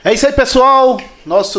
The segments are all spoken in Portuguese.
É isso aí, pessoal. Nosso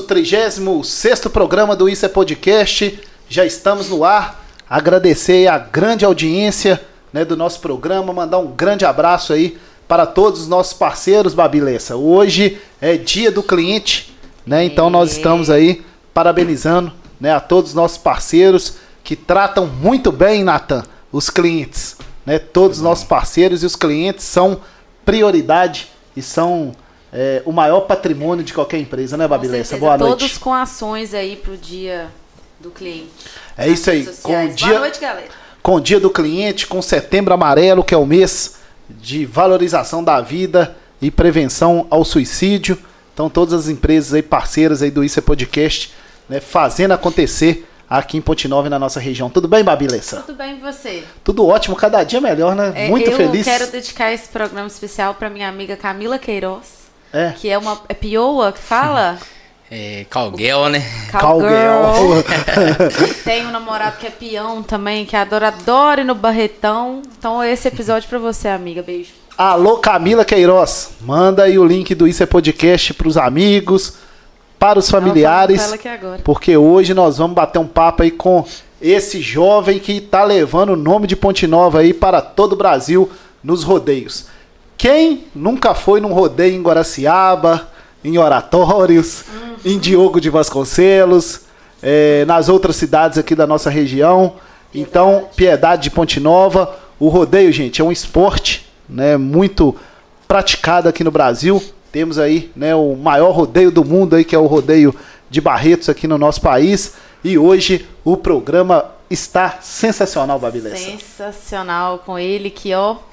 36º programa do Isso é Podcast. Já estamos no ar. Agradecer a grande audiência, né, do nosso programa. Mandar um grande abraço aí para todos os nossos parceiros, Babi Lessa. Hoje é dia do cliente, né? Então nós estamos aí parabenizando, né, a todos os nossos parceiros que tratam muito bem, Natan, os clientes, né? Todos os nossos parceiros e os clientes são prioridade e são o maior patrimônio de qualquer empresa, né, Babi Lessa? Boa noite. Todos com ações aí pro dia do cliente. É isso aí. Boa noite, galera. Com o dia do cliente, com Setembro Amarelo, que é o mês de valorização da vida e prevenção ao suicídio. Então todas as empresas aí, parceiras aí do Isso é Podcast, né, fazendo acontecer aqui em Ponte Nova e na nossa região. Tudo bem, Babi Lessa? Tudo bem, e você? Tudo ótimo, cada dia melhor, né? Muito feliz. Eu quero dedicar esse programa especial para minha amiga Camila Queiroz, que é uma pioa que fala... Cowgirl, né? Cowgirl. Tem um namorado que é peão também, que adora ir no Barretão. Então esse episódio pra você, amiga. Beijo. Alô, Camila Queiroz. Manda aí o link do Isso é Podcast pros amigos, para os familiares. Ela aqui agora. Porque hoje nós vamos bater um papo aí com esse jovem que tá levando o nome de Ponte Nova aí para todo o Brasil nos rodeios. Quem nunca foi num rodeio em Guaraciaba, em Oratórios, em Diogo de Vasconcelos, nas outras cidades aqui da nossa região? Então, Piedade de Ponte Nova. O rodeio, gente, é um esporte, né, muito praticado aqui no Brasil. Temos aí, né, o maior rodeio do mundo aí, que é o rodeio de Barretos aqui no nosso país. E hoje o programa está sensacional, Babi Lessa. Sensacional, com ele que,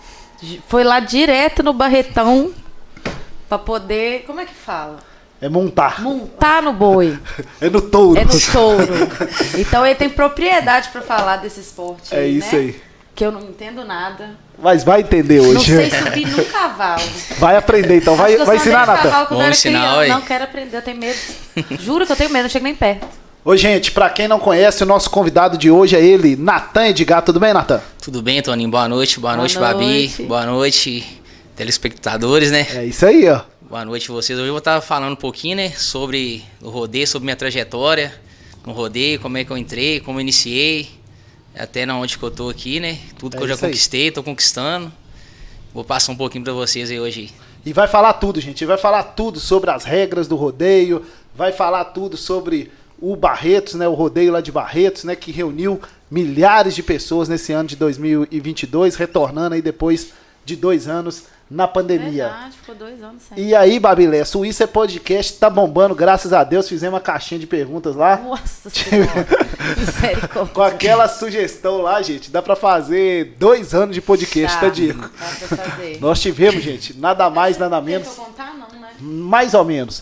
foi lá direto no Barretão pra poder... Como é que fala? Montar. Montar no boi. É no touro. É no touro. Então ele tem propriedade pra falar desse esporte. É isso, né? Aí. Que eu não entendo nada. Mas vai entender hoje. Não sei subir no cavalo. Vai aprender então. Vai ensinar, Natan? Vamos ensinar, oi. Não quero aprender, eu tenho medo. Juro que eu tenho medo, não chego nem perto. Oi, gente, pra quem não conhece, o nosso convidado de hoje é ele, Natan Edgar. Tudo bem, Natan? Tudo bem, Toninho? Boa noite, Babi. Boa noite, telespectadores, né? É isso aí, ó. Boa noite a vocês. Hoje eu vou estar falando um pouquinho, né, sobre o rodeio, sobre minha trajetória no rodeio, como é que eu entrei, como eu iniciei, até na onde que eu tô aqui, né? Tudo que eu já conquistei, tô conquistando. Vou passar um pouquinho pra vocês aí hoje. E vai falar tudo, gente. Vai falar tudo sobre as regras do rodeio, vai falar tudo sobre o Barretos, né, o rodeio lá de Barretos, né, que reuniu milhares de pessoas nesse ano de 2022, retornando aí depois de 2 anos na pandemia. Verdade, ficou 2 anos sem. E aí, Babi Lessa, o Isso é Podcast tá bombando, graças a Deus. Fizemos uma caixinha de perguntas lá. Nossa Senhora, misericórdia. Com aquela sugestão lá, gente, dá pra fazer 2 anos de podcast, tá, Diego? Dá pra fazer. Nós tivemos, gente, nada mais, nada menos. Não tem pra contar, não, né? Mais ou menos.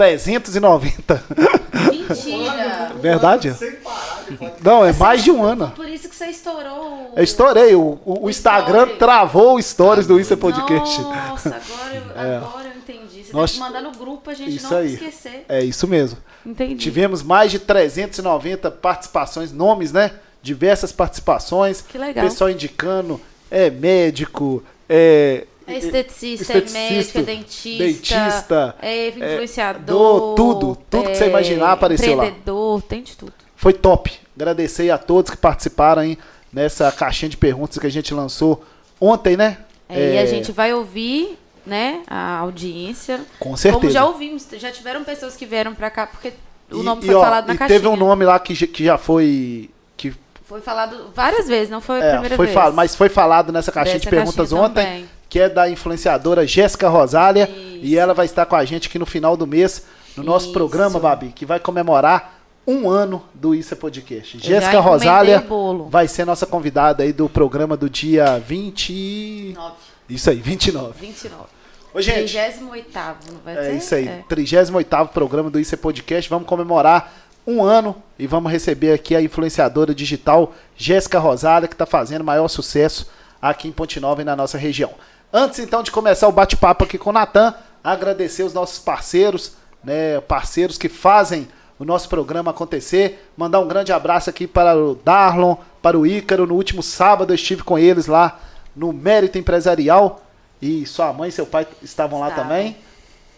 390. Mentira. Verdade? Não, é mais de um ano. Por isso que você estourou. Eu estourei. O Instagram travou o stories do Isso é Podcast. Nossa, agora eu entendi. Você tem que mandar no grupo a gente não esquecer. É isso mesmo. Entendi. Tivemos mais de 390 participações, nomes, né? Diversas participações. Que legal. Pessoal indicando, médico, esteticista, médico, dentista, influenciador, tudo que você imaginar apareceu lá. Empreendedor, tem de tudo. Foi top. Agradecer a todos que participaram aí nessa caixinha de perguntas que a gente lançou ontem, né? E a gente vai ouvir, né, a audiência. Com certeza. Como já ouvimos, já tiveram pessoas que vieram pra cá porque o nome foi falado na caixinha. Teve um nome lá que já foi... Foi falado várias vezes, não foi a primeira vez. Mas foi falado nessa caixinha de perguntas ontem, também, que é da influenciadora Jéssica Rosália. Isso. E ela vai estar com a gente aqui no final do mês, no nosso programa, Babi, que vai comemorar 1 ano do Isso é Podcast. Jéssica Rosália vai ser nossa convidada aí do programa do dia 29. Isso aí, 29. Ô, gente, 38º, não vai ser? É isso aí, 38º programa do Isso é Podcast. Vamos comemorar 1 ano e vamos receber aqui a influenciadora digital Jéssica Rosália, que está fazendo o maior sucesso aqui em Ponte Nova e na nossa região. Antes, então, de começar o bate-papo aqui com o Natan, agradecer os nossos parceiros, né, parceiros que fazem o nosso programa acontecer. Mandar um grande abraço aqui para o Darlon, para o Ícaro. No último sábado eu estive com eles lá no Mérito Empresarial e sua mãe e seu pai estavam lá também.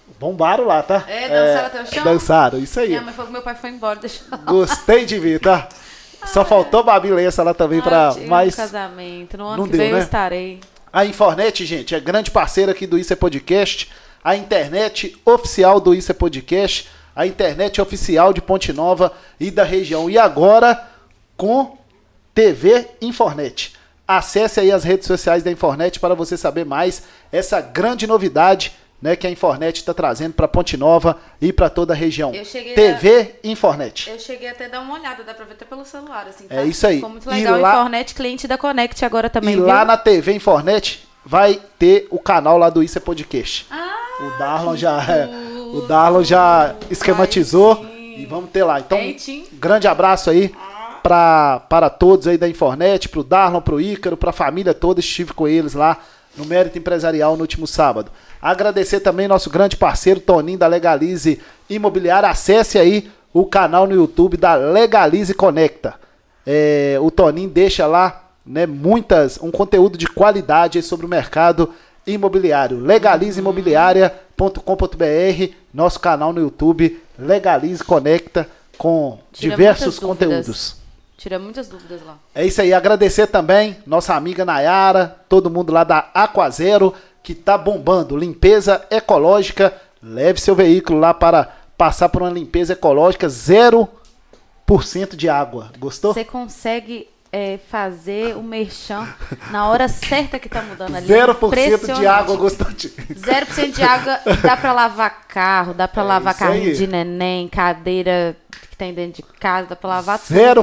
Bombaram lá, tá? Dançaram até o chão? Dançaram, isso aí. Minha mãe falou que meu pai foi embora, deixa eu... Gostei de ver, tá? Só faltou Babi Lessa lá também pra mais... casamento. No ano não que deu, vem né? eu estarei. A Infornet, gente, é grande parceira aqui do Isso é Podcast, a internet oficial do Isso é Podcast, a internet oficial de Ponte Nova e da região. E agora com TV Infornet. Acesse aí as redes sociais da Infornet para você saber mais essa grande novidade, né, que a Infornet está trazendo para Ponte Nova e para toda a região. TV Infornet. Eu cheguei até a dar uma olhada, dá para ver até pelo celular. Assim, tá? É isso aí. Ficou muito legal. Lá... Infornet, cliente da Connect agora também, E viu? lá na TV Infornet vai ter o canal lá do Isso é Podcast. O Darlon já esquematizou e vamos ter lá. Então, grande abraço aí para todos aí da Infornet, pro Darlon, pro Ícaro, pra família toda. Estive com eles lá no Mérito Empresarial no último sábado. Agradecer também nosso grande parceiro Toninho da Legalize Imobiliária. Acesse aí o canal no YouTube da Legalize Conecta. O Toninho deixa lá, né, um conteúdo de qualidade sobre o mercado imobiliário. legalizeimobiliaria.com.br, nosso canal no YouTube, Legalize Conecta, com diversos conteúdos. Tira muitas dúvidas lá. É isso aí, agradecer também nossa amiga Nayara, todo mundo lá da Aquazero, que tá bombando, limpeza ecológica. Leve seu veículo lá para passar por uma limpeza ecológica, 0% de água. Gostou? Você consegue fazer o merchan na hora certa que tá mudando ali. 0% de água, gostou de... 0% de água, dá para lavar carro, dá para lavar carrinho de neném, cadeira que tem dentro de casa, dá pra lavar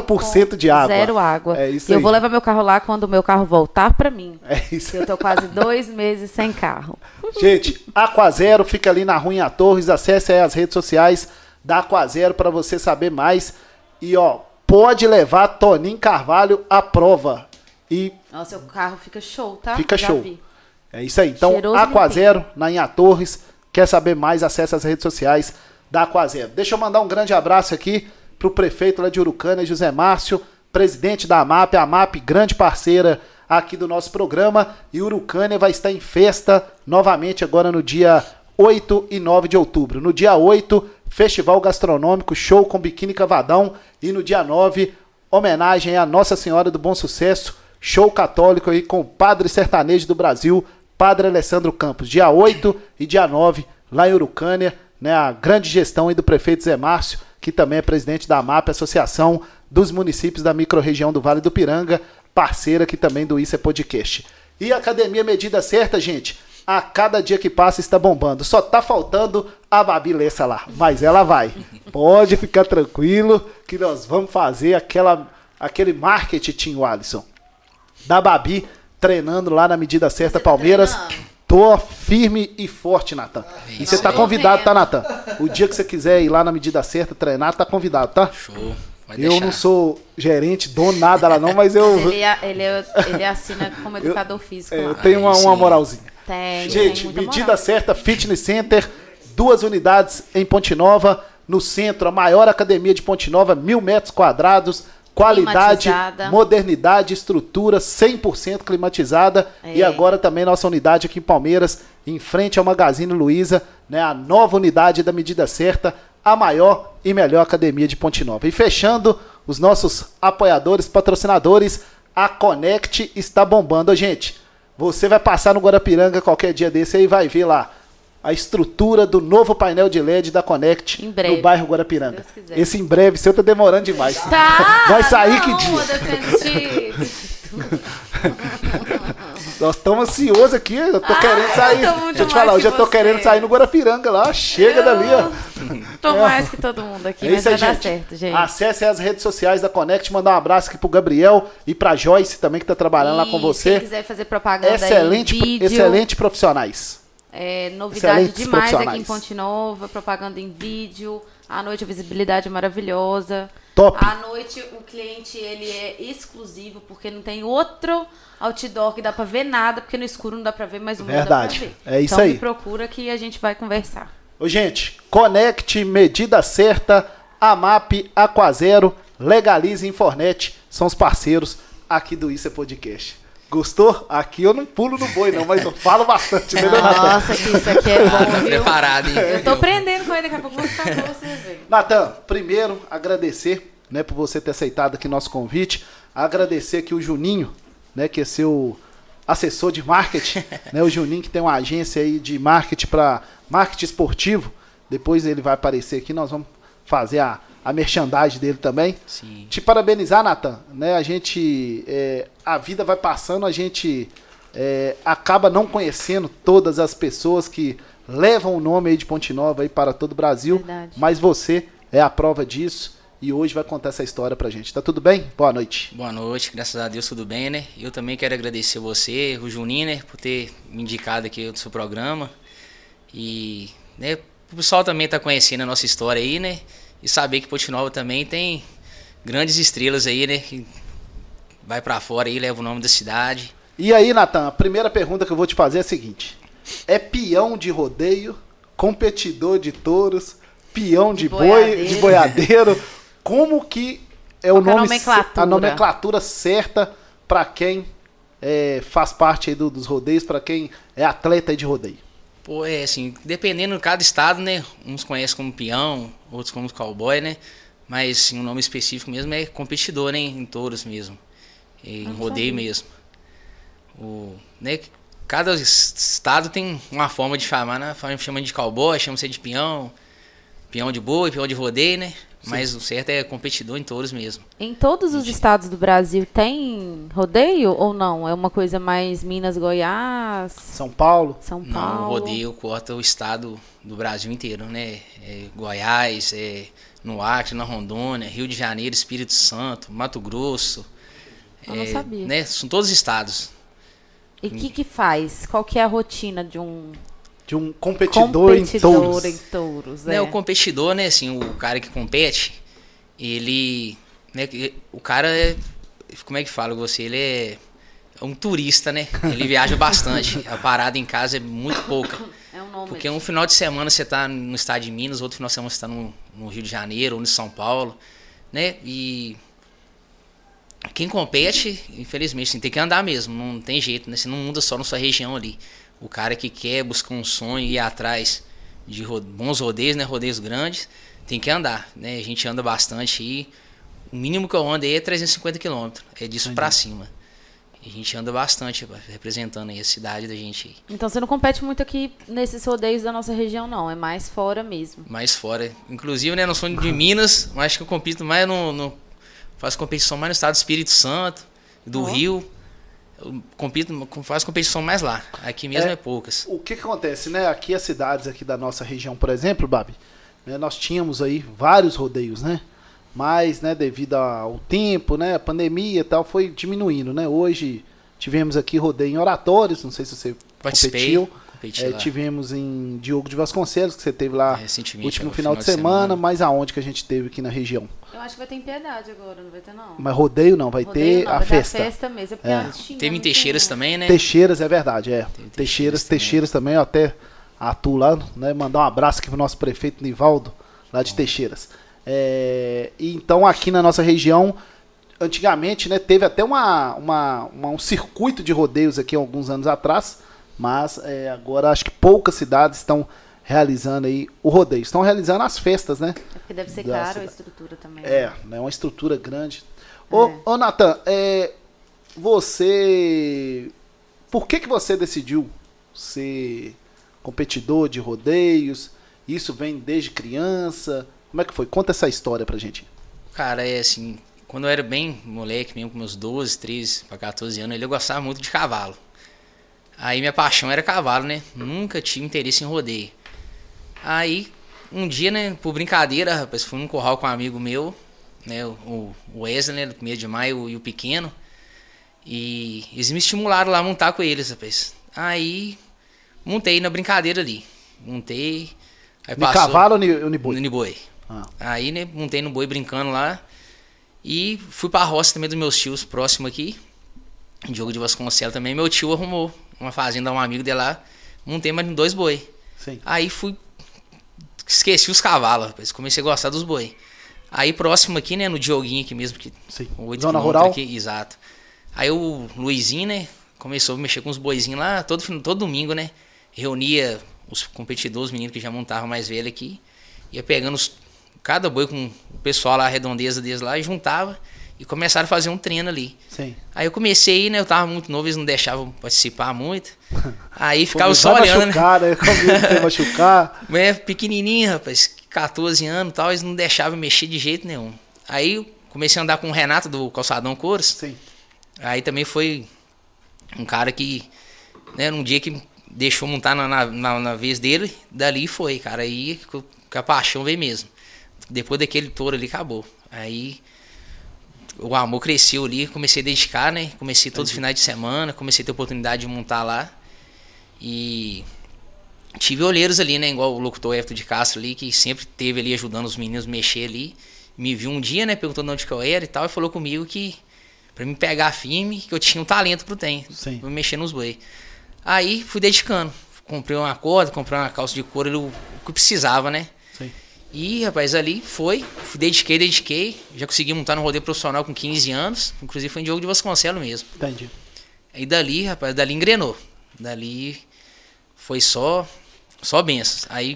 0% de água. Zero água. É isso aí. Eu vou levar meu carro lá quando o meu carro voltar pra mim. É isso. Eu tô quase 2 meses sem carro. Gente, Aquazero fica ali na Rua Torres. Acesse aí as redes sociais da Aquazero pra você saber mais. E ó, pode levar Toninho Carvalho à prova. E nossa, o carro fica show, tá? Fica Já show. vi. É isso aí. Então, Cheiroso Aquazero na Inha Torres. Quer saber mais? Acesse as redes sociais da Aquazero. Deixa eu mandar um grande abraço aqui pro prefeito lá de Urucânia, José Márcio, presidente da AMAP, a AMAP, grande parceira aqui do nosso programa, e Urucânia vai estar em festa novamente agora no dia 8 e 9 de outubro. No dia 8, Festival Gastronômico, show com Biquíni Cavadão, e no dia 9, homenagem à Nossa Senhora do Bom Sucesso, show católico aí com o Padre Sertanejo do Brasil, Padre Alessandro Campos. Dia 8 e dia 9, lá em Urucânia, né, a grande gestão aí do prefeito Zé Márcio, que também é presidente da AMAP, Associação dos Municípios da Microrregião do Vale do Piranga, parceira aqui também do Isso é Podcast. E a Academia Medida Certa, gente, a cada dia que passa está bombando. Só tá faltando a Babi Lessa lá, mas ela vai. Pode ficar tranquilo que nós vamos fazer aquele marketing, Alisson, da Babi treinando lá na Medida Certa Palmeiras. Tô firme e forte, Natan. E você tá convidado, tá, Natan? O dia que você quiser ir lá na Medida Certa treinar, tá convidado, tá? Show. Eu não sou gerente, dono nada lá não, mas eu... Ele assina como educador físico lá. Eu tenho uma moralzinha. Tem. Gente, tem Medida moral. Certa Fitness Center, 2 unidades em Ponte Nova, no centro, a maior academia de Ponte Nova, 1.000 metros quadrados, qualidade, modernidade, estrutura 100% climatizada. E agora também nossa unidade aqui em Palmeiras, em frente ao Magazine Luiza, né, a nova unidade da Medida Certa, a maior e melhor academia de Ponte Nova. E fechando, os nossos apoiadores, patrocinadores, a Connect está bombando. Gente, você vai passar no Guarapiranga qualquer dia desse aí e vai ver lá a estrutura do novo painel de LED da Connect no bairro Guarapiranga. Esse em breve, seu tá demorando demais. Tá, vai sair não, que dia? Nós estamos ansiosos aqui, eu tô querendo sair. Deixa eu te falar, eu já tô querendo sair no Guarapiranga lá, chega dali, ó. Tô mais que todo mundo aqui, mas vai dar certo, gente. Acesse as redes sociais da Connect, mandar um abraço aqui pro Gabriel e pra Joyce também, que tá trabalhando lá com você. Quem quiser fazer propaganda excelente, em vídeo. Excelente profissionais. Novidade demais aqui em Ponte Nova, propaganda em vídeo. À noite a visibilidade é maravilhosa. Top. À noite o cliente ele é exclusivo, porque não tem outro outdoor que dá pra ver nada, porque no escuro não dá pra ver, mas o mundo dá pra ver. É isso então aí. Me procura que a gente vai conversar. Ô, gente, Connect, Medida Certa, AMAP, Aquazero, Legalize Infornet, são os parceiros aqui do Isso é Podcast. Gostou? Aqui eu não pulo no boi, não, mas eu falo bastante, né, Natan? Nossa, que isso aqui é bom, viu? Preparado, hein? Eu tô aprendendo com ele, daqui a pouco eu vou ficar com você, velho. Natan, primeiro, agradecer, né, por você ter aceitado aqui nosso convite. Agradecer aqui o Juninho, né, que é seu assessor de marketing, né, o Juninho que tem uma agência aí de marketing para marketing esportivo. Depois ele vai aparecer aqui, nós vamos fazer a merchandising dele também. Sim. Te parabenizar, Natan, né, a vida vai passando, a gente acaba não conhecendo todas as pessoas que levam o nome aí de Ponte Nova aí para todo o Brasil. Verdade. Mas você é a prova disso e hoje vai contar essa história pra gente. Tá tudo bem? Boa noite. Boa noite, graças a Deus tudo bem, né? Eu também quero agradecer você, o Juninho, né, por ter me indicado aqui no seu programa. E, né, o pessoal também tá conhecendo a nossa história aí, né? E saber que Ponte Nova também tem grandes estrelas aí, né? Que vai pra fora aí, leva o nome da cidade. E aí, Natan, a primeira pergunta que eu vou te fazer é a seguinte. É peão de rodeio, competidor de touros, peão de boi, de boiadeiro. Como que é o nome, a nomenclatura certa para quem faz parte aí dos rodeios, para quem é atleta aí de rodeio? Pô, assim, dependendo de cada estado, né? Uns conhecem como peão, outros como cowboy, né? Mas assim, o nome específico mesmo é competidor, né? Em touros mesmo. Em rodeio mesmo. Né? Cada estado tem uma forma de chamar, né? Chama de cowboy, chama-se de peão, peão de boi, peão de rodeio, né? Sim. Mas o certo é competidor em touros mesmo. Em todos os estados do Brasil tem rodeio ou não? É uma coisa mais Minas, Goiás? São Paulo? Não, o rodeio corta o estado do Brasil inteiro, né? Goiás, no Acre, na Rondônia, Rio de Janeiro, Espírito Santo, Mato Grosso. Eu não sabia. Né? São todos estados. E o que faz? Qual que é a rotina de um competidor em touros? Né, o competidor, né, assim, o cara que compete, ele, né, o cara como é que fala você, ele é um turista, né, ele viaja bastante, a parada em casa é muito pouca, porque um final de semana você tá no estado de Minas, outro final de semana você tá no Rio de Janeiro ou em São Paulo, né, e quem compete, infelizmente, assim, tem que andar mesmo, não tem jeito, né, você não muda só na sua região ali. O cara que quer buscar um sonho e ir atrás de bons rodeios, né, rodeios grandes, tem que andar, né? A gente anda bastante e o mínimo que eu ando aí é 350 km, é disso pra cima. E a gente anda bastante representando aí a cidade da gente aí. Então você não compete muito aqui nesses rodeios da nossa região não, é mais fora mesmo. Mais fora. Inclusive, né, não sou de Minas, mas acho que eu compito mais faço competição mais no estado do Espírito Santo, do Rio. Eu faço competição mais lá. Aqui mesmo é poucas. O que acontece, né? Aqui as cidades aqui da nossa região, por exemplo, Babi, né, nós tínhamos aí vários rodeios, né? Mas, né, devido ao tempo, né, a pandemia e tal, foi diminuindo, né? Hoje tivemos aqui rodeio em Oratórios, não sei se você competiu. Tivemos em Diogo de Vasconcelos, que você teve lá no último final de semana, mas aonde que a gente teve aqui na região? Eu acho que vai ter em Piedade agora, não vai ter não. Mas rodeio não, vai ter a festa. A festa mesmo, porque teve em Teixeiras também, né? Teixeiras, é verdade, Teixeiras também, eu até atuo lá, né? Mandar um abraço aqui pro nosso prefeito Nivaldo, lá de Teixeiras. E então aqui na nossa região, antigamente, né, teve até um circuito de rodeios aqui alguns anos atrás, mas agora acho que poucas cidades estão realizando aí o rodeio. Estão realizando as festas, né? É porque deve ser caro a estrutura também. É uma estrutura grande. Ô Natan, você... Por que você decidiu ser competidor de rodeios? Isso vem desde criança? Como é que foi? Conta essa história pra gente. Cara, assim, quando eu era bem moleque, mesmo com meus 12, 13 para 14 anos, eu gostava muito de cavalo. Aí minha paixão era cavalo, né? Nunca tive interesse em rodeio. Aí, um dia, né, por brincadeira, rapaz, fui num curral com um amigo meu, né, o Wesley, né, do 1º de maio, e o Pequeno. E eles me estimularam lá a montar com eles, rapaz. Aí, montei na brincadeira ali. Montei. Aí no cavalo ou no boi? No boi. Aí, né, montei no boi brincando lá. E fui pra roça também dos meus tios, próximo aqui. Diogo de Vasconcelos também. Meu tio arrumou uma fazenda, um amigo dele lá. Montei mais 2 boi. Sim. Aí esqueci os cavalos, rapaz. Comecei a gostar dos boi. Aí próximo aqui, né, no Dioguinho aqui mesmo. Sim. O 8 Zona rural? Aqui, exato. Aí o Luizinho, né, começou a mexer com os boizinhos lá todo domingo, né? Reunia os competidores, os meninos que já montavam mais velho aqui. Ia pegando cada boi com o pessoal lá, a redondeza deles lá, e juntava. E começaram a fazer um treino ali. Sim. Aí eu comecei, né? Eu tava muito novo, eles não deixavam participar muito. Aí ficava só olhando, machucar, né? Como machucar. Pequenininho, rapaz, 14 anos e tal, eles não deixavam mexer de jeito nenhum. Aí eu comecei a andar com o Renato do Calçadão Couros. Sim. Aí também foi um cara que, né, num dia que deixou montar na vez dele, dali foi, cara. Aí que a paixão veio mesmo. Depois daquele touro ali, acabou. Aí o amor cresceu ali, comecei a dedicar, né? Comecei todos os finais de semana, comecei a ter oportunidade de montar lá. E tive olheiros ali, né? Igual o locutor Everton de Castro ali, que sempre teve ali ajudando os meninos a mexer ali. Me viu um dia, né? Perguntou de onde que eu era e tal, e falou comigo que pra me pegar firme, que eu tinha um talento pro trem, pra mexer nos boi. Aí fui dedicando. Comprei uma corda, comprei uma calça de couro, o que precisava, né? Sim. E, rapaz, ali dediquei. Já consegui montar no rodeio profissional com 15 anos. Inclusive foi em Diogo de Vasconcelos mesmo. Entendi. Aí dali, rapaz, dali engrenou. Dali foi só bênçãos. Aí,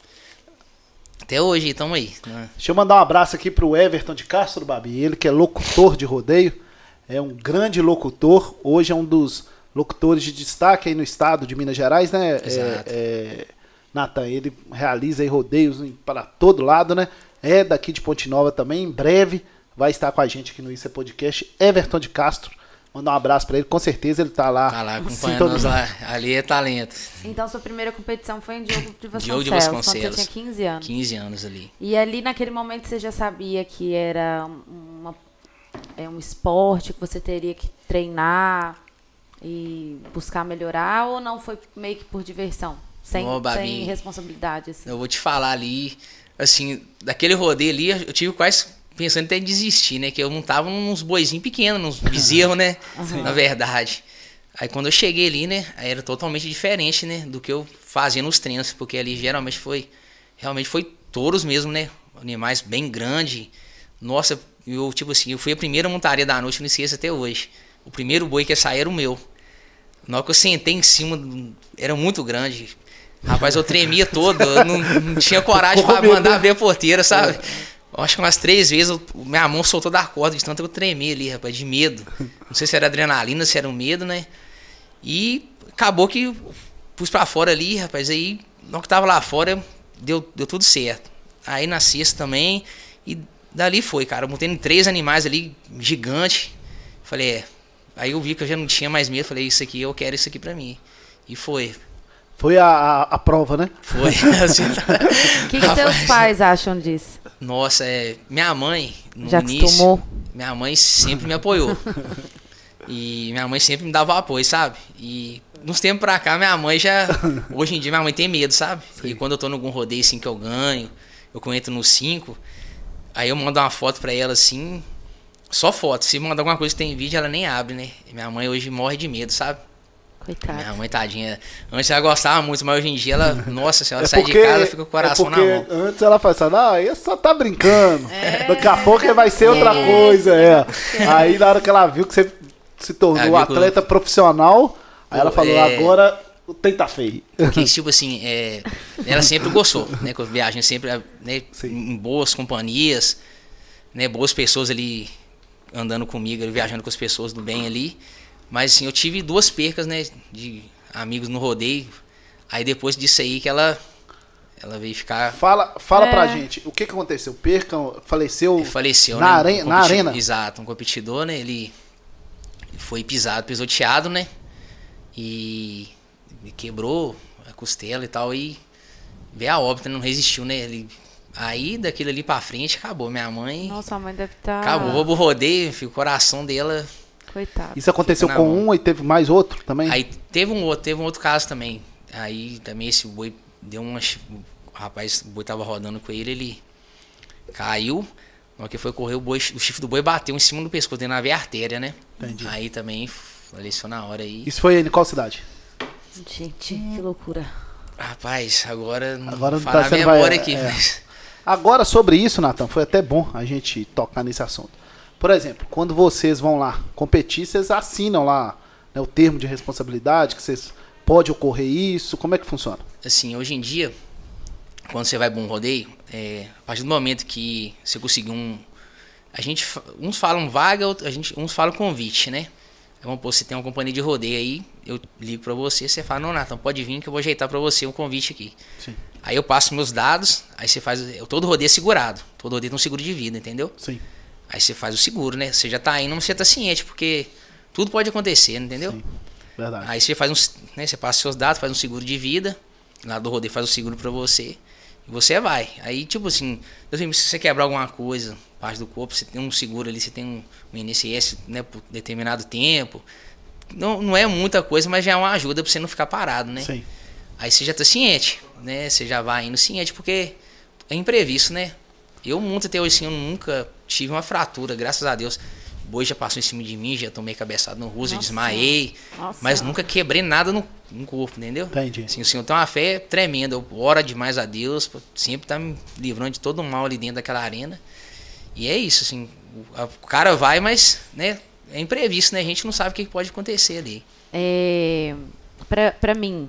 até hoje, estamos aí. Né? Deixa eu mandar um abraço aqui pro Everton de Castro, Babi. Ele que é locutor de rodeio. É um grande locutor. Hoje é um dos locutores de destaque aí no estado de Minas Gerais, né? Exato. Nathan, ele realiza aí rodeios para todo lado, né? É daqui de Ponte Nova também. Em breve vai estar com a gente aqui no Isso é Podcast. Everton de Castro. Mandar um abraço para ele. Com certeza ele tá lá. Tá lá acompanhando lá. Ali é talento. Então sua primeira competição foi em Diogo de Vasconcelos. Diogo de Vasconcelos. Quando você tinha 15 anos. 15 anos ali. E ali naquele momento você já sabia que era um esporte que você teria que treinar e buscar melhorar, ou não foi meio que por diversão? Sem responsabilidade, assim. Eu vou te falar ali, assim, daquele rodeio ali, eu tive quase pensando até em desistir, né? Que eu montava uns boizinhos pequenos, uns bezerros, né? Na verdade. Aí quando eu cheguei ali, né? Aí era totalmente diferente, né? Do que eu fazia nos treinos, porque ali realmente foi touros mesmo, né? Animais bem grandes. Nossa, eu tipo assim, eu fui a primeira montaria da noite, não esqueço até hoje. O primeiro boi que ia sair era o meu. Na hora que eu sentei em cima, era muito grande. Rapaz, eu tremia todo, eu não tinha coragem pra mandar abrir a porteira, sabe? Eu acho que umas 3 vezes minha mão soltou da corda, de tanto eu tremi ali, rapaz, de medo. Não sei se era adrenalina, se era um medo, né? E acabou que pus pra fora ali, rapaz, aí, na hora que tava lá fora, deu tudo certo. Aí na sexta também, e dali foi, cara, eu montei em 3 animais ali, gigante. Falei, aí eu vi que eu já não tinha mais medo, falei, isso aqui, eu quero isso aqui pra mim. E foi. Foi a prova, né? Foi. Assim, o que seus pais acham disso? Nossa, minha mãe, no já início, acostumou? Minha mãe sempre me apoiou. E minha mãe sempre me dava apoio, sabe? E nos tempos pra cá, minha mãe já... Hoje em dia, minha mãe tem medo, sabe? Sim. E quando eu tô em algum rodeio assim que eu ganho, eu entro nos 5, aí eu mando uma foto pra ela assim, só foto. Se mandar alguma coisa que tem vídeo, ela nem abre, né? E minha mãe hoje morre de medo, sabe? Coitada. Minha mãe, tadinha. Antes ela gostava muito, mas hoje em dia ela, nossa senhora, sai de casa, fica com o coração na mão. Antes ela fala assim, ele só tá brincando. Daqui a pouco vai ser outra coisa. Aí na hora que ela viu que você se tornou um atleta profissional, aí ela falou, agora o trem tá feio. Porque, tipo assim, ela sempre gostou, né? Que eu viajo sempre, né, em boas companhias, né? Boas pessoas ali andando comigo, viajando com as pessoas do bem ali. Mas assim, eu tive 2 percas, né, de amigos no rodeio. Aí depois disso aí que ela veio ficar... Fala pra gente, o que aconteceu? Faleceu na, né, na arena? Exato, um competidor, né, ele foi pisoteado, né, e quebrou a costela e tal, e veio a óbito, não resistiu, né, aí daquilo ali pra frente acabou, minha mãe... Nossa, a mãe deve estar... Acabou o rodeio, o coração dela... Coitado. Isso aconteceu com um e teve mais outro também? Aí teve um outro caso também. Aí também esse boi deu uma... O rapaz, o boi tava rodando com ele caiu. Na hora que foi correr, o chifre do boi bateu em cima do pescoço, dentro da veia artéria, né? Entendi. Aí também faleceu na hora aí. Isso foi em qual cidade? Gente, que loucura. Rapaz, agora não tá falar a memória aqui. Mas... Agora sobre isso, Nathan, foi até bom a gente tocar nesse assunto. Por exemplo, quando vocês vão lá competir, vocês assinam lá né, o termo de responsabilidade, que vocês pode ocorrer isso? Como é que funciona? Assim, hoje em dia, quando você vai para um rodeio, a partir do momento que você conseguir uns falam vaga, uns falam convite, né? Vamos supor, você tem uma companhia de rodeio aí, eu ligo para você fala, não, Nathan, pode vir que eu vou ajeitar para você um convite aqui. Sim. Aí eu passo meus dados, aí você faz, todo rodeio é segurado, todo rodeio tem um seguro de vida, entendeu? Sim. Aí você faz o seguro, né? Você já tá indo, você tá ciente, porque tudo pode acontecer, entendeu? Sim. Verdade. Aí você faz né, você passa seus dados, faz um seguro de vida, lá do rodeio faz o seguro para você, e você vai. Aí, tipo assim, se você quebrar alguma coisa, parte do corpo, você tem um seguro ali, você tem um INSS, né, por determinado tempo. Não é muita coisa, mas já é uma ajuda para você não ficar parado, né? Sim. Aí você já tá ciente, né? Você já vai indo ciente, porque é imprevisto, né? Eu muito até hoje assim, eu nunca tive uma fratura, graças a Deus. O boi já passou em cima de mim, já tomei cabeçada no russo, desmaiei. Nossa. Mas nunca quebrei nada no corpo, entendeu? Entendi. Assim, o Senhor tem uma fé tremenda. Eu oro demais a Deus, sempre tá me livrando de todo o mal ali dentro daquela arena. E é isso, assim, o cara vai, mas, né, é imprevisto, né? A gente não sabe o que pode acontecer ali. Pra mim,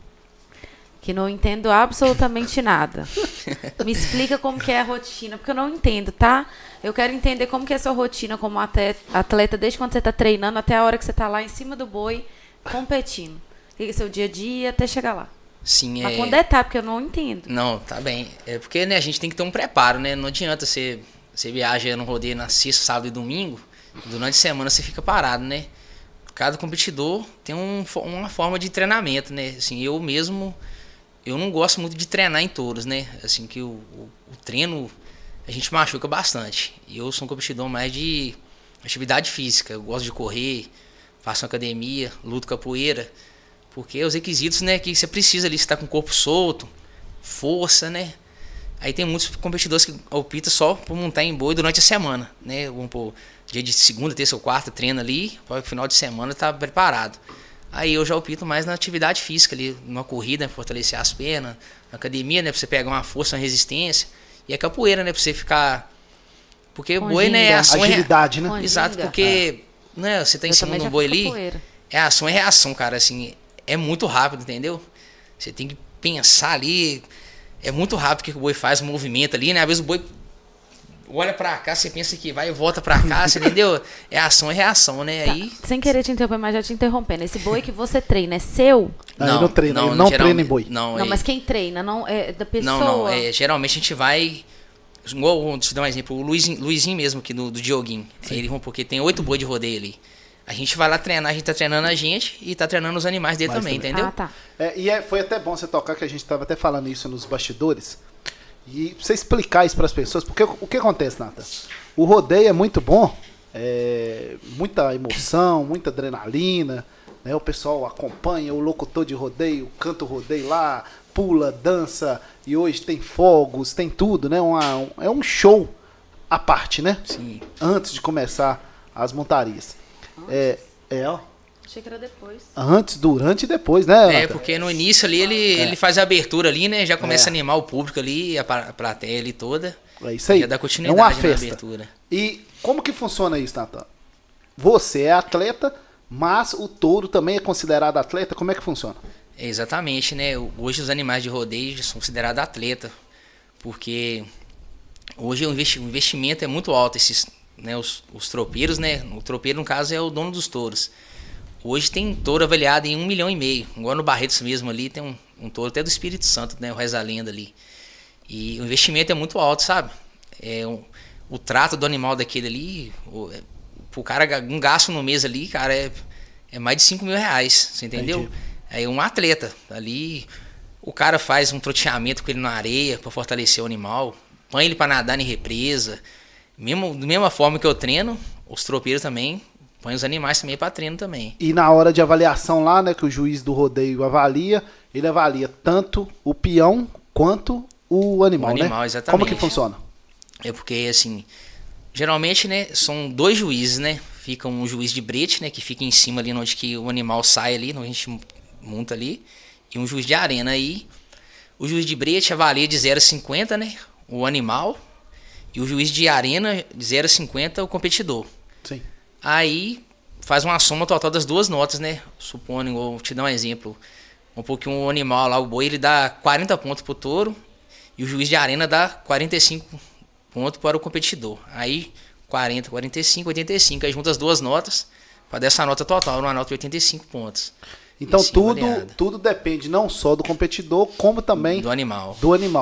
que não entendo absolutamente nada, me explica como que é a rotina, porque eu não entendo, tá? Eu quero entender como que é a sua rotina como atleta, desde quando você tá treinando até a hora que você tá lá em cima do boi, competindo. O que é seu dia a dia até chegar lá? Sim, Mas com detalhe, porque eu não entendo. Não, tá bem. É porque, né, a gente tem que ter um preparo, né? Não adianta você viaja no rodeio na sexta, sábado e domingo, durante a semana você fica parado, né? Cada competidor tem uma forma de treinamento, né? Assim, eu mesmo, eu não gosto muito de treinar em touros, né? Assim, que o treino, a gente machuca bastante. E eu sou um competidor mais de atividade física. Eu gosto de correr, faço academia, luto capoeira. Porque os requisitos, né, que você precisa ali, você tá com o corpo solto, força, né? Aí tem muitos competidores que optam só por montar em boi durante a semana, né? Vamos pôr dia de segunda, terça ou quarta, treina ali, para o final de semana tá preparado. Aí eu já opto mais na atividade física ali, numa corrida, né, fortalecer as pernas, na academia, né, para você pegar uma força, uma resistência, e a capoeira, né, para você ficar... Porque Com boi, né, é ação... Agilidade, né? Exato, porque né, você tá em cima de um boi ali, é ação e reação, cara, assim, é muito rápido, entendeu? Você tem que pensar ali... É muito rápido que o boi faz o movimento ali, né? Às vezes o boi olha pra cá, você pensa que vai e volta pra cá, você entendeu? É ação e reação, né? Tá. Aí... Sem querer te interromper, mas já te interrompendo. Esse boi que você treina é seu? Não, não treina em boi. Não, mas quem treina não é da pessoa? Não. Geralmente a gente vai... Vou te dar um exemplo. O Luizinho mesmo, aqui do Dioguinho. Ele, porque tem 8 boi de rodeio ali. A gente vai lá treinar, a gente tá treinando a gente e tá treinando os animais dele também, entendeu? Ah, tá. Foi até bom você tocar, que a gente tava até falando isso nos bastidores. E você explicar isso para as pessoas, porque o que acontece, Nathan? O rodeio é muito bom, muita emoção, muita adrenalina, né? O pessoal acompanha, o locutor de rodeio, canta o rodeio lá, pula, dança, e hoje tem fogos, tem tudo, né? É um show à parte, né? Sim. Antes de começar as montarias. Ó. Achei que era depois. Antes, durante e depois, né? Porque no início ali ele faz a abertura ali, né? Já começa a animar o público ali, a plateia ali toda. É isso aí. Já dá continuidade uma festa. na abertura. E como que funciona isso, Nathan? Você é atleta, mas o touro também é considerado atleta? Como é que funciona? Exatamente, né? Hoje os animais de rodeio são considerados atleta, porque hoje o investimento é muito alto. Né, os tropeiros, né? O tropeiro, no caso, é o dono dos touros. Hoje tem touro avaliado em 1,5 milhão. Igual no Barretos mesmo ali, tem um touro até do Espírito Santo, né? O Reza Lenda ali. E o investimento é muito alto, sabe? O trato do animal daquele ali, pro cara, um gasto no mês ali, cara, é mais de 5 mil reais, você entendeu? Entendi. Aí um atleta ali, o cara faz um troteamento com ele na areia para fortalecer o animal, põe ele para nadar em represa. Da mesma forma que eu treino, os tropeiros também põem os animais também para treino também. E na hora de avaliação lá, né, que o juiz do rodeio avalia, ele avalia tanto o peão quanto o animal, né? Exatamente. Como que funciona? É porque, assim, geralmente, né, são 2 juízes, né? Fica um juiz de brete, né, que fica em cima ali onde que o animal sai ali, onde a gente monta ali, e um juiz de arena. Aí o juiz de brete avalia de 0,50, né, o animal, e o juiz de arena de 0,50 o competidor. Sim. Aí faz uma soma total das duas notas, né? Supondo, vou te dar um exemplo. Um pouquinho o animal lá, o boi, ele dá 40 pontos pro touro e o juiz de arena dá 45 pontos para o competidor. Aí 40, 45, 85. Aí junta as duas notas para dar essa nota total, uma nota de 85 pontos. Então tudo depende não só do competidor, como também do animal.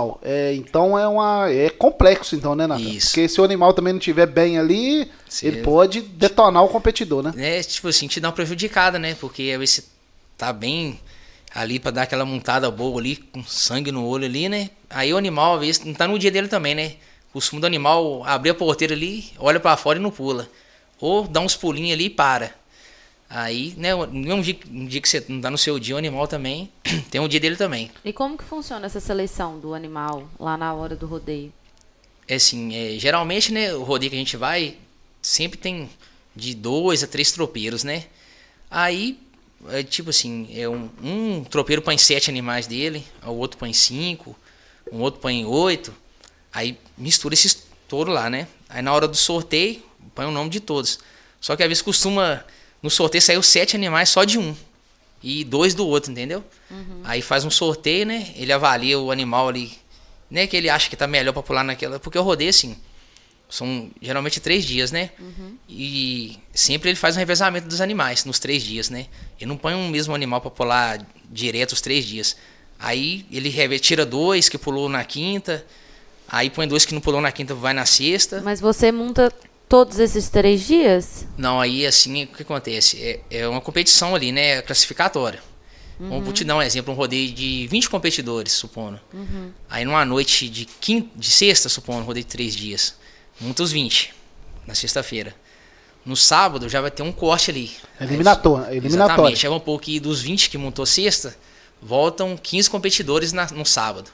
Então é complexo, então, né, Nathan? Isso. Porque se o animal também não estiver bem ali, ele pode detonar o competidor, né? É, tipo assim, te dá uma prejudicada, né? Porque às vezes você tá bem ali pra dar aquela montada boa ali, com sangue no olho ali, né? Aí o animal, às vezes, não tá no dia dele também, né? O costume do animal abrir a porteira ali, olha pra fora e não pula. Ou dá uns pulinhos ali e para. Aí, né, um dia que você não tá no seu dia, o animal também tem um dia dele também. E como que funciona essa seleção do animal lá na hora do rodeio? É assim, geralmente, né, o rodeio que a gente vai, sempre tem de 2 a 3 tropeiros, né? Aí, tipo assim, um tropeiro põe 7 animais dele, o outro põe 5, um outro põe 8, aí mistura esses touros lá, né? Aí na hora do sorteio, põe o nome de todos. Só que às vezes costuma... No sorteio saiu 7 animais só de um. E 2 do outro, entendeu? Uhum. Aí faz um sorteio, né? Ele avalia o animal ali, né? Que ele acha que tá melhor pra pular naquela. Porque o rodeio, assim, são geralmente 3 dias, né? Uhum. E sempre ele faz um revezamento dos animais nos 3 dias, né? Ele não põe um mesmo animal pra pular direto os 3 dias. Aí ele tira 2 que pulou na quinta. Aí põe 2 que não pulou na quinta, vai na sexta. Mas você monta todos esses 3 dias? Não, aí assim, o que acontece? É uma competição ali, né? Classificatória. Uhum. Vou te dar um exemplo, um rodeio de 20 competidores, supondo. Uhum. Aí numa noite de sexta, supondo, um rodeio de 3 dias. Monta os 20, na sexta-feira. No sábado já vai ter um corte ali. Eliminatório. Exatamente. Aí vamos pôr que dos 20 que montou sexta, voltam 15 competidores no sábado.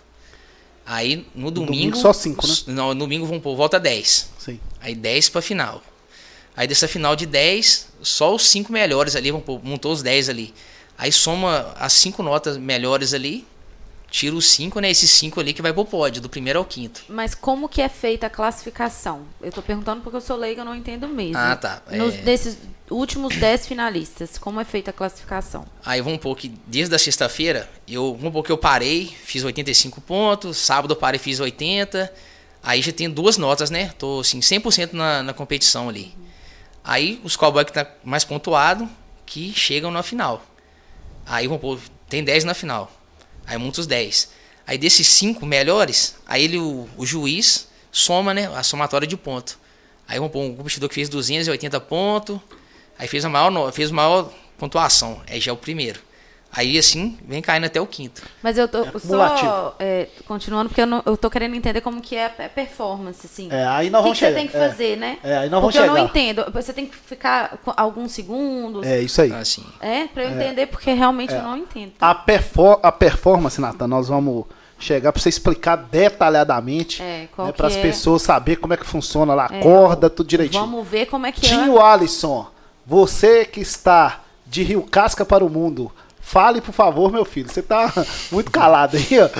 Aí no domingo só 5, né? No domingo volta 10. Sim. Aí 10 pra final. Aí dessa final de 10, só os 5 melhores ali, montou os 10 ali. Aí soma as 5 notas melhores ali, tira os 5, né? Esses 5 ali que vai pro pódio, do primeiro ao quinto. Mas como que é feita a classificação? Eu tô perguntando porque eu sou leiga, eu não entendo mesmo. Ah, tá. Desses últimos 10 finalistas, como é feita a classificação? Aí vamos pôr que desde a sexta-feira, vamos pôr que eu parei, fiz 85 pontos, sábado eu parei e fiz 80, aí já tem 2 notas, né? Tô assim, 100% na competição ali. Uhum. Aí os cowboys que tá mais pontuado, que chegam na final. Aí vamos pôr, tem 10 na final. Aí monta os 10. Aí desses 5 melhores, aí o juiz soma, né, a somatória de ponto. Aí vamos pôr um competidor que fez 280 pontos, aí fez a maior pontuação, aí já é o primeiro. Aí assim, vem caindo até o quinto. Mas eu tô continuando, porque eu tô querendo entender como que é a performance, assim. Aí nós vamos chegar. O que você tem que fazer, né? Aí nós vamos chegar. Porque eu não entendo. Você tem que ficar alguns segundos. É isso aí. Assim. Pra eu entender, porque realmente eu não entendo. A performance, Nathan, nós vamos chegar para você explicar detalhadamente, para as pessoas saber como é que funciona lá, a corda, tudo direitinho. Vamos ver como é que Tinho Alisson, você que está de Rio Casca para o mundo, fale, por favor, meu filho. Você tá muito calado aí, ó.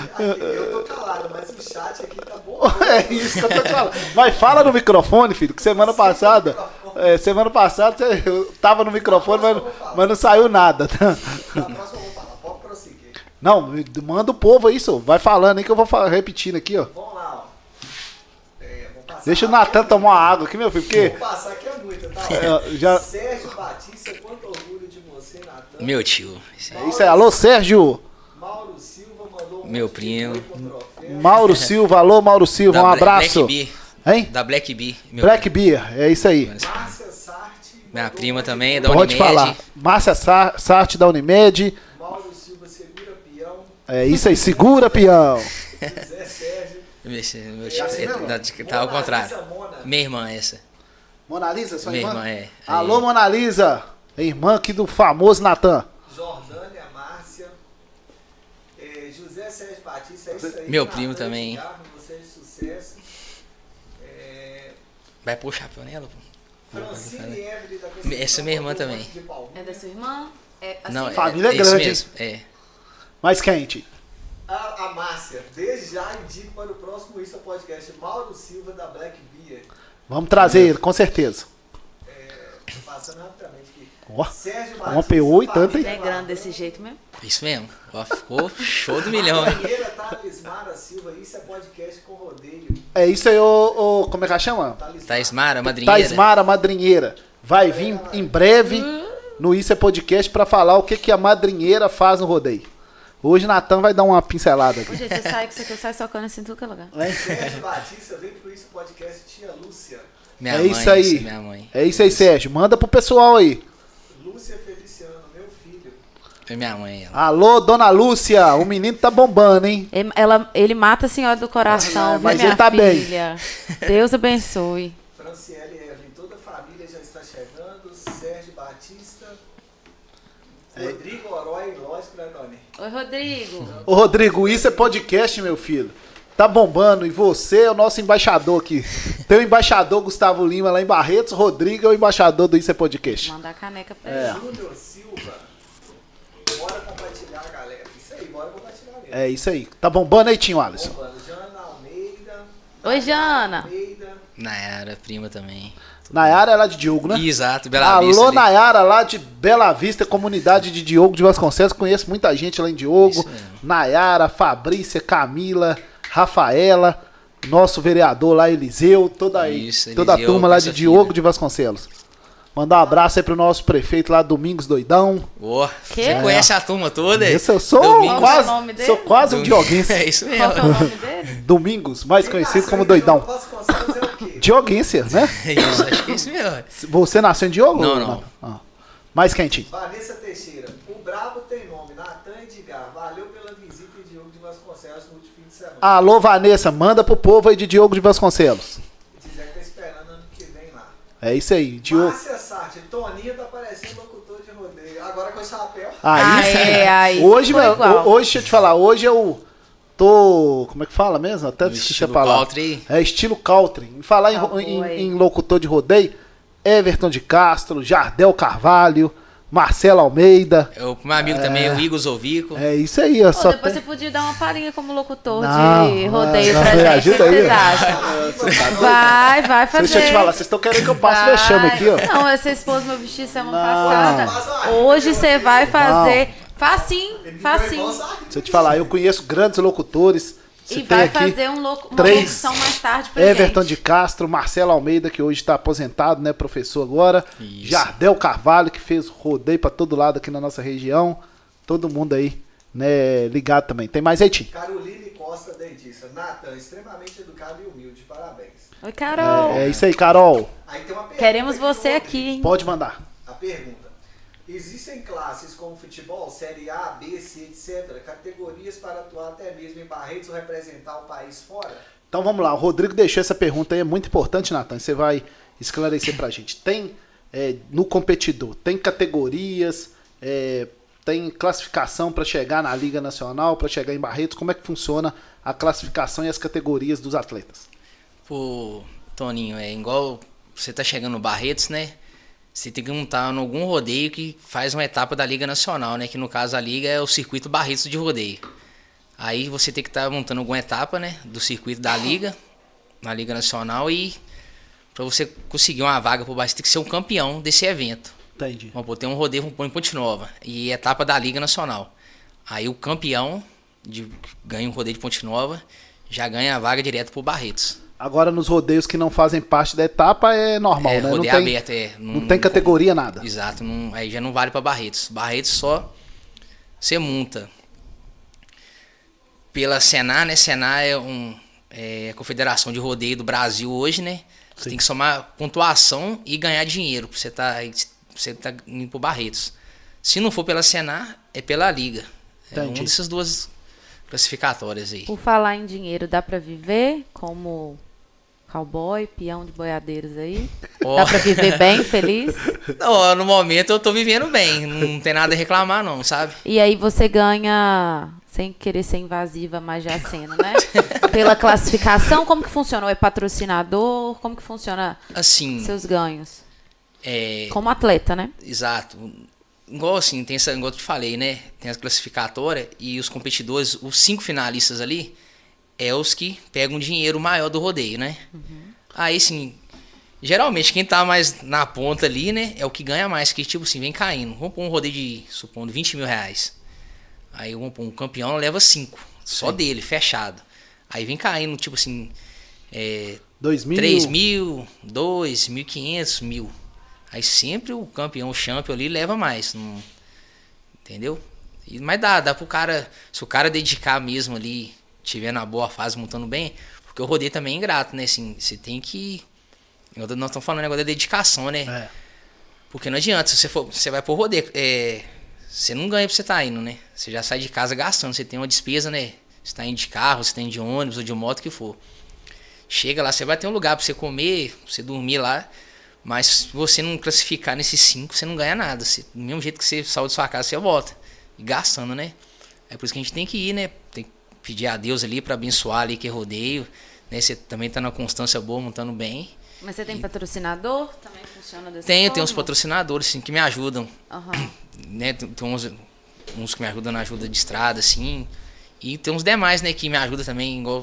Eu tô calado, mas o chat aqui tá bom. É isso que eu tô te falando. Mas fala no microfone, filho, que semana passada você tava no microfone, mas não saiu nada. Na próxima eu vou falar, pode prosseguir. Não, manda o povo aí, só. Vai falando aí que eu vou repetindo aqui, ó. Vamos lá, ó. Deixa o Nathan tomar uma água aqui, meu filho, porque... Vou passar aqui é muita, tá? Sérgio Batista, quanto orgulho de você, Nathan. Meu tio. Isso aí, alô, Sérgio. Mauro Silva mandou meu primo. Mauro Silva, alô, Mauro Silva, um abraço. Black hein? Da Black Bee. Black Beer, é isso aí. Márcia Sarti. Minha prima também, é da Pode Unimed. falar. Márcia Sarti, da Unimed. Mauro Silva, segura peão. É isso aí, segura, peão. José Sérgio. Meu tio, tá ao contrário. Minha irmã, essa. Mona Lisa, sua Minha irmã? irmã, Alô, Mona Lisa. Irmã aqui do famoso Nathan. Jordânia, Márcia. José Sérgio Batista, é isso aí. Meu primo também. Você de sucesso. Vai pôr o chapéu nela, pô. Francine Evelyn da Conceição. Essa é minha irmã também. É da sua irmã? Assim, não, família isso grande. mesmo, Mais quente. A Márcia, desde já indico para o próximo Isso Podcast, Mauro Silva da Black Beer. Vamos trazer ele, com certeza. Passando rapidamente. Ó, Sérgio uma Batista, PO e tanto, hein? É grande desse jeito mesmo? Isso mesmo. Ó, ficou show do milhão, hein? Madrinheira, Talismara Silva, isso é podcast com rodeio. É isso aí, como é que ela chama? Taismara, madrinheira. Taismara, madrinheira. Vai vir em breve no Isso é Podcast pra falar o que a madrinheira faz no rodeio. Hoje Natan vai dar uma pincelada aqui. Hoje você sai com isso aqui, eu saio socando assim em tudo que é lugar. Sérgio Batista, vem pro Isso Podcast, tia Lúcia. Minha É mãe, isso aí. essa é minha mãe. É isso aí, Sérgio. Manda pro pessoal aí. Lúcia Feliciano, meu filho. É minha mãe, ela. Alô, dona Lúcia. O menino tá bombando, hein? Ele mata a senhora do coração, viu, Mas minha ele tá bem. filha? Deus abençoe. Franciele Evelyn, toda a família já está chegando. Sérgio Batista. Rodrigo Orói, lógico, né, Tony? Oi, Rodrigo. Ô, Rodrigo, Isso é Podcast, meu filho. Tá bombando. E você é o nosso embaixador aqui. Tem o embaixador Gustavo Lima lá em Barretos. Rodrigo é o embaixador do Isso é Podcast. Mandar a caneca pra ele. Júnior Silva. Bora compartilhar, galera. Isso aí, bora compartilhar mesmo. É isso aí. Tá bombando aí, Tinho Alisson. Bombando. Jana Almeida. Oi, Jana. Almeida. Nayara, prima também. Nayara é lá de Diogo, né? Exato, Bela Vista. Alô, ali. Nayara, lá de Bela Vista, comunidade de Diogo de Vasconcelos. Conheço muita gente lá em Diogo. Isso mesmo. Nayara, Fabrícia, Camila, Rafaela, nosso vereador lá, Eliseu, toda Isso, toda a Eliseu, turma lá de essa Diogo filha. de Vasconcelos. Mandar um abraço aí pro nosso prefeito lá, Domingos Doidão. Ó, Que? você conhece a turma toda? Esse eu sou Domingos. Qual é o nome dele? sou quase um dioguense. É isso Qual que é o mesmo. nome dele? Domingos, mais conhecido como Doidão. Vasconcelos é o quê? Dioguense, né? É isso, acho que é isso mesmo. Você nasceu em Diogo? Não, ou não. Ah. Mais quentinho. Vanessa Teixeira. O Brabo tem nome. Natan Edgar. Valeu pela visita em Diogo de Vasconcelos no último fim de semana. Alô, Vanessa, manda pro povo aí de Diogo de Vasconcelos. Dizer que tá esperando ano que vem lá. É isso aí, Diogo. Márcia Sartre. Toninho tá parecendo locutor de rodeio. Agora com o chapéu. Aí sim. aí Hoje, ficou meu, igual. hoje, deixa eu te falar, hoje eu tô. Como é que fala mesmo? Até No esqueci a estilo palavra. country. É estilo country. Em falar Cowboy. em locutor de rodeio, Everton de Castro, Jardel Carvalho, Marcelo Almeida. O meu amigo também, o Igor Zovico. É isso aí, ó. Pô, Só depois tem... você podia dar uma palhinha como locutor Não, de rodeio não, pra me gente. ajuda O que aí. vocês acham? Vai fazer. Deixa eu te falar, vocês estão querendo que eu passe vexame aqui, ó. Não, você expôs meu vestido semana Não. passada. Hoje você vai fazer. Facinho. Deixa eu te falar, eu conheço grandes locutores. Você E tem vai aqui fazer uma três. locução mais tarde pra Everton gente. de Castro, Marcelo Almeida, que hoje está aposentado, né, professor agora. Isso. Jardel Carvalho, que fez rodeio para todo lado aqui na nossa região. Todo mundo aí, né, ligado também. Tem mais aí, Tim? Caroline Costa, dentista. Natan, extremamente educado e humilde. Parabéns. Oi, Carol. É isso aí, Carol. Aí tem uma pergunta Queremos aqui você no- aqui, hein? Pode mandar. A pergunta. Existem classes como futebol, série A, B, C, etc. Categorias para atuar até mesmo em Barretos ou representar o país fora? Então vamos lá, o Rodrigo deixou essa pergunta aí, é muito importante, Natan. Você vai esclarecer pra gente. Tem, no competidor, tem categorias, tem classificação para chegar na Liga Nacional, para chegar em Barretos? Como é que funciona a classificação e as categorias dos atletas? Pô, Toninho, é igual você tá chegando no Barretos, né? Você tem que montar em algum rodeio que faz uma etapa da Liga Nacional, né? Que no caso a Liga é o circuito Barretos de rodeio. Aí você tem que estar montando alguma etapa, né? Do circuito da Liga, na Liga Nacional, e para você conseguir uma vaga por baixo, você tem que ser um campeão desse evento. Entendi. Vamos pôr, tem um rodeio em Ponte Nova e etapa da Liga Nacional. Aí o campeão ganha um rodeio de Ponte Nova, já ganha a vaga direto pro Barretos. Agora nos rodeios que não fazem parte da etapa é normal, né? Rodeio Não tem, aberto, não tem categoria, nada. Exato, aí já não vale para Barretos. Barretos só você monta pela Senar, né? Senar é a Confederação de Rodeio do Brasil hoje, né? Você Sim. tem que somar pontuação e ganhar dinheiro pra você tá indo pro Barretos. Se não for pela Senar, é pela Liga. É uma Entendi. dessas duas classificatórias aí. Por falar em dinheiro, dá pra viver como cowboy, peão de boiadeiros aí? Ó. Dá pra viver bem, feliz? Não, no momento eu tô vivendo bem, não tem nada a reclamar não, sabe? E aí você ganha, sem querer ser invasiva, mas já sendo, né? Pela classificação, como que funciona? Ou é patrocinador? Como que funciona Assim, seus ganhos? é... Como atleta, né? Exato. Igual assim, tem essa, igual eu te falei, né? Tem as classificatórias e os competidores, os 5 finalistas ali, é os que pegam o dinheiro maior do rodeio, né? Aí, assim, Geralmente, quem tá mais na ponta ali, né, é o que ganha mais, que tipo assim, vem caindo. Vamos pôr um rodeio de, supondo, 20 mil reais. Aí vamos pôr um campeão leva 5, só dele, fechado. Aí vem caindo, tipo assim, 3 mil, 2, 1.500, 1.000. Aí sempre o campeão, o champion ali leva mais, não, entendeu? Mas dá pro cara, se o cara dedicar mesmo ali, tiver na boa fase, montando bem, porque o rodeio também é ingrato, né, assim, você tem que... Nós estamos falando negócio da dedicação, né? Porque não adianta, se você vai pro rodeio, você não ganha pra você tá indo, né? Você já sai de casa gastando, você tem uma despesa, né? Você tá indo de carro, você tá indo de ônibus ou de moto, que for. Chega lá, você vai ter um lugar pra você comer, pra você dormir lá, mas se você não classificar nesses 5, você não ganha nada. Do mesmo jeito que você saiu de sua casa, você volta. E gastando, né? É por isso que a gente tem que ir, né? Tem que pedir a Deus ali pra abençoar ali que é rodeio, né? Você também tá na constância boa, montando bem. Mas você tem patrocinador? Também funciona dessa forma? Tem uns patrocinadores, assim, que me ajudam. Uhum. Né? Tem uns que me ajudam na ajuda de estrada, assim. E tem uns demais, né, que me ajudam também, igual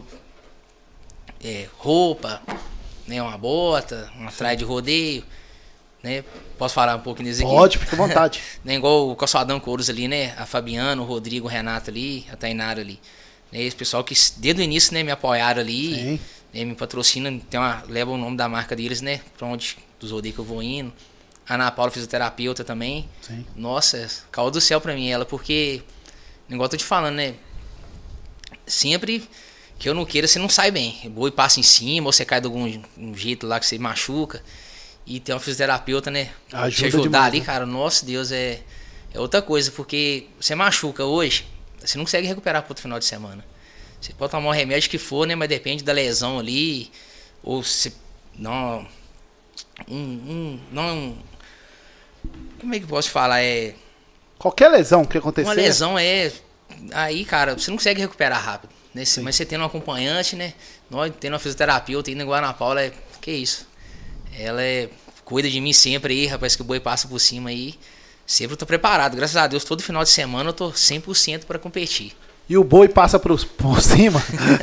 roupa, né, uma bota, uma traia de rodeio, né? Posso falar um pouco nisso aqui? Pode, fica à vontade. Né, igual o Calçadão Couros ali, né? A Fabiana, o Rodrigo, o Renato ali, a Tainara ali. Né, esse pessoal que desde o início, né, me apoiaram ali. Né, me patrocinam, leva o nome da marca deles, né? Pra onde dos rodeios que eu vou indo. A Ana Paula, fisioterapeuta também. Sim. Nossa, caiu do céu pra mim ela, porque, igual eu tô te falando, né? Sempre que eu não queira, você não sai bem. O boi passa em cima, ou você cai de algum jeito lá que você machuca. E tem uma fisioterapeuta, né? Te ajudar demais, ali, né? Cara, nossa Deus, é outra coisa, porque você machuca hoje, você não consegue recuperar pro outro final de semana. Você pode tomar o remédio que for, né? Mas depende da lesão ali. Ou se. Não. Como é que eu posso falar? Qualquer lesão que acontecer. Uma lesão aí, cara, você não consegue recuperar rápido. Né? Mas você tendo um acompanhante, né? Nós tendo uma fisioterapeuta, indo igual a Ana Paula, que isso? Ela cuida de mim sempre aí, rapaz, que o boi passa por cima aí. Sempre eu tô preparado. Graças a Deus, todo final de semana eu tô 100% para competir. E o boi passa por cima.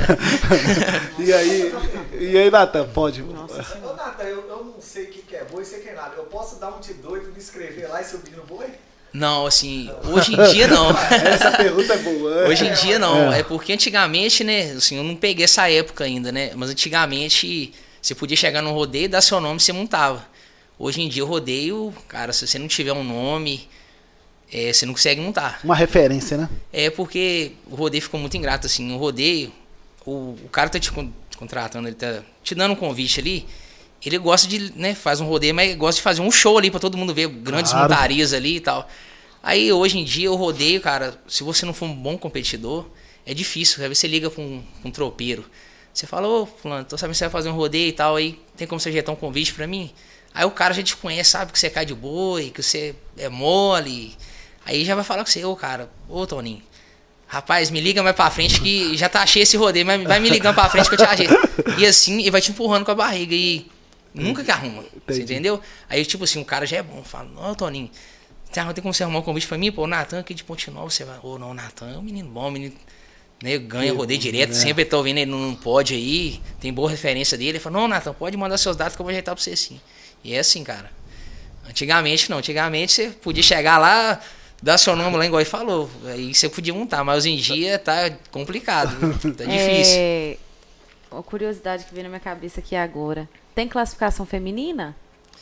E aí, Natan, pode. Nossa, ô, Natan, eu não sei o que é boi, sei que é nada. Eu posso dar um de doido, me inscrever lá e subir no boi? Não, assim, hoje em dia não. Essa pergunta é boa. Hoje em dia não. É porque antigamente, né, assim, eu não peguei essa época ainda, né? Mas antigamente você podia chegar num rodeio, dar seu nome e você montava. Hoje em dia o rodeio, cara, se você não tiver um nome, você não consegue montar. Uma referência, né? É porque o rodeio ficou muito ingrato, assim. O rodeio, o cara tá te contratando, ele tá te dando um convite ali. Ele gosta de, né, faz um rodeio, mas gosta de fazer um show ali pra todo mundo ver grandes montarias ali e tal. Aí hoje em dia o rodeio, cara, se você não for um bom competidor, é difícil. Às vezes você liga pra um tropeiro. Você fala, ô, fulano, tô sabendo que você vai fazer um rodeio e tal, aí tem como você ajeitar um convite pra mim? Aí o cara já te conhece, sabe que você cai de boi, que você é mole. Aí já vai falar com você, cara, ô Toninho, rapaz, me liga mais pra frente que já tá cheio esse rodeio, mas vai me ligando pra frente que eu te ajeito. E assim, e vai te empurrando com a barriga e nunca que arruma, você entendeu? Aí tipo assim, o cara já é bom, fala, ô Toninho, tem como você arrumar um convite pra mim? Pô, o Natan aqui de Ponte Nova, você vai, ô não, o Natan é um menino bom, menino, né, ganha rodeio direto, sempre tô ouvindo ele não pode aí, tem boa referência dele. Ele fala, não, Natan, pode mandar seus dados que eu vou ajeitar pra você sim. E é assim, cara. Antigamente não, antigamente você podia chegar lá, dar seu nome lá, igual ele falou, aí você podia montar, mas hoje em dia tá complicado, tá difícil. Uma curiosidade que veio na minha cabeça aqui agora, tem classificação feminina?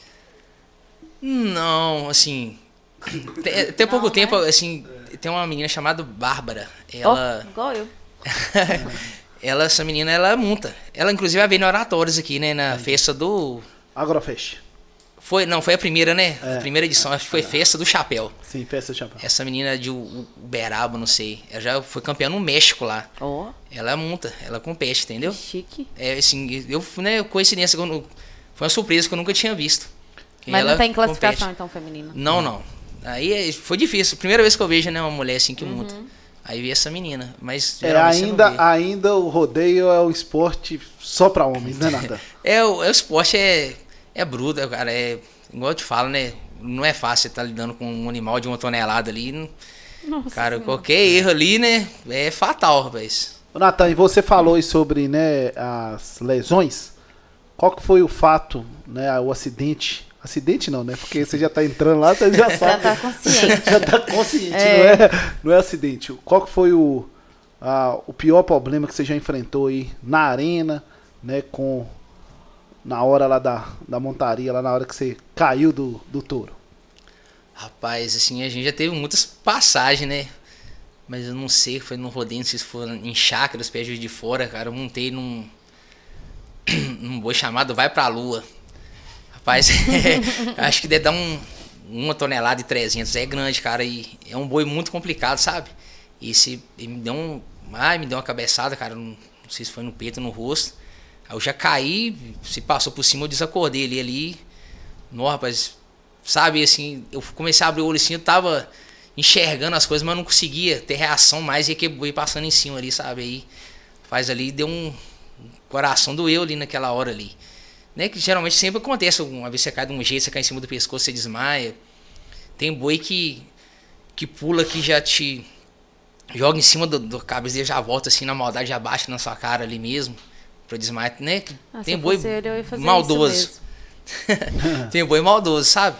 Não, assim, tem pouco tempo, assim, tem uma menina chamada Bárbara, ela... igual eu. Essa menina, ela monta, ela inclusive vai ver no Oratórios aqui, né, na festa do... Agrofest. Foi a primeira, né? A primeira edição, acho que foi Festa do Chapéu. Sim, Festa do Chapéu. Essa menina de Uberaba, não sei. Ela já foi campeã no México lá. Oh. Ela monta, ela compete, entendeu? Que chique. Assim, coincidência, foi uma surpresa que eu nunca tinha visto. Mas não tem classificação, então, feminina? Não. Aí foi difícil. Primeira vez que eu vejo, né, uma mulher assim que monta. Aí vi essa menina, mas ainda o rodeio é um esporte só pra homens, né, Natan? O esporte é bruto, cara, igual eu te falo, né, não é fácil você estar lidando com um animal de 1 tonelada ali, nossa, cara, qualquer erro ali, né, é fatal, rapaz. Natan, e você falou aí sobre, né, as lesões, qual que foi o fato, né, o acidente? Acidente não, né? Porque você já tá entrando lá, você já sabe. Já tá consciente. Já tá consciente, não é acidente. Qual que foi o pior problema que você já enfrentou aí na arena, né, na hora lá da montaria, lá na hora que você caiu do touro? Rapaz, assim, a gente já teve muitas passagens, né? Mas eu não sei, foi no rodeio, não sei se foi em chácara, os pés de fora, cara. Eu montei num boi chamado Vai Pra Lua. Rapaz, acho que deve dar 1 tonelada e 300. É grande, cara, e é um boi muito complicado, sabe? E me deu uma cabeçada, cara, não sei se foi no peito ou no rosto. Aí eu já caí, se passou por cima, eu desacordei ali. Não, rapaz, sabe, assim, eu comecei a abrir o olho assim, eu tava enxergando as coisas, mas não conseguia ter reação mais, e aquele boi passando em cima ali, sabe? Aí, faz ali, deu um coração doeu ali naquela hora ali. Né, que geralmente sempre acontece, uma vez você cai de um jeito, você cai em cima do pescoço, você desmaia. Tem boi que pula, que já te joga em cima do cabeça dele, já volta assim na maldade, já bate na sua cara ali mesmo, pra desmaiar, né? Tem boi maldoso. Tem boi maldoso, sabe?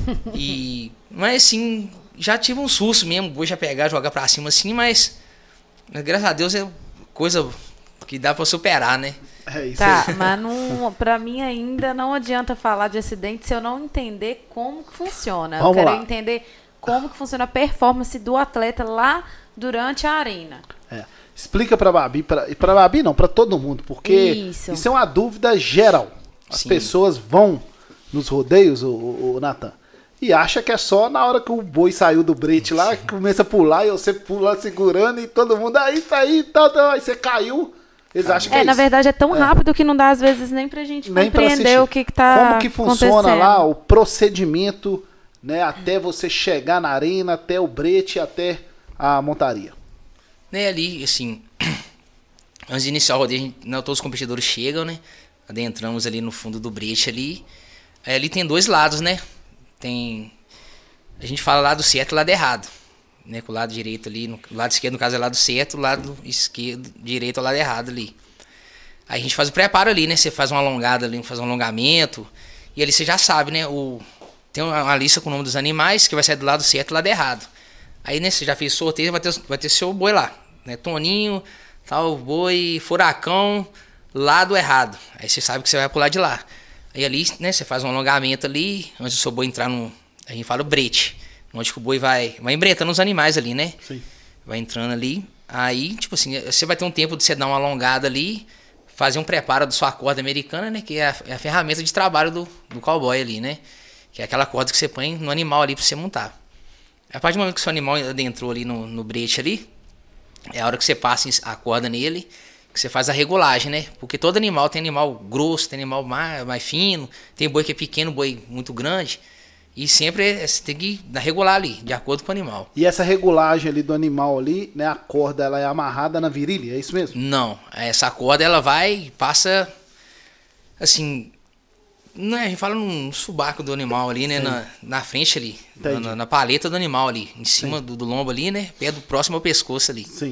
Mas assim, já tive um susto mesmo, o boi já pegar, jogar pra cima assim, mas graças a Deus é coisa que dá pra superar, né? É isso aí. Mas não, pra mim ainda não adianta falar de acidente se eu não entender como que funciona. Eu quero entender como que funciona a performance do atleta lá durante a arena. Explica pra Babi, pra Babi não, pra todo mundo, porque isso é uma dúvida geral. As pessoas vão nos rodeios, o Nathan, e acha que é só na hora que o boi saiu do brete lá, que começa a pular e você pula segurando e todo mundo, isso aí, aí você caiu. Eles acham que na verdade é tão rápido que não dá às vezes nem pra gente compreender o que tá como que funciona lá o procedimento, né, até você chegar na arena, até o brete, até a montaria. Né, ali, assim, antes de iniciar o rodeio, todos os competidores chegam, né, adentramos ali no fundo do brete ali. Ali tem 2 lados, né, a gente fala lado certo e lado errado. Né, com o lado direito ali, o lado esquerdo no caso é lado certo, o lado esquerdo, direito é o lado errado ali. Aí a gente faz o preparo ali, né, você faz uma alongada ali, faz um alongamento, e ali você já sabe, né, tem uma lista com o nome dos animais, que vai sair do lado certo e do lado errado. Aí, né, você já fez sorteio, vai ter seu boi lá, né, Toninho, tal, boi, furacão, lado errado. Aí você sabe que você vai pular de lá. Aí ali, né, você faz um alongamento ali, antes do seu boi entrar a gente fala o brete. Onde que o boi vai embretando os animais ali, né? Sim. Vai entrando ali. Aí, tipo assim, você vai ter um tempo de você dar uma alongada ali, fazer um preparo da sua corda americana, né? Que é a ferramenta de trabalho do cowboy ali, né? Que é aquela corda que você põe no animal ali pra você montar. A partir do momento que o seu animal adentrou ali no brete ali, é a hora que você passa a corda nele, que você faz a regulagem, né? Porque todo animal tem animal grosso, tem animal mais fino, tem boi que é pequeno, boi muito grande. E sempre você tem que regular ali, de acordo com o animal. E essa regulagem ali do animal ali, né? A corda, ela é amarrada na virilha, é isso mesmo? Não, essa corda ela passa, assim, né, a gente fala no subaco do animal ali, né? Na frente ali, na paleta do animal ali, em cima do lombo ali, né? Perto próximo ao pescoço ali. Sim.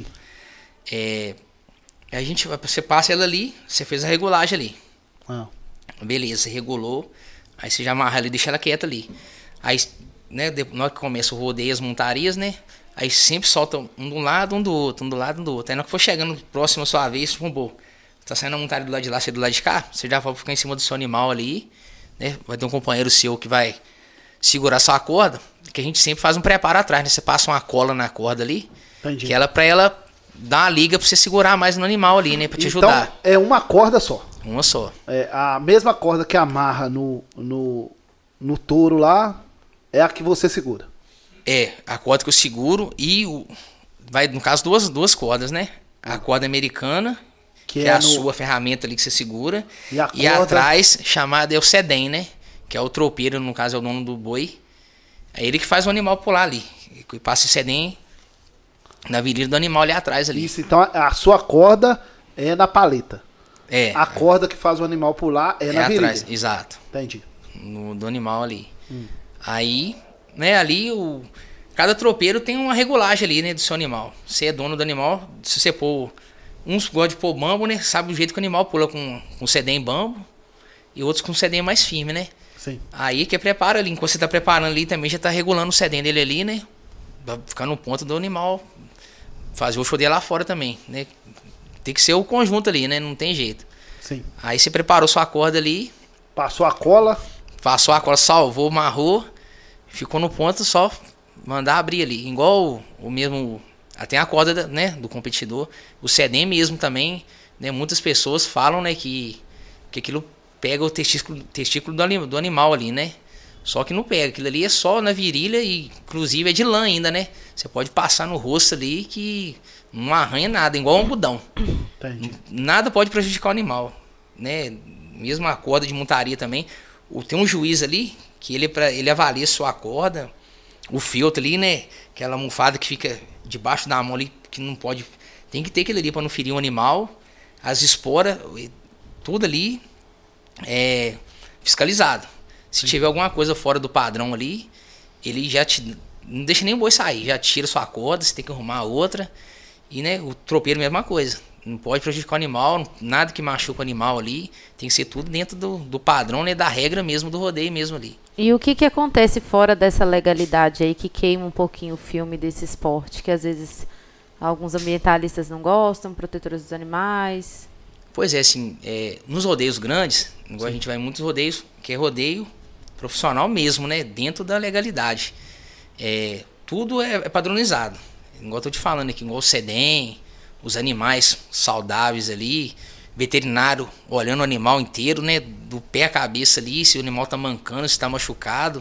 Você passa ela ali, você fez a regulagem ali. Beleza, você regulou, aí você já amarra ali, deixa ela quieta ali. Aí, né, na hora que começa o rodeio, as montarias, né? Aí sempre solta um de um lado, um do outro, um do lado, um do outro. Aí na hora que for chegando próximo à sua vez, tá saindo a montaria do lado de lá, você do lado de cá, você já vai ficar em cima do seu animal ali, né? Vai ter um companheiro seu que vai segurar sua corda, que a gente sempre faz um preparo atrás, né? Você passa uma cola na corda ali, que pra ela dar uma liga pra você segurar mais no animal ali, né? Pra te ajudar. Então, é uma corda só. Uma só. É a mesma corda que amarra no touro lá, é a que você segura. É, a corda que eu seguro e vai, no caso, duas cordas, né? A corda americana, que é a sua ferramenta ali que você segura, e atrás, chamada é o sedem, né? Que é o tropeiro, no caso é o dono do boi. É ele que faz o animal pular ali. E passa o sedem na virilha do animal ali atrás ali. Isso, então a sua corda é na paleta. É. A corda que faz o animal pular é na virilha. Atrás, exato. Entendi. Do animal ali. Aí, né, ali cada tropeiro tem uma regulagem ali, né, do seu animal. Você é dono do animal, se você pôr, uns gostam de pôr bambo, né, sabe o jeito que o animal pula com sedem bambo. e outros com sedem mais firme, né? Sim. Aí que prepara ali, enquanto você tá preparando ali, também já tá regulando o sedem dele ali, né? Pra ficar no ponto do animal, fazer o show dele lá fora também, né? Tem que ser o conjunto ali, né? Não tem jeito. Sim. Aí você preparou sua corda ali. Passou a cola. Passou a cola, salvou, amarrou, ficou no ponto, só mandar abrir ali. Igual o mesmo, até a corda, né, do competidor. O sedem mesmo também, né? Muitas pessoas falam, né, que aquilo pega o testículo do animal ali, né? Só que não pega, aquilo ali é só na virilha e inclusive é de lã ainda, né? Você pode passar no rosto ali que não arranha nada, igual um algodão. Entendi. Nada pode prejudicar o animal, né? Mesmo a corda de montaria também. Tem um juiz ali que ele avalia sua corda, o feltro ali, né? Aquela almofada que fica debaixo da mão ali, que não pode. Tem que ter aquilo ali para não ferir o animal. As esporas, tudo ali é fiscalizado. Se tiver alguma coisa fora do padrão ali, ele já não deixa nem o boi sair, já tira sua corda, você tem que arrumar outra. E, né, o tropeiro, mesma coisa. Não pode prejudicar o animal, nada que machuca o animal ali. Tem que ser tudo dentro do padrão, né, da regra mesmo, do rodeio mesmo ali. E o que acontece fora dessa legalidade aí, que queima um pouquinho o filme desse esporte? Que às vezes alguns ambientalistas não gostam, protetores dos animais. Pois é, assim, nos rodeios grandes, igual a gente vai em muitos rodeios, que é rodeio profissional mesmo, né, dentro da legalidade. Tudo é padronizado. Igual eu tô te falando aqui, igual o sedem, os animais saudáveis ali, veterinário olhando o animal inteiro, né, do pé à cabeça ali, se o animal tá mancando, se tá machucado.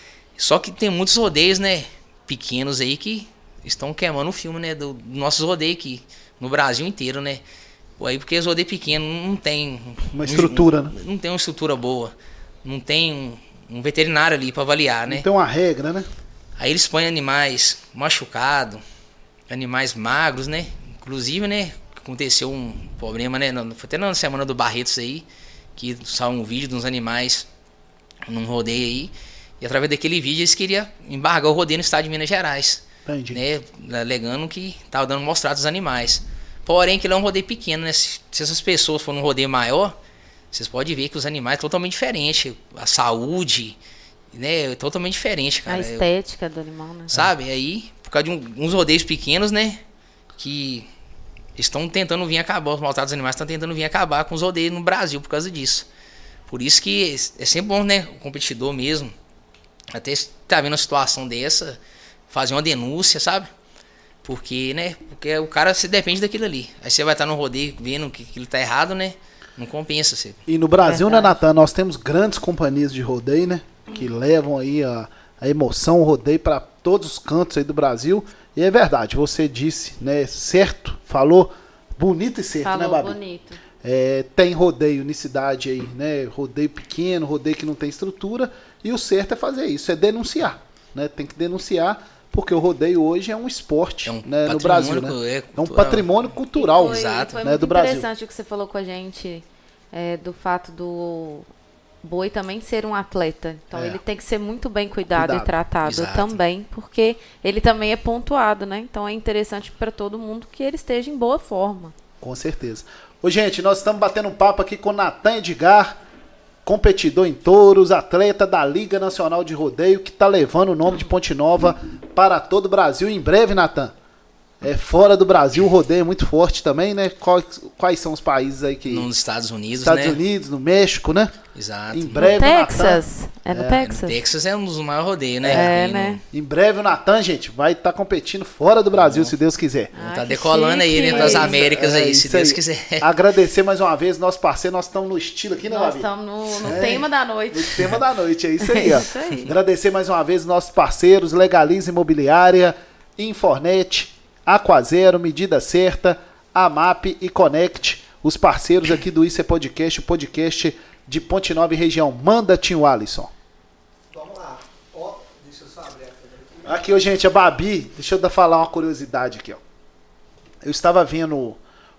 Só que tem muitos rodeios, né, pequenos aí que estão queimando o filme, né, do nossos rodeios aqui, no Brasil inteiro, né. Aí porque os rodeios pequenos não tem uma estrutura, né? Não tem uma estrutura boa, não tem um veterinário ali para avaliar, né. Não tem uma regra, né. Aí eles põem animais machucados, animais magros, né? Inclusive, né, aconteceu um problema, né, foi até na semana do Barretos aí, que saiu um vídeo de uns animais num rodeio aí, e através daquele vídeo eles queriam embargar o rodeio no estado de Minas Gerais. Entendi. Né, alegando que tava dando mostrado os animais. Porém, que ele é um rodeio pequeno, né? Se essas pessoas forem num rodeio maior, vocês podem ver que os animais são totalmente diferentes. A saúde, né, é totalmente diferente, cara. A estética do animal, né? Sabe? Aí, por causa de uns rodeios pequenos, né, que estão tentando vir acabar, os maltratos animais estão tentando vir acabar com os rodeios no Brasil por causa disso. Por isso que é sempre bom, né, o competidor mesmo, até se tá vendo uma situação dessa, fazer uma denúncia, sabe? Porque o cara se depende daquilo ali. Aí você vai estar no rodeio vendo que aquilo tá errado, né? Não compensa você. E no Brasil, né, Natan, nós temos grandes companhias de rodeio, né? Que levam aí a emoção, o rodeio para todos os cantos aí do Brasil. E é verdade, você disse, né, certo, falou bonito e certo, falou, né, Babi? Bonito. Tem rodeio em cidade aí, né, rodeio pequeno, rodeio que não tem estrutura, e o certo é fazer isso, é denunciar, né, tem que denunciar, porque o rodeio hoje é um esporte, né, no Brasil, né? É um patrimônio cultural, exato, foi né, muito do Brasil. Interessante o que você falou com a gente, do fato do boi também ser um atleta. Então ele tem que ser muito bem cuidado e tratado. Exato. Também, porque ele também é pontuado, né? Então é interessante para todo mundo que ele esteja em boa forma. Com certeza. Ô, gente, nós estamos batendo um papo aqui com o Natan Edgar, competidor em touros, atleta da Liga Nacional de Rodeio, que está levando o nome de Ponte Nova para todo o Brasil. Em breve, Natan, fora do Brasil, o rodeio é muito forte também, né? Quais são os países aí que... Nos Estados Unidos, Estados Unidos, no México, né? Exato. Em breve, no Texas. No Texas. No Texas é um dos maiores rodeios, né? Né? Em breve o Natan, gente, vai estar competindo fora do Brasil, se Deus quiser. Tá decolando aí, né, das Américas aí, se Deus quiser. Agradecer mais uma vez, nosso parceiro, nós estamos no estilo aqui, né, Nós estamos no tema da noite. No tema da noite, é isso aí, ó. Isso aí. Agradecer mais uma vez nossos parceiros, Legaliza Imobiliária, Infornet, Aquazero, Medida Certa, AMAP e Connect, os parceiros aqui do Isso é Podcast, o podcast de Ponte Nova e região. Manda, Tinho Alisson. Vamos lá. Ó, deixa eu só abrir a câmera aqui. Aqui, gente, a Babi, deixa eu falar uma curiosidade aqui, ó. Eu estava vendo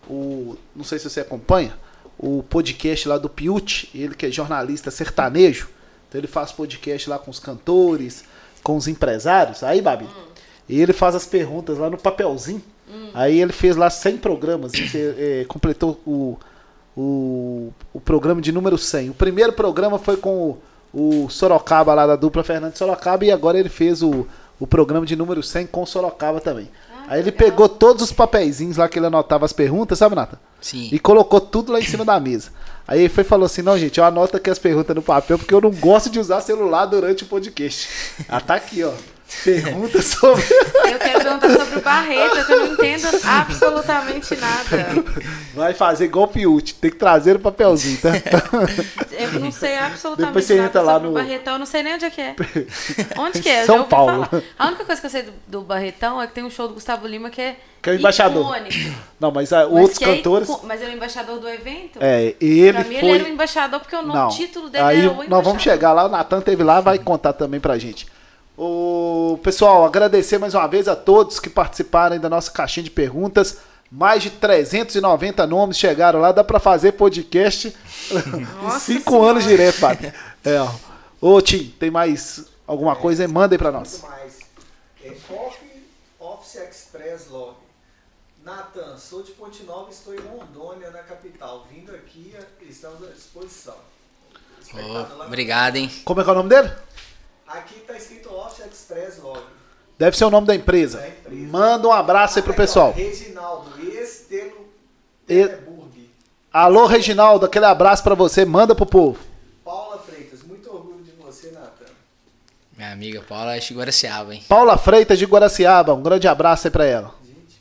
não sei se você acompanha, o podcast lá do Piuti, ele que é jornalista sertanejo, então ele faz podcast lá com os cantores, com os empresários, aí, Babi, e ele faz as perguntas lá no papelzinho. Aí ele fez lá 100 programas, completou o programa de número 100. O primeiro programa foi com o Sorocaba lá da dupla Fernando Sorocaba e agora ele fez o programa de número 100 com o Sorocaba também. Aí ele pegou todos os papeizinhos lá que ele anotava as perguntas, sabe, Nata? Sim. E colocou tudo lá em cima da mesa. Aí ele foi e falou assim, não, gente, eu anoto aqui as perguntas no papel porque eu não gosto de usar celular durante o podcast. Ah, tá aqui, ó. Pergunta sobre... Eu quero perguntar sobre o Barreto, que eu não entendo absolutamente nada. Vai fazer igual o Piute, tem que trazer o papelzinho, tá? Eu não sei absolutamente Depois você entra nada lá sobre no... o Barretão, eu não sei nem onde é que é. Onde que é? Eu São já ouvi Paulo. falar. A única coisa que eu sei do Barretão é que tem um show do Gustavo Lima que é o embaixador. icônico. Não, mas outros cantores... Mas ele é o embaixador do evento? É, ele pra mim foi... ele era o embaixador porque o título dele aí era o embaixador. Nós vamos chegar lá, o Natan teve lá, vai contar também pra gente. Pessoal, agradecer mais uma vez a todos que participaram da nossa caixinha de perguntas. Mais de 390 nomes chegaram lá, dá pra fazer podcast em 5 anos direto, padre. Ô, Tim, tem mais alguma coisa? Manda aí pra nós. Muito mais. Office Express Log. Natan, sou de Ponte Nova, estou em Rondônia, na capital. Vindo aqui, estamos à disposição. Obrigado, hein? Como é que é o nome dele? Aqui está escrito Office Express Log. Deve ser o nome da empresa. Manda um abraço aí pro pessoal. Reginaldo, ex-Teleburg. Alô, Reginaldo, aquele abraço pra você. Manda pro povo. Paula Freitas, muito orgulho de você, Natan. Minha amiga Paula de Guaraciaba, hein? Paula Freitas de Guaraciaba, um grande abraço aí pra ela.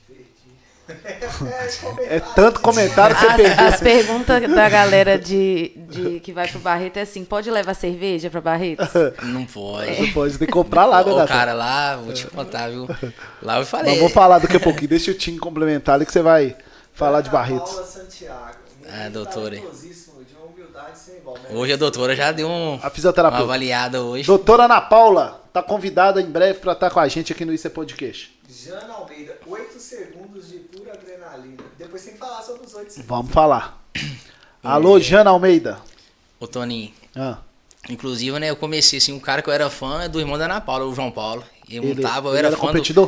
É tanto comentário que você perdeu. As perguntas da galera que vai pro Barreto é assim, pode levar cerveja pra Barreto? Não pode. Não pode, tem que comprar lá, né, Ô, cara, lá, vou te contar, viu? Lá eu falei. Mas vou falar daqui a pouquinho, deixa o Tim complementar ali que você vai falar de Barretos. Paula Santiago. Doutora. De uma humildade sem igual, né? Hoje a doutora já deu a fisioterapeuta. uma avaliada hoje. Doutora Ana Paula, tá convidada em breve pra estar com a gente aqui no Isso é Podcast. Jana Almeida, 8 segundos de pura adrenalina. Depois tem que falar sobre os 8 segundos. Vamos falar. Alô, Jana Almeida. Ô, Toninho. Inclusive, né, eu comecei assim, um cara que eu era fã é do irmão da Ana Paula, o João Paulo. Eu era fã competidor?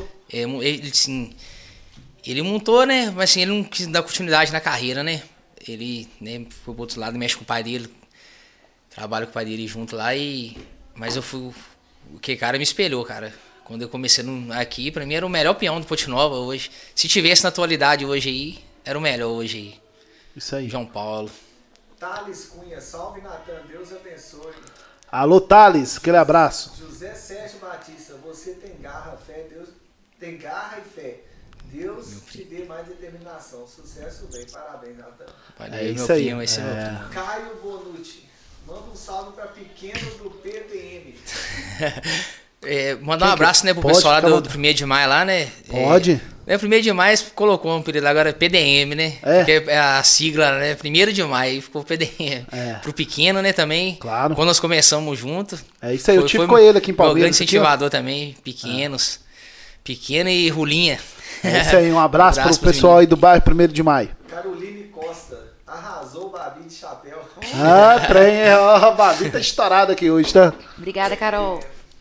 Ele montou, né, mas assim, ele não quis dar continuidade na carreira, né. Ele, né, foi pro outro lado, mexe com o pai dele, trabalha com o pai dele junto lá mas eu fui, o que cara me espelhou, cara. Quando eu comecei aqui, pra mim era o melhor peão do Ponte Nova hoje. Se tivesse na atualidade hoje aí, era o melhor hoje aí. Isso aí. João Paulo. Thales Cunha, salve Natan, Deus abençoe. Alô, Thales, aquele abraço. José Sérgio Batista, você tem garra, fé, Deus tem garra e fé. Deus te dê mais determinação. Sucesso bem, parabéns, Natan. É isso aí. Primo, esse é meu primo. Caio Bonucci, manda um salve pra pequeno do PTM. Mandar um abraço, né, pro pessoal lá do 1º de maio lá, né? Pode. 1º de maio colocou um período agora PDM, né? Porque é a sigla, né? 1º de maio ficou PDM. Pro pequeno, né, também. Claro. Quando nós começamos junto. É isso aí, eu tive com ele aqui em Palmeiras. Meu grande incentivador também, pequenos. Pequeno e Rulinha. É isso aí, um abraço pro pessoal aí do bairro 1º de maio. Caroline Costa, arrasou o Babi de chapéu. Trem, ó, o Babi tá estourado aqui hoje, tá? Obrigada, Carol.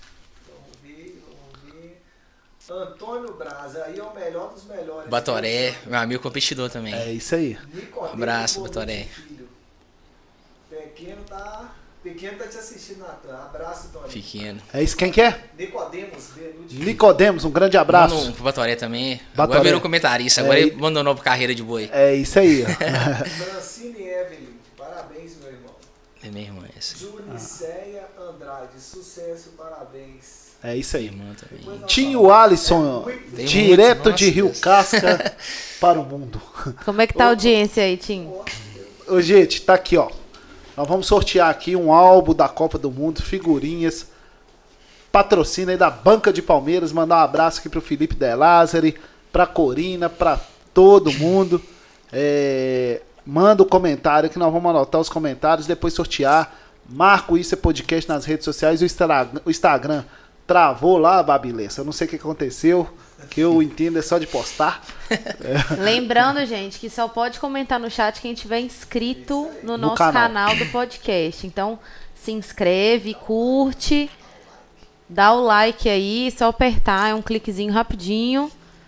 Vamos ver. Antônio Braza, aí é o melhor dos melhores. Batoré, meu amigo competidor também. É isso aí. Nicodemo Abraço, Batoré. Pequeno tá te assistindo, Natan. Abraço, Tony. Pequeno. É isso, quem que é? Nicodemos, um grande abraço. Manda pro Batoré também. Batoré. Agora virou comentarista, agora ele abandonou pra carreira de boi. É isso aí, ó. Francine Evelyn, parabéns, meu irmão. É minha irmã essa. Juniceia Andrade, sucesso, parabéns. É isso aí. Irmã também. Tinho Alisson, Tem direto muitos, de Rio Casca para o mundo. Como é que tá a audiência aí, Tim? Ô, gente, tá aqui, ó. Nós vamos sortear aqui um álbum da Copa do Mundo, figurinhas. Patrocínio aí da Banca de Palmeiras. Mandar um abraço aqui pro Felipe De Lázari, pra Corina, pra todo mundo. Manda o comentário que nós vamos anotar os comentários, depois sortear. Marco Isso é Podcast nas redes sociais. O Instagram travou lá, Babilessa. Eu não sei o que aconteceu, que eu entendo é só de postar. Lembrando, gente, que só pode comentar no chat quem tiver inscrito no nosso canal do podcast. Então, se inscreve, curte, dá o like aí, só apertar, é um cliquezinho rapidinho.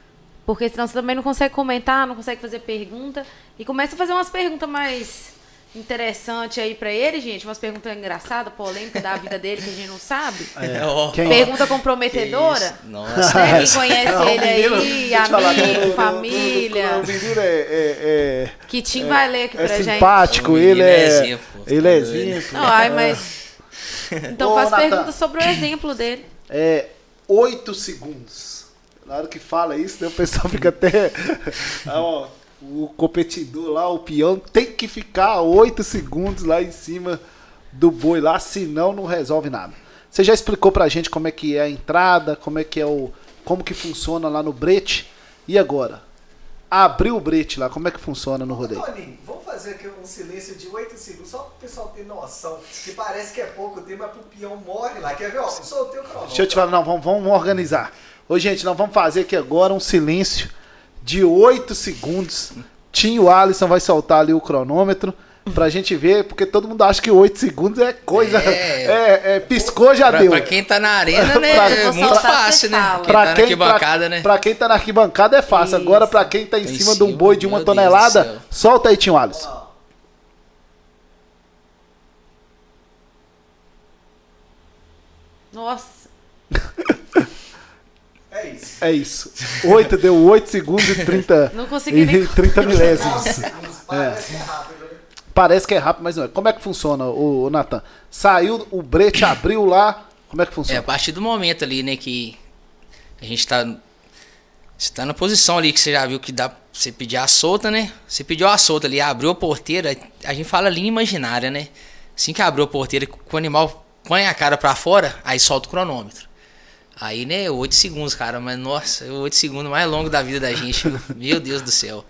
Porque senão você também não consegue comentar, não consegue fazer pergunta. E começa a fazer umas perguntas mais interessantes aí pra ele, gente. Umas perguntas engraçadas, polêmicas da vida dele que a gente não sabe. Pergunta comprometedora. Nossa. Né? Quem conhece ele aí, amigo, família. O menino Que Tim vai ler aqui pra gente. Simpático, ele é exemplo. Não, mas... Então faz Nathan, perguntas sobre o exemplo dele. 8 segundos. Na hora que fala isso, né, o pessoal fica até... o competidor lá, o peão, tem que ficar 8 segundos lá em cima do boi lá, senão não resolve nada. Você já explicou pra gente como é que é a entrada, como que funciona lá no brete. E agora? Abriu o brete lá, como é que funciona no rodeio? Toninho, vamos fazer aqui um silêncio de 8 segundos, só para o pessoal ter noção, que parece que é pouco tempo, mas pro peão morre lá. Quer ver? Ó, soltei o cronômetro. Deixa eu te falar, não, vamos organizar. Ô, gente, nós vamos fazer aqui agora um silêncio de 8 segundos. Tinho Alisson vai soltar ali o cronômetro pra gente ver, porque todo mundo acha que 8 segundos é coisa... piscou, já deu. Pra quem tá na arena, né, é muito fácil, né? Quem tá na arquibancada, né? Pra quem tá na arquibancada é fácil. Isso. Agora, pra quem tá em cima de um boi de 1 tonelada, solta aí, Tinho Alisson. Nossa. É isso. 8, deu 8 segundos e 30, Não consegui nem... 30 milésimos. Parece que é rápido, né? Parece que é rápido, mas não é. Como é que funciona, o Nathan? Saiu, o brete abriu lá, como é que funciona? A partir do momento ali, né, que a gente tá... Você tá na posição ali que você já viu que dá pra você pedir a solta, né? Você pediu a solta ali, abriu a porteira, a gente fala linha imaginária, né? Assim que abriu a porteira, que o animal põe a cara pra fora, aí solta o cronômetro. Aí, né, 8 segundos, cara, mas nossa, 8 segundos mais longo da vida da gente, meu Deus do céu.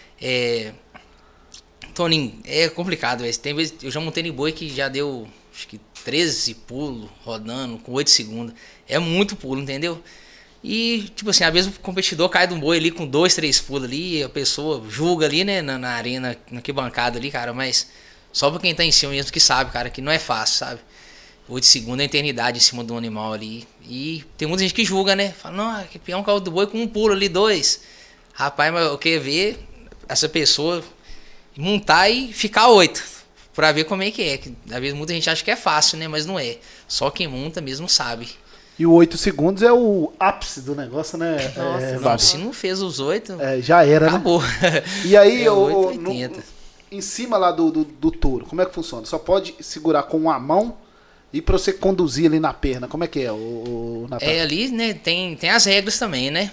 Toninho, é complicado, velho. Tem vezes, eu já montei em boi que já deu, acho que 13 pulos rodando com 8 segundos. É muito pulo, entendeu? E, tipo assim, às vezes o competidor cai de um boi ali com 2, 3 pulos ali, a pessoa julga ali, né, na arena, na arquibancada ali, cara, mas só pra quem tá em cima mesmo que sabe, cara, que não é fácil, sabe? 8 segundos é eternidade em cima do animal ali. E tem muita gente que julga, né? Fala, não, que peão caiu do boi com 1 pulo ali, 2. Rapaz, mas eu quero ver essa pessoa montar e ficar 8. Pra ver como é que é. Que, às vezes muita gente acha que é fácil, né? Mas não é. Só quem monta mesmo sabe. E o 8 segundos é o ápice do negócio, né? Nossa, Não, se não fez os 8, já era, acabou. né? E aí, 8, 80. em cima lá do touro, como é que funciona? Só pode segurar com uma mão e pra você conduzir ali na perna, como é que é, o Nathan? Ali, né, tem as regras também, né?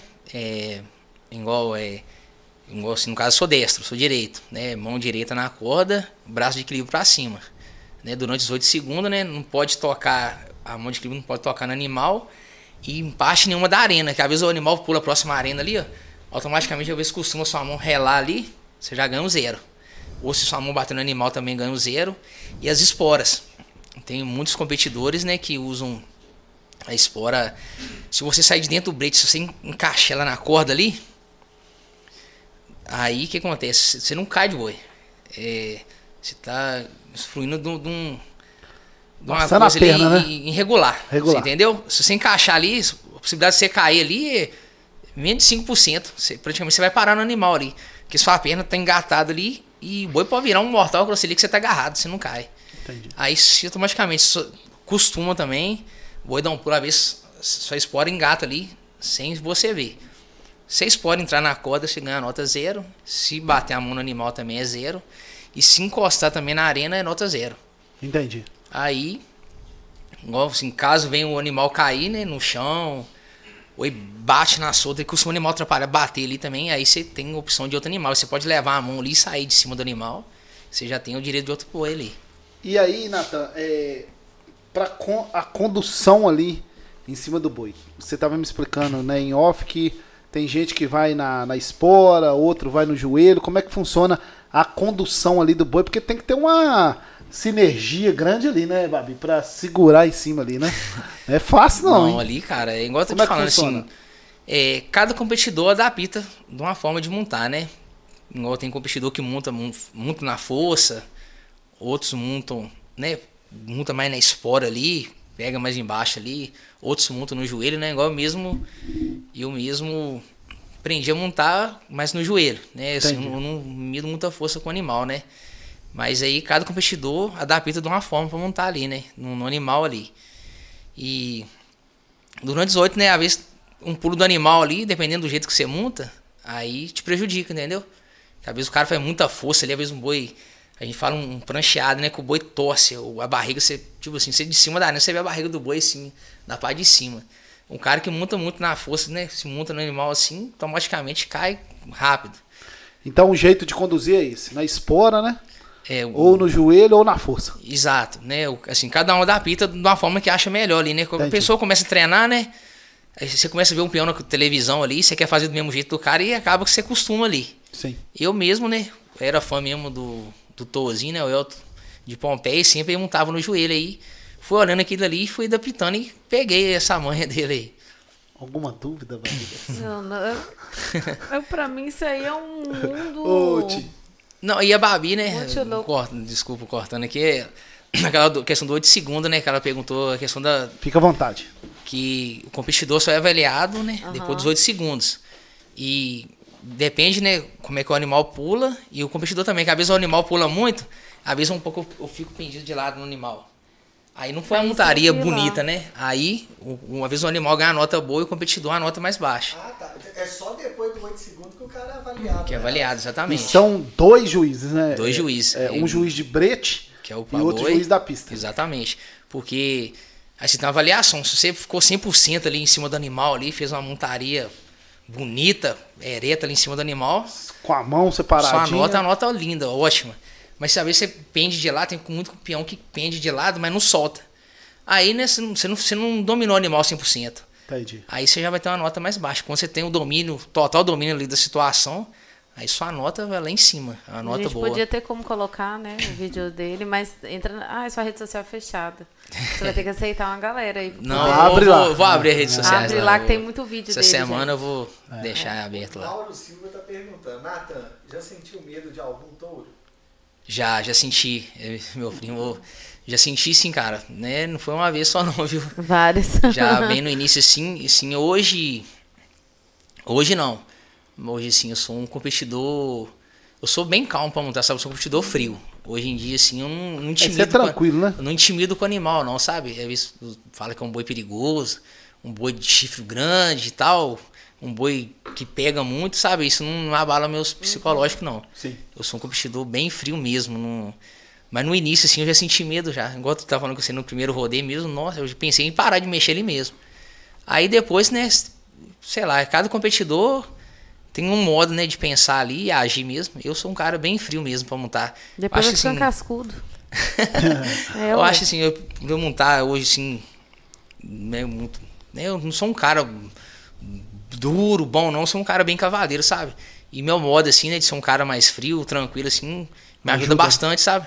Igual assim, no caso, eu sou destro, sou direito, né? Mão direita na corda, braço de equilíbrio pra cima. Né? Durante os 8 segundos, né? Não pode tocar, a mão de equilíbrio não pode tocar no animal e em parte nenhuma da arena, que às vezes o animal pula a próxima arena ali, ó, automaticamente, às vezes costuma sua mão relar ali, você já ganha um 0. Ou se sua mão bater no animal também ganha um 0. E as esporas. Tem muitos competidores, né, que usam a espora. Se você sair de dentro do brete, se você encaixar ela na corda ali, aí o que acontece? Você não cai de boi. Você tá fluindo de uma coisa ali, perna, né? irregular. Você entendeu? Se você encaixar ali, a possibilidade de você cair ali é menos de 5%. Praticamente você vai parar no animal ali. Porque sua perna tá engatada ali e o boi pode virar um mortal cross ali que você tá agarrado, você não cai. Entendi. Aí automaticamente costuma também, o boi dá um pulo, às vezes sua espora engata ali, sem você ver. Se a espora entrar na corda, você ganha nota 0. Se bater a mão no animal também é 0. E se encostar também na arena é nota 0. Entendi. Aí, igual assim, caso venha o animal cair, né, no chão, ou bate na solta, e costuma o animal atrapalhar, bater ali também, aí você tem a opção de outro animal. Você pode levar a mão ali e sair de cima do animal, você já tem o direito de outro boi ali. E aí, Nathan, para a condução ali em cima do boi, você estava me explicando, né, em off, que tem gente que vai na espora, outro vai no joelho. Como é que funciona a condução ali do boi? Porque tem que ter uma sinergia grande ali, né, Babi? Pra segurar em cima ali, né? Não é fácil não, hein? Não, ali, cara, é igual eu tô Como te falando, funciona? assim, cada competidor adapta de uma forma de montar, né? Igual tem competidor que monta na força, outros montam, né? Monta mais na espora ali, pega mais embaixo ali, outros montam no joelho, né? Igual eu mesmo aprendi a montar mais no joelho, né? Assim, Entendi. eu não mido muita força com o animal, né? Mas aí cada competidor adapta de uma forma para montar ali, né? No animal ali. E durante 18, né? Às vezes um pulo do animal ali, dependendo do jeito que você monta, aí te prejudica, entendeu? Às vezes o cara faz muita força ali, às vezes um boi, a gente fala um prancheado, né? Que o boi torce, a barriga, você, tipo assim, você de cima da arena, você vê a barriga do boi assim, na parte de cima. Um cara que monta muito na força, né? Se monta no animal assim, automaticamente cai rápido. Então o jeito de conduzir é esse, na espora, né? É, Ou no joelho ou na força. Exato, né? Assim, cada um adapta de uma forma que acha melhor ali, né? Quando a pessoa começa a treinar, né? Aí você começa a ver um peão na televisão ali, você quer fazer do mesmo jeito do cara e acaba que você acostuma ali. Sim. Eu mesmo, né? Era fã mesmo do Tozinho, né? O Elton de Pompeia, e sempre eu montava no joelho aí. Fui olhando aquilo ali, fui adaptando e peguei essa manha dele aí. Alguma dúvida, Babi? Não, pra mim isso aí é um mundo... Ô, Ti. Não, e a Babi, né? Muito louco. Desculpa cortando aqui. Aquela questão do 8 segundos, né? Que ela perguntou a questão da... Fica à vontade. Que o competidor só é avaliado, né? Depois dos 8 segundos. E depende, né? Como é que o animal pula. E o competidor também, que às vezes o animal pula muito, às vezes um pouco eu fico pendido de lado no animal. Aí não foi uma montaria bonita, né? Aí, uma vez o animal ganha a nota boa e o competidor a nota mais baixa. Ah, tá. É só depois dos 8 segundos que o cara é avaliado. Que é avaliado, E exatamente. são 2 juízes, né? 2 juízes. Um juiz de brete que é o e outro boi. juiz da pista. Exatamente. Porque aí você tem uma avaliação. Se você ficou 100% ali em cima do animal ali, fez uma montaria bonita, ereta ali em cima do animal, Com a mão separadinha. sua nota é uma nota linda, ótima. Mas às vezes você pende de lado, tem muito peão que pende de lado, mas não solta. Aí, né, você não dominou o animal 100%. Entendi. Aí você já vai ter uma nota mais baixa. Quando você tem o domínio, total domínio ali da situação, aí sua nota vai lá em cima. É uma nota A gente boa. podia ter como colocar, né, o vídeo dele, mas entra... sua rede social é fechada. Você vai ter que aceitar uma galera aí. Não, Abre lá. vou abrir as redes sociais. Abre lá que tem muito vídeo Essa dele, semana gente. eu vou deixar aberto lá. Mauro Silva tá perguntando, Nathan, já sentiu medo de algum touro? Já senti, meu primo, já senti sim, cara, né? Não foi uma vez só não, viu? Vários. Já bem no início, assim, hoje não. Hoje, assim, eu sou um competidor, eu sou bem calmo pra montar, sabe? Eu sou um competidor frio. Hoje em dia, assim, eu não intimido. Você é tranquilo, né? Eu não intimido com o animal, não, sabe? Às vezes fala que é um boi perigoso, um boi de chifre grande e tal, um boi que pega muito, sabe? Isso não abala meus psicológicos, não. Sim. Eu sou um competidor bem frio mesmo, não... Mas no início, assim, eu já senti medo já. Igual tu tava falando com você no primeiro rodeio mesmo, nossa, eu pensei em parar de mexer ele mesmo. Aí depois, né, sei lá, cada competidor tem um modo, né, de pensar ali e agir mesmo. Eu sou um cara bem frio mesmo pra montar. Depois vai acho, ficar assim, cascudo. eu acho assim, eu montar hoje, assim, né, muito... Né, eu não sou um cara duro, bom, não. Eu sou um cara bem cavaleiro, sabe? E meu modo, assim, né, de ser um cara mais frio, tranquilo, assim, me ajuda bastante, sabe?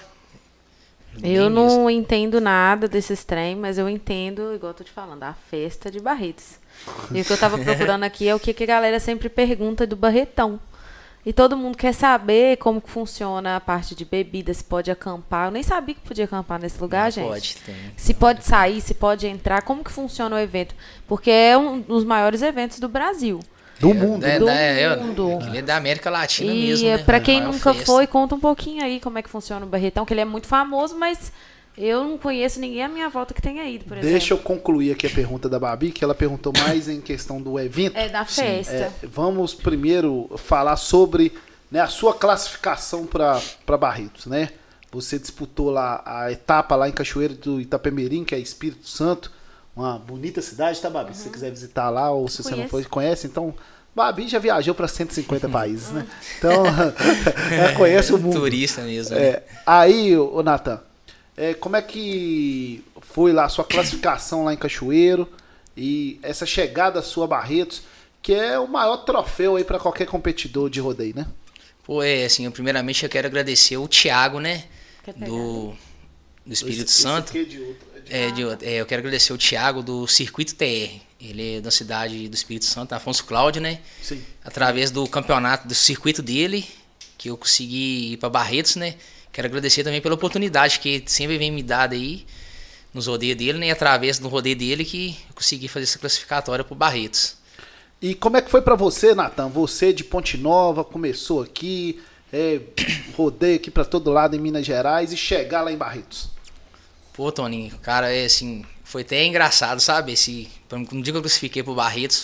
Eu não entendo nada desses trem, mas eu entendo, igual eu tô te falando, a festa de Barretos. E o que eu tava procurando aqui é o que a galera sempre pergunta do Barretão. E todo mundo quer saber como que funciona a parte de bebida, se pode acampar. Eu nem sabia que podia acampar nesse lugar, gente. Pode, tem. Se pode sair, se pode entrar, como que funciona o evento? Porque é um dos maiores eventos do Brasil. Do mundo. Do mundo. Ele é da América Latina E mesmo, né? pra quem Maior nunca festa. foi, conta um pouquinho aí como é que funciona o Barretão, que ele é muito famoso, mas eu não conheço ninguém à minha volta que tenha ido, por exemplo. Deixa eu concluir aqui a pergunta da Babi, que ela perguntou mais em questão do evento. É da festa. Vamos primeiro falar sobre, né, a sua classificação para Barretos, né? Você disputou lá a etapa lá em Cachoeira do Itapemirim, que é Espírito Santo, uma bonita cidade, tá, Babi? Se você quiser visitar lá ou se você não foi, conhece, então... Babi já viajou para 150 países, né? Então, ela conhece o mundo. Turista mesmo. Né? Aí, ô Nathan, como é que foi lá a sua classificação lá em Cachoeiro e essa chegada sua a Barretos, que é o maior troféu aí para qualquer competidor de rodeio, né? Pô, assim, primeiramente eu quero agradecer o Thiago, né? Do Espírito Santo. Esse aqui é de outro. Eu quero agradecer o Thiago do Circuito TR. Ele é da cidade do Espírito Santo, Afonso Cláudio, né? Sim. Através do campeonato, do circuito dele, que eu consegui ir para Barretos, né? Quero agradecer também pela oportunidade que sempre vem me dada aí nos rodeios dele, né? E através do rodeio dele que eu consegui fazer essa classificatória para Barretos. E como é que foi pra você, Natan? Você de Ponte Nova, começou aqui, rodeio aqui pra todo lado em Minas Gerais e chegar lá em Barretos. Pô, Toninho, cara, assim, foi até engraçado, sabe? No dia que eu classifiquei pro Barretos,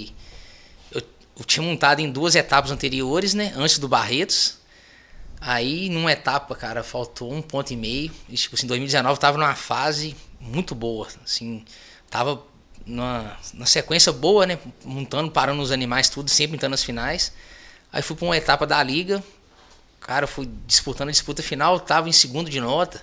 eu tinha montado em 2 etapas anteriores, né? Antes do Barretos. Aí, numa etapa, cara, faltou 1,5 ponto. E, tipo assim, 2019 tava numa fase muito boa, assim, tava na sequência boa, né? Montando, parando os animais, tudo, sempre entrando nas finais. Aí fui pra uma etapa da liga, cara, fui disputando a disputa final, tava em segundo de nota.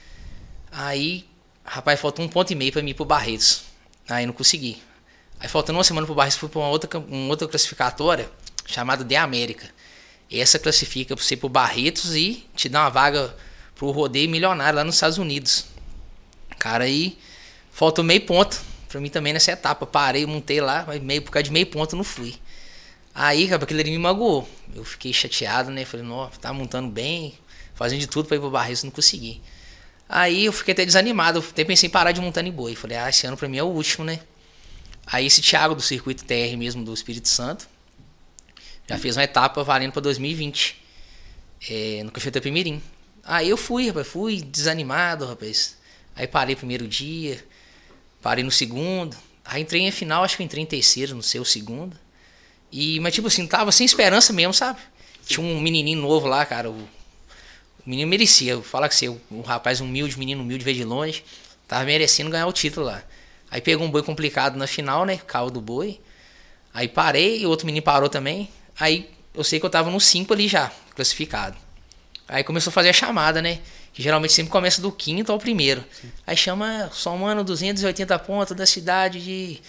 Aí, rapaz, faltou 1,5 ponto pra mim ir pro Barretos. Aí não consegui. Aí faltando uma semana pro Barretos, fui pra uma outra classificatória chamada The América. Essa classifica pra você ir pro Barretos e te dá uma vaga pro rodeio milionário lá nos Estados Unidos. Cara, aí faltou meio ponto pra mim também nessa etapa. Parei, montei lá, mas por causa de meio ponto não fui. Aí, cara, aquele ali me magoou. Eu fiquei chateado, né? Falei, nossa, tá montando bem, fazendo de tudo pra ir pro Barretos, não consegui. Aí eu fiquei até desanimado, eu até pensei em parar de montar em boi. Falei, esse ano pra mim é o último, né? Aí esse Thiago do circuito TR mesmo, do Espírito Santo, já fez uma etapa valendo pra 2020, no Café Itapemirim. Aí eu fui, rapaz, fui desanimado, rapaz. Aí parei o primeiro dia, parei no segundo, aí entrei em final, acho que eu entrei em terceiro, não sei, o segundo. Mas tipo assim, tava sem esperança mesmo, sabe? Tinha um menininho novo lá, cara, o menino merecia, falar que você, um rapaz humilde, menino humilde, veio de longe, tava merecendo ganhar o título lá. Aí pegou um boi complicado na final, né, cabo do boi. Aí parei, e outro menino parou também. Aí eu sei que eu tava no 5 ali já, classificado. Aí começou a fazer a chamada, né, que geralmente sempre começa do 5º ao primeiro. Sim. Aí chama, somando 280 pontos da cidade de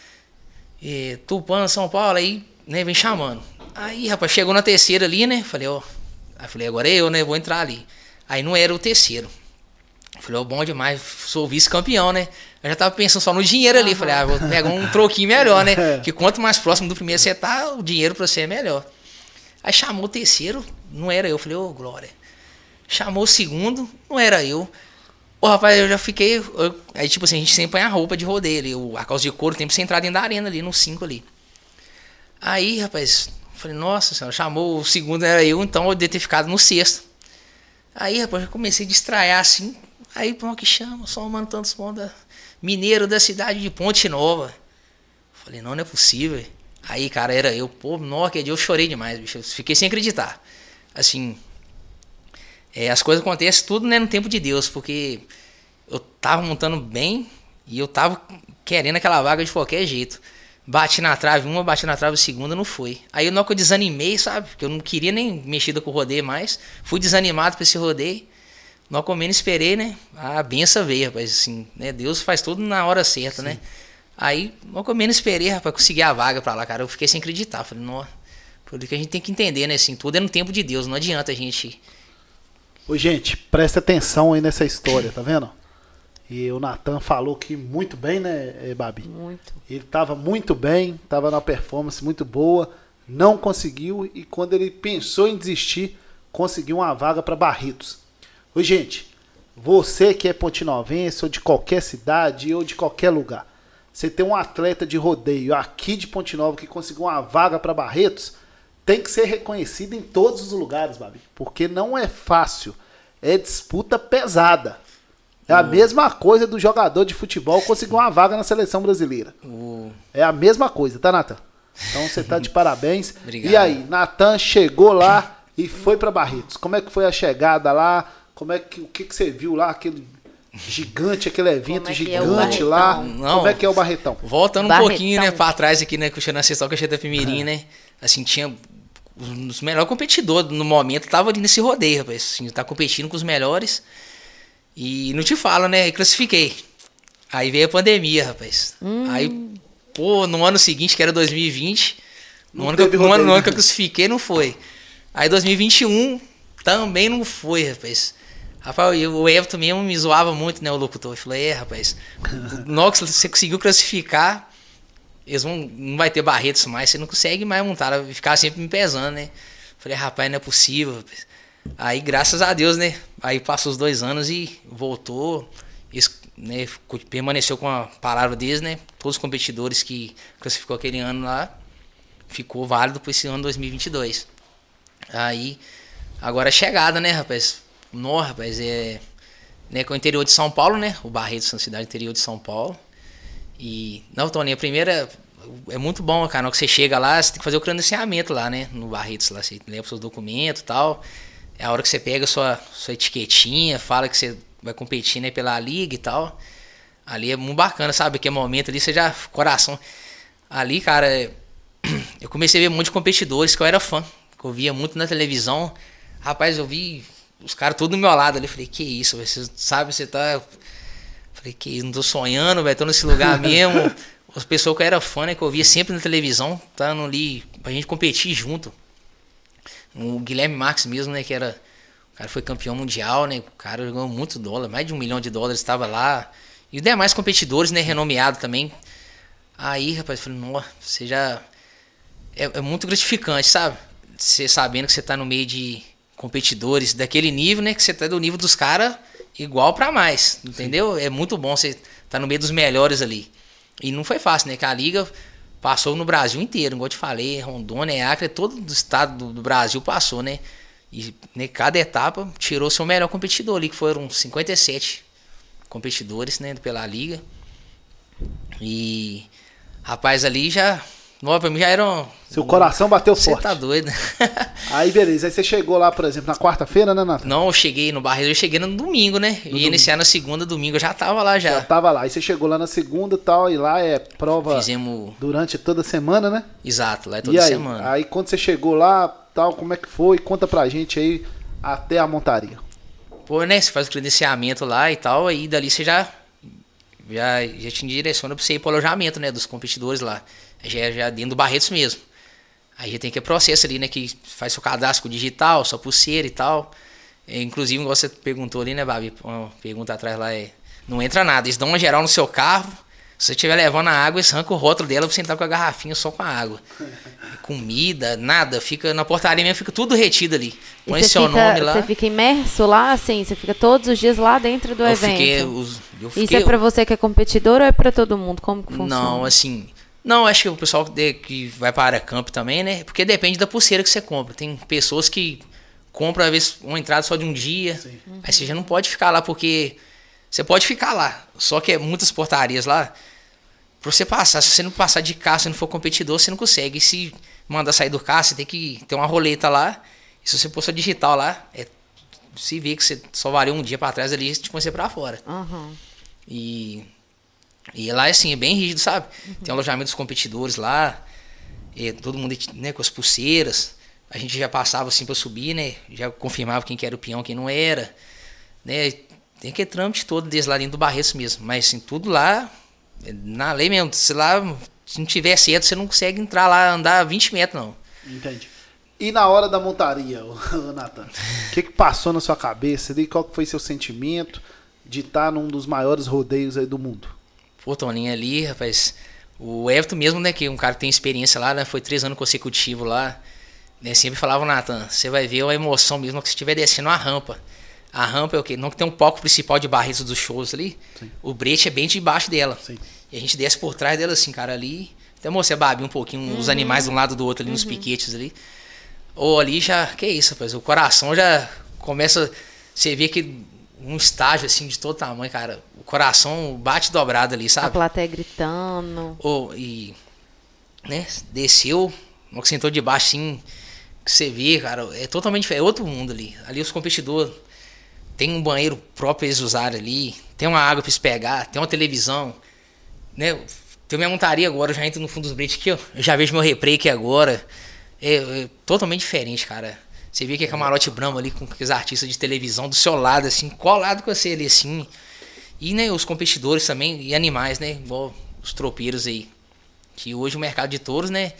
Tupã, São Paulo, aí, né, vem chamando. Aí, rapaz, chegou na terceira ali, né, falei, Aí falei, agora é eu, né? Vou entrar ali. Aí não era o terceiro. Falei, bom demais, sou vice-campeão, né? Eu já tava pensando só no dinheiro ali. Falei, vou pegar um troquinho melhor, né? Que quanto mais próximo do primeiro você tá, o dinheiro pra você é melhor. Aí chamou o terceiro, não era eu. Falei, Glória. Chamou o segundo, não era eu. Rapaz, eu já fiquei... Aí, tipo assim, a gente sempre põe a roupa de rodeio ali. A calça de couro tem pra você entrar dentro da arena ali, no 5 ali. Aí, rapaz... Falei, nossa senhora, chamou o segundo, era eu, então eu devia ter ficado no 6º. Aí, rapaz, eu comecei a distraiar assim. Aí, pô, que chama, só mano tantos pontos. Mineiro da cidade de Ponte Nova. Falei, não é possível. Aí, cara, era eu. Pô, nossa, que dia eu chorei demais, bicho. Eu fiquei sem acreditar. Assim, as coisas acontecem tudo, né, no tempo de Deus, porque eu tava montando bem e eu tava querendo aquela vaga de qualquer jeito. Bati na trave uma, bati na trave a segunda, não foi. Aí na hora que eu desanimei, sabe? Porque eu não queria nem mexida com o rodeio mais. Fui desanimado pra esse rodeio. Na hora que eu menos esperei, né? A benção veio, rapaz. Assim, né? Deus faz tudo na hora certa, sim, né? Aí, na hora que eu menos esperei, rapaz, consegui a vaga pra lá, cara. Eu fiquei sem acreditar. Falei, nossa, por isso que a gente tem que entender, né? Assim, tudo é no tempo de Deus. Não adianta a gente... Ô, gente, presta atenção aí nessa história, tá vendo? E o Natan falou que muito bem, né, Babi? Muito. Ele estava muito bem, estava na performance muito boa, não conseguiu e quando ele pensou em desistir, conseguiu uma vaga para Barretos. Ô, gente, você que é pontinovense ou de qualquer cidade ou de qualquer lugar, você tem um atleta de rodeio aqui de Ponte Nova que conseguiu uma vaga para Barretos, tem que ser reconhecido em todos os lugares, Babi, porque não é fácil, é disputa pesada. É a mesma coisa do jogador de futebol conseguir uma vaga na seleção brasileira. É a mesma coisa, tá, Natan? Então você tá de parabéns. Obrigado. E aí, Natan chegou lá e foi para Barretos. Como é que foi a chegada lá? O que você viu lá? Aquele gigante, aquele evento gigante lá. Não, como é que é o Barretão? Voltando um pouquinho, né, pra trás aqui, né, puxando a sessão que eu achei da Pimirim, né? Assim, tinha os melhores competidores no momento, tava ali nesse rodeio, rapaz. Assim, tá competindo com os melhores. E não te falo, né? Aí classifiquei. Aí veio a pandemia, rapaz. Aí, pô, no ano seguinte, que era 2020, no ano que eu classifiquei, não foi. Aí 2021 também não foi, rapaz. Rapaz, o Everton mesmo me zoava muito, né, o locutor. Eu falei, rapaz, na hora que você conseguiu classificar, não vai ter Barretos mais, você não consegue mais montar, vai ficar sempre me pesando, né? Falei, rapaz, não é possível, rapaz. Aí, graças a Deus, né? Aí passou os 2 anos e voltou. Permaneceu com a palavra deles, né? Todos os competidores que classificou aquele ano lá. ficou válido para esse ano 2022. Aí, agora a chegada, né, rapaz? Não, rapaz, né, com o interior de São Paulo, né? O Barretos, na cidade interior de São Paulo. E, não, Tony, a primeira... É muito bom, cara, que você chega lá, você tem que fazer o credenciamento lá, né? No Barretos, lá, você leva seus documentos e tal. É a hora que você pega sua etiquetinha, fala que você vai competir, né, pela liga e tal. Ali é muito bacana, sabe? Aquele momento ali, você já... Coração... Ali, cara, eu comecei a ver muitos competidores que eu era fã. Que eu via muito na televisão. Rapaz, eu vi os caras todos do meu lado ali. Falei, que isso, véio, você sabe, você tá... Falei, que isso, não tô sonhando, velho, tô nesse lugar mesmo. As pessoas que eu era fã, né, que eu via sempre na televisão, tá ali pra gente competir junto. O Guilherme Marques mesmo, né, que era... O cara foi campeão mundial, né, o cara ganhou muito dólar, mais de $1 milhão estava lá. E os demais competidores, né, renomeados também. Aí, rapaz, eu falei, nossa, você já... É muito gratificante, sabe? Você sabendo que você tá no meio de competidores daquele nível, né, que você tá do nível dos caras igual pra mais, entendeu? Sim. É muito bom você tá no meio dos melhores ali. E não foi fácil, né? Que a liga passou no Brasil inteiro, igual eu te falei, Rondônia, Acre, todo o estado do Brasil passou, né? E né, cada etapa tirou seu melhor competidor ali, que foram 57 competidores, né, pela liga. E, rapaz, ali já... Pra mim já era Seu coração bateu forte. Você tá doido. Aí, beleza. Aí você chegou lá, por exemplo, na quarta-feira, né, Nathan? Não, eu cheguei no Barreiro, eu cheguei no domingo, né? Ia iniciar na segunda, domingo, eu já tava lá já. Já tava lá. Aí você chegou lá na segunda e tal, e lá é prova Fizemos... durante toda a semana, né? Exato, lá é toda semana. Aí quando você chegou lá, tal, como é que foi? Conta pra gente aí até a montaria. Pô, né? Você faz o credenciamento lá e tal, aí dali você já te direciona pra você ir pro alojamento, né? Dos competidores lá. Já dentro do Barretos mesmo. Aí já tem aquele processo ali, né? Que faz seu cadastro digital, sua pulseira e tal. Inclusive, igual você perguntou ali, né, Babi? Uma pergunta atrás lá é... Não entra nada. Eles dão uma geral no seu carro. Se você estiver levando a água, eles arrancam o rótulo dela pra você entrar com a garrafinha só com a água. Comida, nada. Fica na portaria mesmo, fica tudo retido ali. Põe seu nome lá. Você fica imerso lá, assim? Você fica todos os dias lá dentro do evento? Isso é pra você que é competidor ou é pra todo mundo? Como que funciona? Não, assim... Não, acho que o pessoal que vai para a Camp também, né? Porque depende da pulseira que você compra. Tem pessoas que compram, às vezes, uma entrada só de um dia. Uhum. Aí você já não pode ficar lá, porque... Você pode ficar lá. Só que é muitas portarias lá. Pra você passar, se você não passar de carro, se não for competidor, você não consegue. E se mandar sair do carro, você tem que ter uma roleta lá. E se você pôr sua digital lá, se vê que você só valeu um dia para trás ali, te põe você pra fora. Uhum. E lá, assim, é bem rígido, sabe? Uhum. Tem alojamento dos competidores lá, todo mundo, né, com as pulseiras. A gente já passava, assim, pra subir, né? Já confirmava quem que era o peão, quem não era. Né? Tem aquele trâmite todo desde lá dentro do Barretos mesmo. Mas, assim, tudo lá, na lei mesmo. Se não tiver certo, você não consegue entrar lá, andar 20 metros, não. Entendi. E na hora da montaria, Nathan, o que passou na sua cabeça? Qual que foi seu sentimento de estar num dos maiores rodeios aí do mundo? Pô, Toninho, ali, rapaz, o Everton mesmo, né, que é um cara que tem experiência lá, né, foi 3 anos consecutivos lá, né, sempre falava, Nathan, você vai ver a emoção mesmo que você estiver descendo a rampa. A rampa é o quê? Não que tem um palco principal de Barretos dos shows ali, sim. O brete é bem debaixo dela. Sim. E a gente desce por trás dela assim, cara, ali, até mostrei a Babi um pouquinho, os animais de um lado do outro ali, nos piquetes ali. Ou ali já, que isso, rapaz, o coração já começa, você vê que um estágio assim de todo tamanho, cara, o coração bate dobrado ali, sabe? A plateia gritando. E, né, desceu, no que sentou de baixo assim, que você vê, cara, é totalmente diferente, é outro mundo ali. Ali os competidores, tem um banheiro próprio pra eles usarem ali, tem uma água pra eles pegar, tem uma televisão, né? Tem minha montaria agora, eu já entro no fundo dos bretes aqui, ó, eu já vejo meu replay aqui agora, é totalmente diferente, cara. Você vê que é camarote Brahma ali com aqueles artistas de televisão do seu lado, assim, colado com você ali, assim. E, né, os competidores também, e animais, né, igual os tropeiros aí. Que hoje o mercado de touros, né,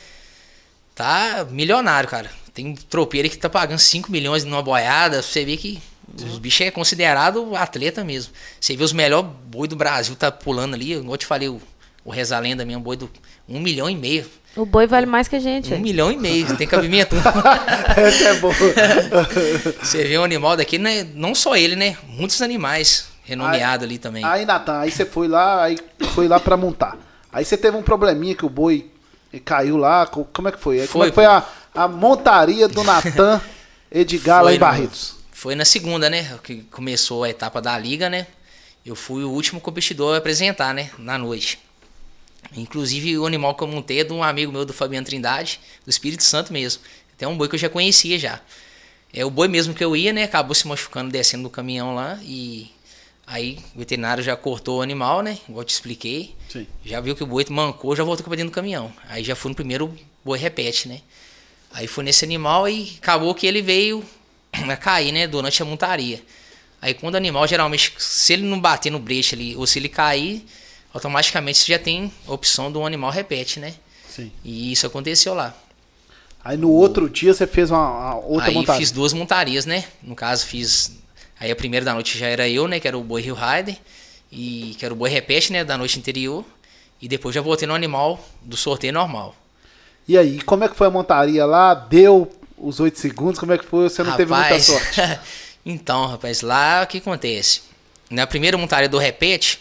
tá milionário, cara. Tem tropeiro que tá pagando 5 milhões numa boiada, você vê que os bichos é considerado atleta mesmo. Você vê os melhores boi do Brasil tá pulando ali, igual eu te falei, o Reza Lenda mesmo, boi do 1,5 milhão. O boi vale mais que a gente. 1,5 milhão, tem cabimento. Essa é boa. Você vê um animal daqui, né? Não só ele, né? Muitos animais renomeados ali também. Aí, Nathan, aí você foi lá pra montar. Aí você teve um probleminha que o boi E caiu lá, como é que foi? Como Foi, é que foi a montaria do Natan Edgar lá em Barretos? Foi na segunda, né? Que começou a etapa da liga, né? Eu fui o último competidor a apresentar, né? Na noite. Inclusive o animal que eu montei é de um amigo meu do Fabiano Trindade, do Espírito Santo mesmo. Até um boi que eu já conhecia já. É o boi mesmo que eu ia, né? Acabou se machucando descendo do caminhão lá. E aí o veterinário já cortou o animal, né? Igual eu te expliquei. Sim. Já viu que o boi mancou, já voltou pra dentro do caminhão. Aí já fui no primeiro boi repete, né? Aí fui nesse animal e acabou que ele veio a cair, né? Durante a montaria. Aí quando o animal, geralmente, se ele não bater no breche ali, ou se ele cair, automaticamente você já tem a opção do animal repete, né? Sim. E isso aconteceu lá. Aí no outro dia você fez uma outra Aí montaria. fiz 2 montarias, né? No caso fiz... Aí a primeira da noite já era eu, né? Que era o boi Rio Rider. E que era o boi repete, né? Da noite anterior. E depois já voltei no animal do sorteio normal. E aí, como é que foi a montaria lá? Deu os 8 segundos? Como é que foi? Você não teve muita sorte? Então, rapaz, lá o que acontece? Na primeira montaria do repete,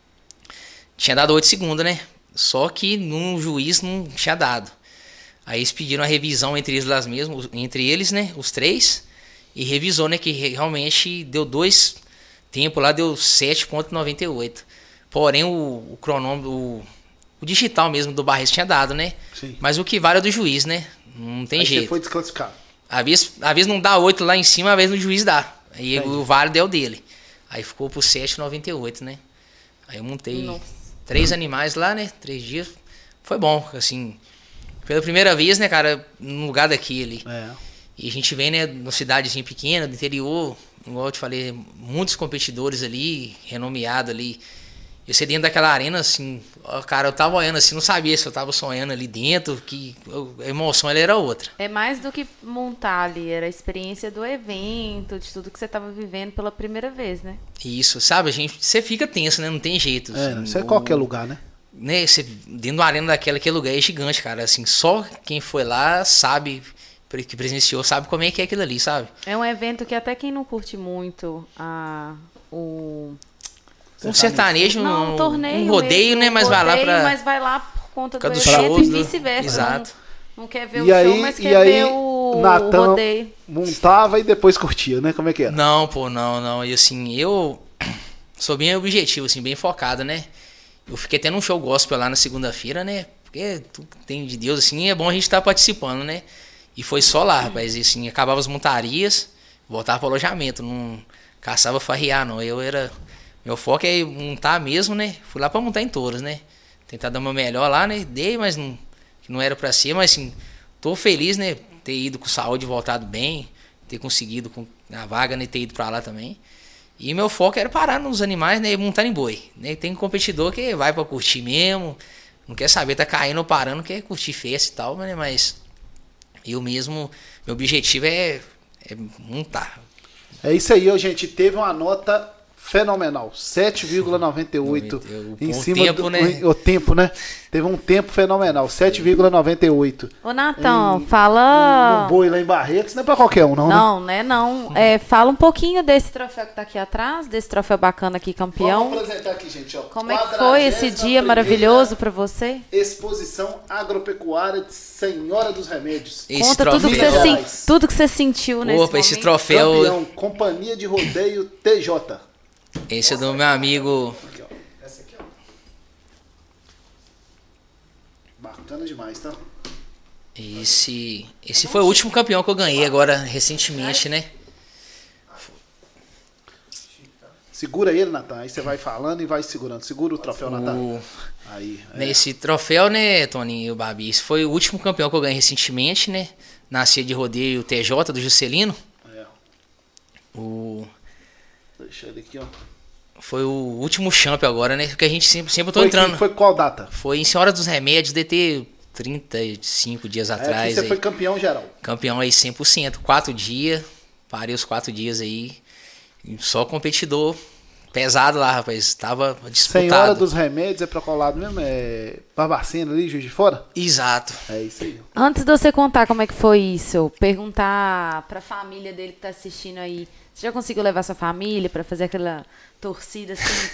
tinha dado 8 segundos, né? Só que no juiz não tinha dado. Aí eles pediram a revisão entre eles, né? Os 3. E revisou, né? Que realmente deu 2 tempos lá, deu 7,98. Porém, o cronômetro, o digital mesmo do Barreto tinha dado, né? Sim. Mas o que vale é do juiz, né? Não tem aí jeito. Você foi desclassificado. Às vezes não dá 8 lá em cima, às vezes no juiz dá. Aí entendi. o válido é o dele. Aí ficou por 7,98, né? Aí eu montei 3 animais lá, né? 3 dias. Foi bom, assim. Pela primeira vez, né, cara, no lugar daquele. E a gente vem, né, numa cidadezinha pequena, do interior, igual eu te falei, muitos competidores ali, renomeados ali. Eu sei dentro daquela arena, assim, cara, eu tava olhando assim, não sabia se eu tava sonhando ali dentro, que a emoção ela era outra. É mais do que montar ali, era a experiência do evento, de tudo que você tava vivendo pela primeira vez, né? Isso, sabe, você fica tenso, né, não tem jeito. Assim, Isso é qualquer lugar, né? Você, dentro da arena daquele lugar é gigante, cara, assim, só quem foi lá sabe, que presenciou, sabe como é que é aquilo ali, sabe? É um evento que até quem não curte muito um sertanejo, não, um torneio um rodeio, mesmo, né? Mas vai lá pra... Mas vai lá por conta do dos evento shows, e vice-versa. Exato. Não quer ver E o aí, show, mas quer ver o Natan rodeio. Montava e depois curtia, né? Como é que era? Não, pô, não. E assim, eu sou bem objetivo, assim, bem focado, né? Eu fiquei tendo um show gospel lá na segunda-feira, né? Porque tudo tem de Deus, assim, é bom a gente estar participando, né? E foi só lá, rapaz. E assim, acabava as montarias, voltava pro alojamento, não caçava farrear, não. Meu foco é montar mesmo, né? Fui lá pra montar em touros, né? Tentar dar o meu melhor lá, né? Dei, mas não era pra ser. Mas assim, tô feliz, né? Ter ido com saúde, voltado bem. Ter conseguido com a vaga, né? Ter ido pra lá também. E meu foco era parar nos animais, né? E montar em boi. Né? Tem competidor que vai pra curtir mesmo. Não quer saber, tá caindo ou parando, quer curtir festa e tal, né? Mas eu mesmo, meu objetivo é montar. É isso aí, gente. Teve uma nota fenomenal, 7,98 em cima tempo, do né? O tempo, né? Teve um tempo fenomenal, 7,98. Ô, Natan, fala... Um boi lá em Barretos, não é pra qualquer um, não, não, né? Não, fala um pouquinho desse troféu que tá aqui atrás, desse troféu bacana aqui, campeão. Vamos apresentar aqui, gente. Ó, como é que foi esse dia maravilhoso pra você? Exposição Agropecuária de Senhora dos Remédios. Esse Conta troféu, tudo que você sentiu nesse momento. Esse troféu... Campeão, Companhia de Rodeio TJ. Esse é do meu amigo... Aqui, ó. Essa aqui, ó. Bacana demais, tá? Esse foi o último campeão que eu ganhei agora, recentemente, né? Segura ele, Natan. Aí você vai falando e vai segurando. Segura o troféu, Natan. Aí. Nesse troféu, né, Toninho e o Babi? Esse foi o último campeão que eu ganhei recentemente, né? Na cia de rodeio TJ do Juscelino. Deixa ele aqui, ó. Foi o último champion agora, né? Porque a gente sempre eu tô entrando. Foi qual data? Foi em Senhora dos Remédios, deve ter 35 dias atrás. Você aí. foi campeão geral. Campeão aí 100%. 4 dias. Parei os 4 dias aí. Só competidor pesado lá, rapaz. Tava disputado. Senhora dos Remédios é pra qual lado mesmo? É Barbacena ali, Juiz de Fora? Exato. É isso aí. Antes de você contar como é que foi isso, perguntar pra família dele que tá assistindo aí. Você já conseguiu levar sua família pra fazer aquela torcida assim?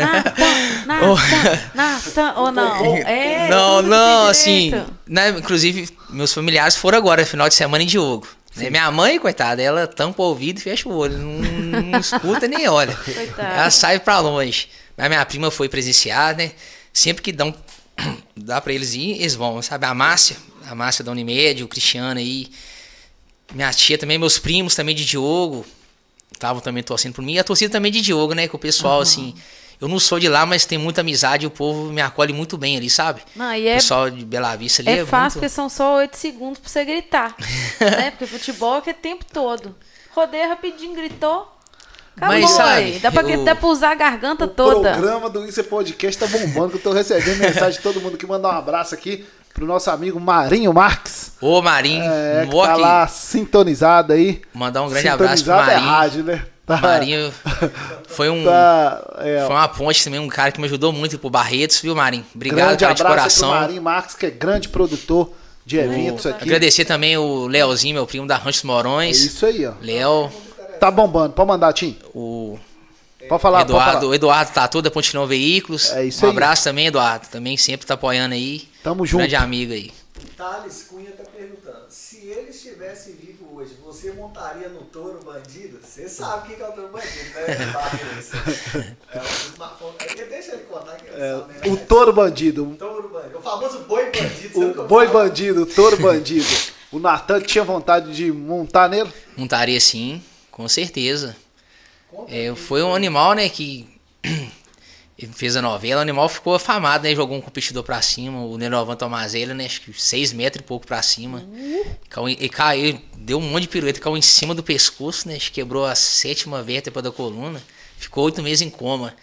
Natan, ou não? É, não, assim, né, inclusive meus familiares foram agora, final de semana em Diogo. Minha mãe, coitada, ela tampa o ouvido e fecha o olho, não escuta nem olha. Coitada. Ela sai pra longe. Mas minha prima foi presenciar, né? Sempre que dá pra eles ir, eles vão, sabe? A Márcia da Unimed, o Cristiano aí, minha tia também, meus primos também de Diogo, estavam também torcendo por mim. E a torcida também de Diogo, né? Que o pessoal, assim, eu não sou de lá, mas tem muita amizade e o povo me acolhe muito bem ali, sabe? Não, e o pessoal de Bela Vista ali é fácil, muito... porque são só 8 segundos pra você gritar. Né? Porque futebol é que é o tempo todo. Rodeia rapidinho, gritou. Acabou, Mas, sabe, aí. Dá pra usar a garganta toda. O programa do Isso é Podcast tá bombando, que eu tô recebendo mensagem de todo mundo que manda um abraço aqui pro nosso amigo Marinho Marques. Ô, Marinho, que tá lá sintonizado aí. Mandar um grande abraço pro Marinho. É rádio, né? Tá. Marinho foi foi uma ponte também, um cara que me ajudou muito pro Barretos, viu, Marinho? Obrigado, cara, de coração. Pro Marinho Marques, que é grande produtor de eventos aqui. Agradecer também o Leozinho, meu primo da Rancho dos Morões. É isso aí, ó. Léo. Tá bombando, pode mandar, Tim. Pode falar, Eduardo, Eduardo Tatu da Pontinão Veículos. É isso aí. Um abraço também, Eduardo. Também sempre tá apoiando aí. Tamo junto. Grande amigo aí. Thales Cunha tá perguntando, se ele estivesse vivo hoje, você montaria no touro bandido? Você sabe o que é o touro bandido, né? Deixa ele contar que ele sabe, né? O touro bandido. Touro bandido. O famoso boi bandido. O boi bandido, o touro bandido. O Natan tinha vontade de montar nele? Montaria sim, com certeza. Foi um animal, né, que ele fez a novela, o animal ficou afamado, né, jogou um competidor pra cima, o Nenovan Tomazelli, né, acho que 6 metros e pouco pra cima. E caiu, deu um monte de pirueta, caiu em cima do pescoço, né, quebrou a 7ª vértebra da coluna, ficou 8 meses em coma.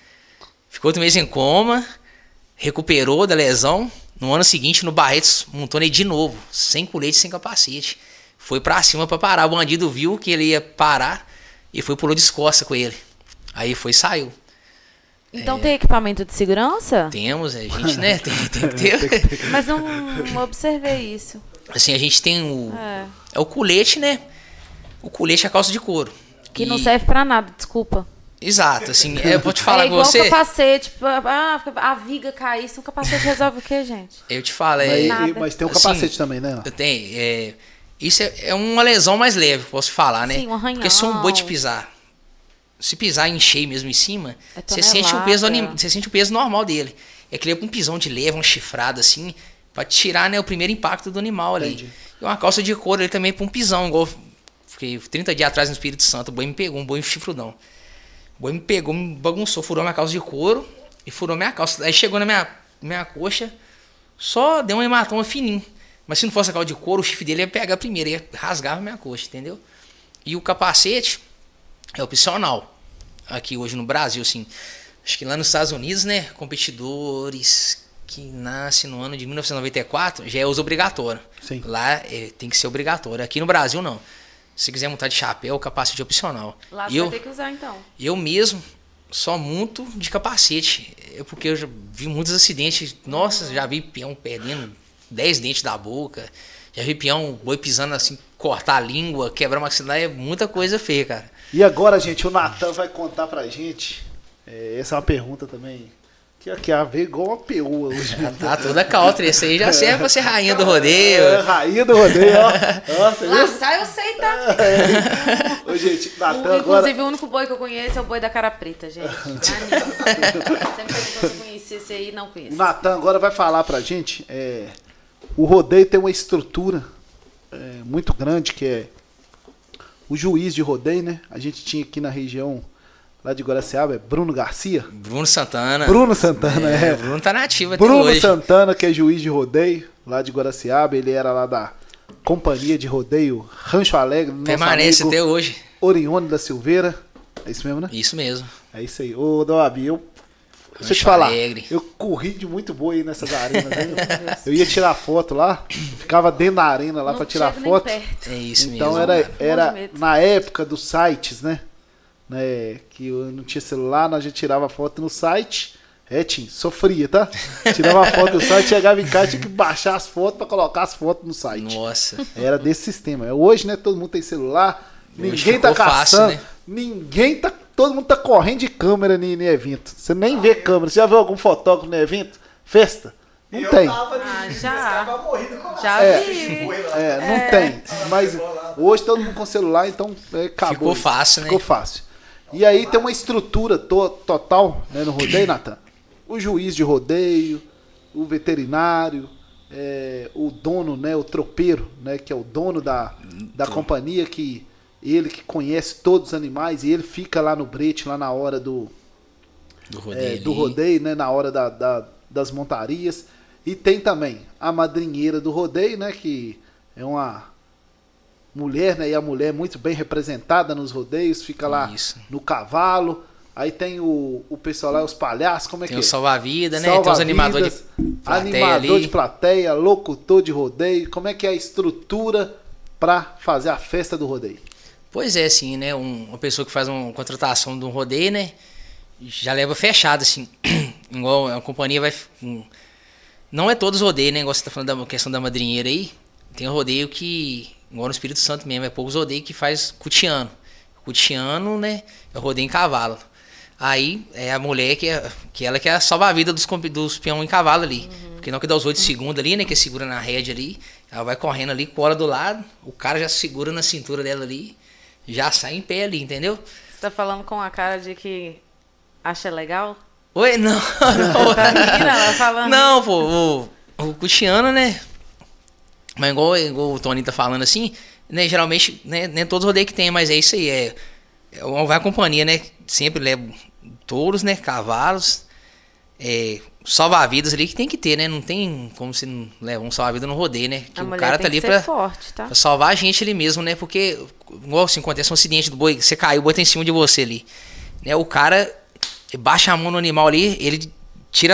Recuperou da lesão, no ano seguinte no Barretos montou ele de novo, sem colete, sem capacete. Foi pra cima pra parar, o bandido viu que ele ia parar e pulou de costas com ele. Aí saiu. Então tem equipamento de segurança? Temos, a gente, né, tem que ter. Mas não observei isso. Assim, a gente tem o colete, né, o colete é a calça de couro. Que não serve pra nada, desculpa. Exato, assim, eu vou te falar com você... É igual capacete, a viga cair, se um capacete resolve o quê, gente? Eu te falo, mas tem um capacete assim, também, né? Tem, isso é uma lesão mais leve, posso falar, né? Sim, um arranhão. Porque se um boi te pisar, se pisar em cheio mesmo em cima, você sente o peso normal dele. É que ele é um pisão de leve, um chifrado assim, pra tirar, né, o primeiro impacto do animal ali. Entendi. E uma calça de couro ali também pra um pisão, igual... Fiquei 30 dias atrás no Espírito Santo, o boi me pegou, um boi chifrudão. O boi me pegou, me bagunçou, furou minha calça de couro e furou minha calça. Aí chegou na minha coxa, só deu um hematoma fininho. Mas se não fosse a calça de couro, o chifre dele ia pegar primeiro, ia rasgar a minha coxa, entendeu? E o capacete é opcional aqui hoje no Brasil, assim. Acho que lá nos Estados Unidos, né, competidores que nascem no ano de 1994 já é uso obrigatório. Sim. Lá tem que ser obrigatório. Aqui no Brasil, não. Se quiser montar de chapéu, capacete é opcional. Lá você vai ter que usar, então. Eu mesmo só monto de capacete. Porque eu já vi muitos acidentes. Nossa, já vi peão perdendo 10 dentes da boca. Já vi peão, boi pisando assim, cortar a língua, quebrar o maxilar. É muita coisa feia, cara. E agora, gente, o Natan vai contar pra gente. Essa é uma pergunta também. Que a ver igual uma peoa hoje. Tá toda country, esse aí já serve pra ser rainha do rodeio. Rainha do rodeio, ó. Nossa, Laçar eu sei, tá? Ô, gente, Natan agora... Inclusive, o único boi que eu conheço é o boi da cara preta, gente. Sempre perguntou se eu conhecia esse aí, não conheço. O Natan agora vai falar pra gente. O rodeio tem uma estrutura muito grande, que é o juiz de rodeio, né? A gente tinha aqui na região... Lá de Guaraciaba, é Bruno Garcia? Bruno Santana. Bruno Santana, Bruno tá nativo até Bruno hoje. Santana, que é juiz de rodeio, lá de Guaraciaba. Ele era lá da companhia de rodeio Rancho Alegre. Permanece até hoje. Orione da Silveira. É isso mesmo, né? Isso mesmo. É isso aí. Ô, Doabi, deixa eu te falar. Eu corri de muito boi aí nessas arenas. Né? Eu ia tirar foto lá, ficava dentro da arena lá pra tirar foto. É isso então mesmo. Então era na época dos sites, né? né? Que eu não tinha celular, a gente tirava foto no site. Sofria, tá? Tirava a foto do site, chegava em casa, tinha que baixar as fotos pra colocar as fotos no site. Nossa. Era desse sistema. Hoje, né, todo mundo tem celular, ninguém tá caçando, fácil, né? Todo mundo tá correndo de câmera em evento. Você nem vê câmera. Você já viu algum fotógrafo no evento? Festa? Não tem. Já vi. Não tem. Mas hoje todo mundo com celular, então acabou. Ficou fácil, né? Ficou fácil. E aí tem uma estrutura total, né, no rodeio, Natan. O juiz de rodeio, o veterinário, o dono, né, o tropeiro, né, que é o dono da companhia, que ele que conhece todos os animais, e ele fica lá no brete, lá na hora do rodeio, né, na hora das montarias. E tem também a madrinheira do rodeio, né, que é uma mulher, né, e a mulher muito bem representada nos rodeios, fica lá no cavalo. Aí tem o pessoal lá, os palhaços, como é que é? Tem o salva-vida, né? Tem os animadores de plateia animador de plateia, locutor de rodeio. Como é que é a estrutura para fazer a festa do rodeio? Pois é, assim, né? Uma pessoa que faz uma contratação de um rodeio, né? Já leva fechado, assim. Igual a companhia vai... Não é todos os rodeios, né? Igual você tá falando da questão da madrinheira aí. Tem um rodeio que... Igual no Espírito Santo mesmo, é poucos rodeios que faz cutiano. Cutiano, né? É o rodeio em cavalo. Aí é a mulher que ela que é a salva-vida dos peão em cavalo ali. Uhum. Porque não que dá os 8 segundos ali, né? Que segura na rédea ali. Ela vai correndo ali, cola do lado. O cara já segura na cintura dela ali. Já sai em pé ali, entendeu? Você tá falando com a cara de que acha legal? Oi? Não. Tá rindo, ela falando. Não, pô. O cutiano, né? Mas igual o Tony tá falando assim, né? Geralmente, né, nem todos os rodeios que tem, mas é isso aí. Vai a companhia, né? Sempre leva touros, né? Cavalos, salva-vidas ali que tem que ter, né? Não tem como você não levar um salva-vida no rodeio, né? Que o cara tá ali pra salvar a gente ali mesmo, né? Porque, igual assim, acontece um acidente do boi, você caiu, o boi tá em cima de você ali. Né? O cara baixa a mão no animal ali, ele tira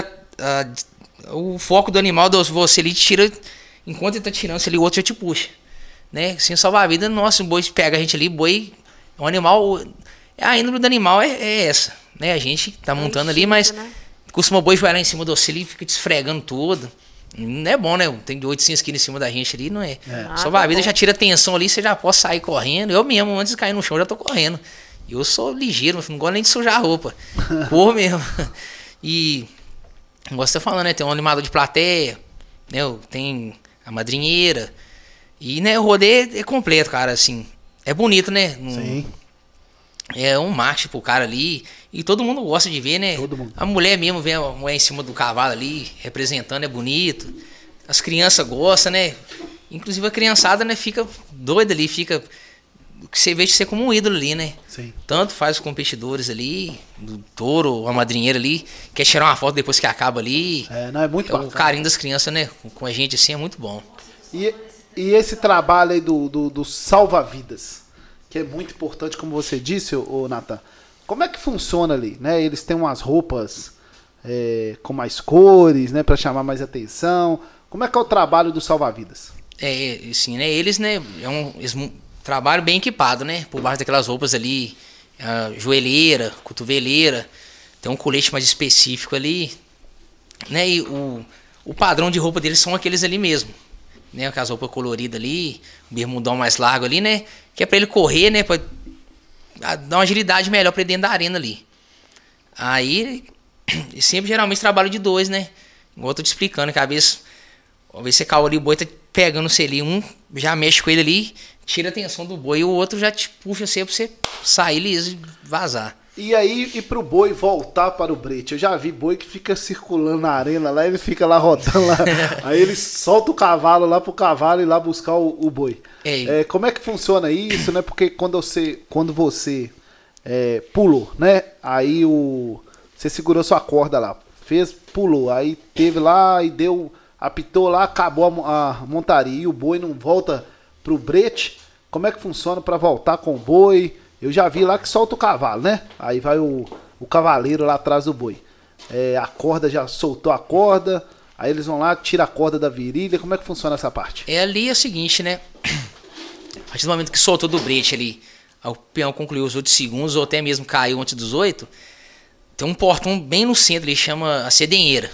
o foco do animal de você ali, tira, enquanto ele tá tirando, se ele, o outro já te puxa. Né? Sem salvar-vida, nossa, o boi pega a gente ali, boi é um animal. A índole do animal é essa, né? A gente tá montando ali, mas né? Costuma o boi joelhar em cima do você ali, fica te esfregando tudo. Não é bom, né? Tem 800 quilos em cima da gente ali, não é? Salva-vida já tira tensão ali, você já pode sair correndo. Eu mesmo, antes de cair no chão, já tô correndo. Eu sou ligeiro, não gosto nem de sujar a roupa. Corro mesmo. E, igual você tá falando, né? Tem um animador de plateia, né? Tem a madrinheira. E, né, o rodeio é completo, cara, assim. É bonito, né? Sim. É um marketing pro cara ali. E todo mundo gosta de ver, né? Todo mundo. A mulher mesmo vem a mulher em cima do cavalo ali, representando, é bonito. As crianças gostam, né? Inclusive a criançada, né, fica doida ali, fica... Você vê ser como um ídolo ali, né? Sim. Tanto faz os competidores ali, do touro, a madrinheira ali, quer tirar uma foto depois que acaba ali. Não, é muito bacana. O carinho das crianças, né? Com a gente assim é muito bom. E esse trabalho aí do salva-vidas, que é muito importante, como você disse, ô Natan, como é que funciona ali, né? Eles têm umas roupas com mais cores, né, para chamar mais atenção. Como é que é o trabalho do salva-vidas? Sim, né? Eles, né, trabalho bem equipado, né? Por baixo daquelas roupas ali, joelheira, cotoveleira, tem um colete mais específico ali, né? E o padrão de roupa deles são aqueles ali mesmo, né? Com as roupas coloridas ali, o bermudão mais largo ali, né? Que é pra ele correr, né? Pra dar uma agilidade melhor pra ele dentro da arena ali. Aí, sempre geralmente trabalho de 2, né? Igual eu tô te explicando, que às vezes você caiu ali, o boi tá pegando você ali, um já mexe com ele ali, tira a atenção do boi, e o outro já te puxa você pra você sair liso e vazar. E aí, e pro boi voltar para o brete? Eu já vi boi que fica circulando na arena lá, ele fica lá rodando lá, aí ele solta o cavalo lá pro cavalo ir lá buscar o boi. Como é que funciona isso, né? Porque quando você pulou, né? Aí você segurou sua corda lá, pulou, aí teve lá e apitou lá, acabou a montaria e o boi não volta pro brete. Como é que funciona para voltar com o boi? Eu já vi lá que solta o cavalo, né? Aí vai o cavaleiro lá atrás do boi. A corda já soltou a corda, aí eles vão lá, tira a corda da virilha. Como é que funciona essa parte? Ali é o seguinte, né? A partir do momento que soltou do brete ali, aí o peão concluiu os 8 segundos, ou até mesmo caiu antes dos 8, tem um portão bem no centro, ele chama a cedenheira.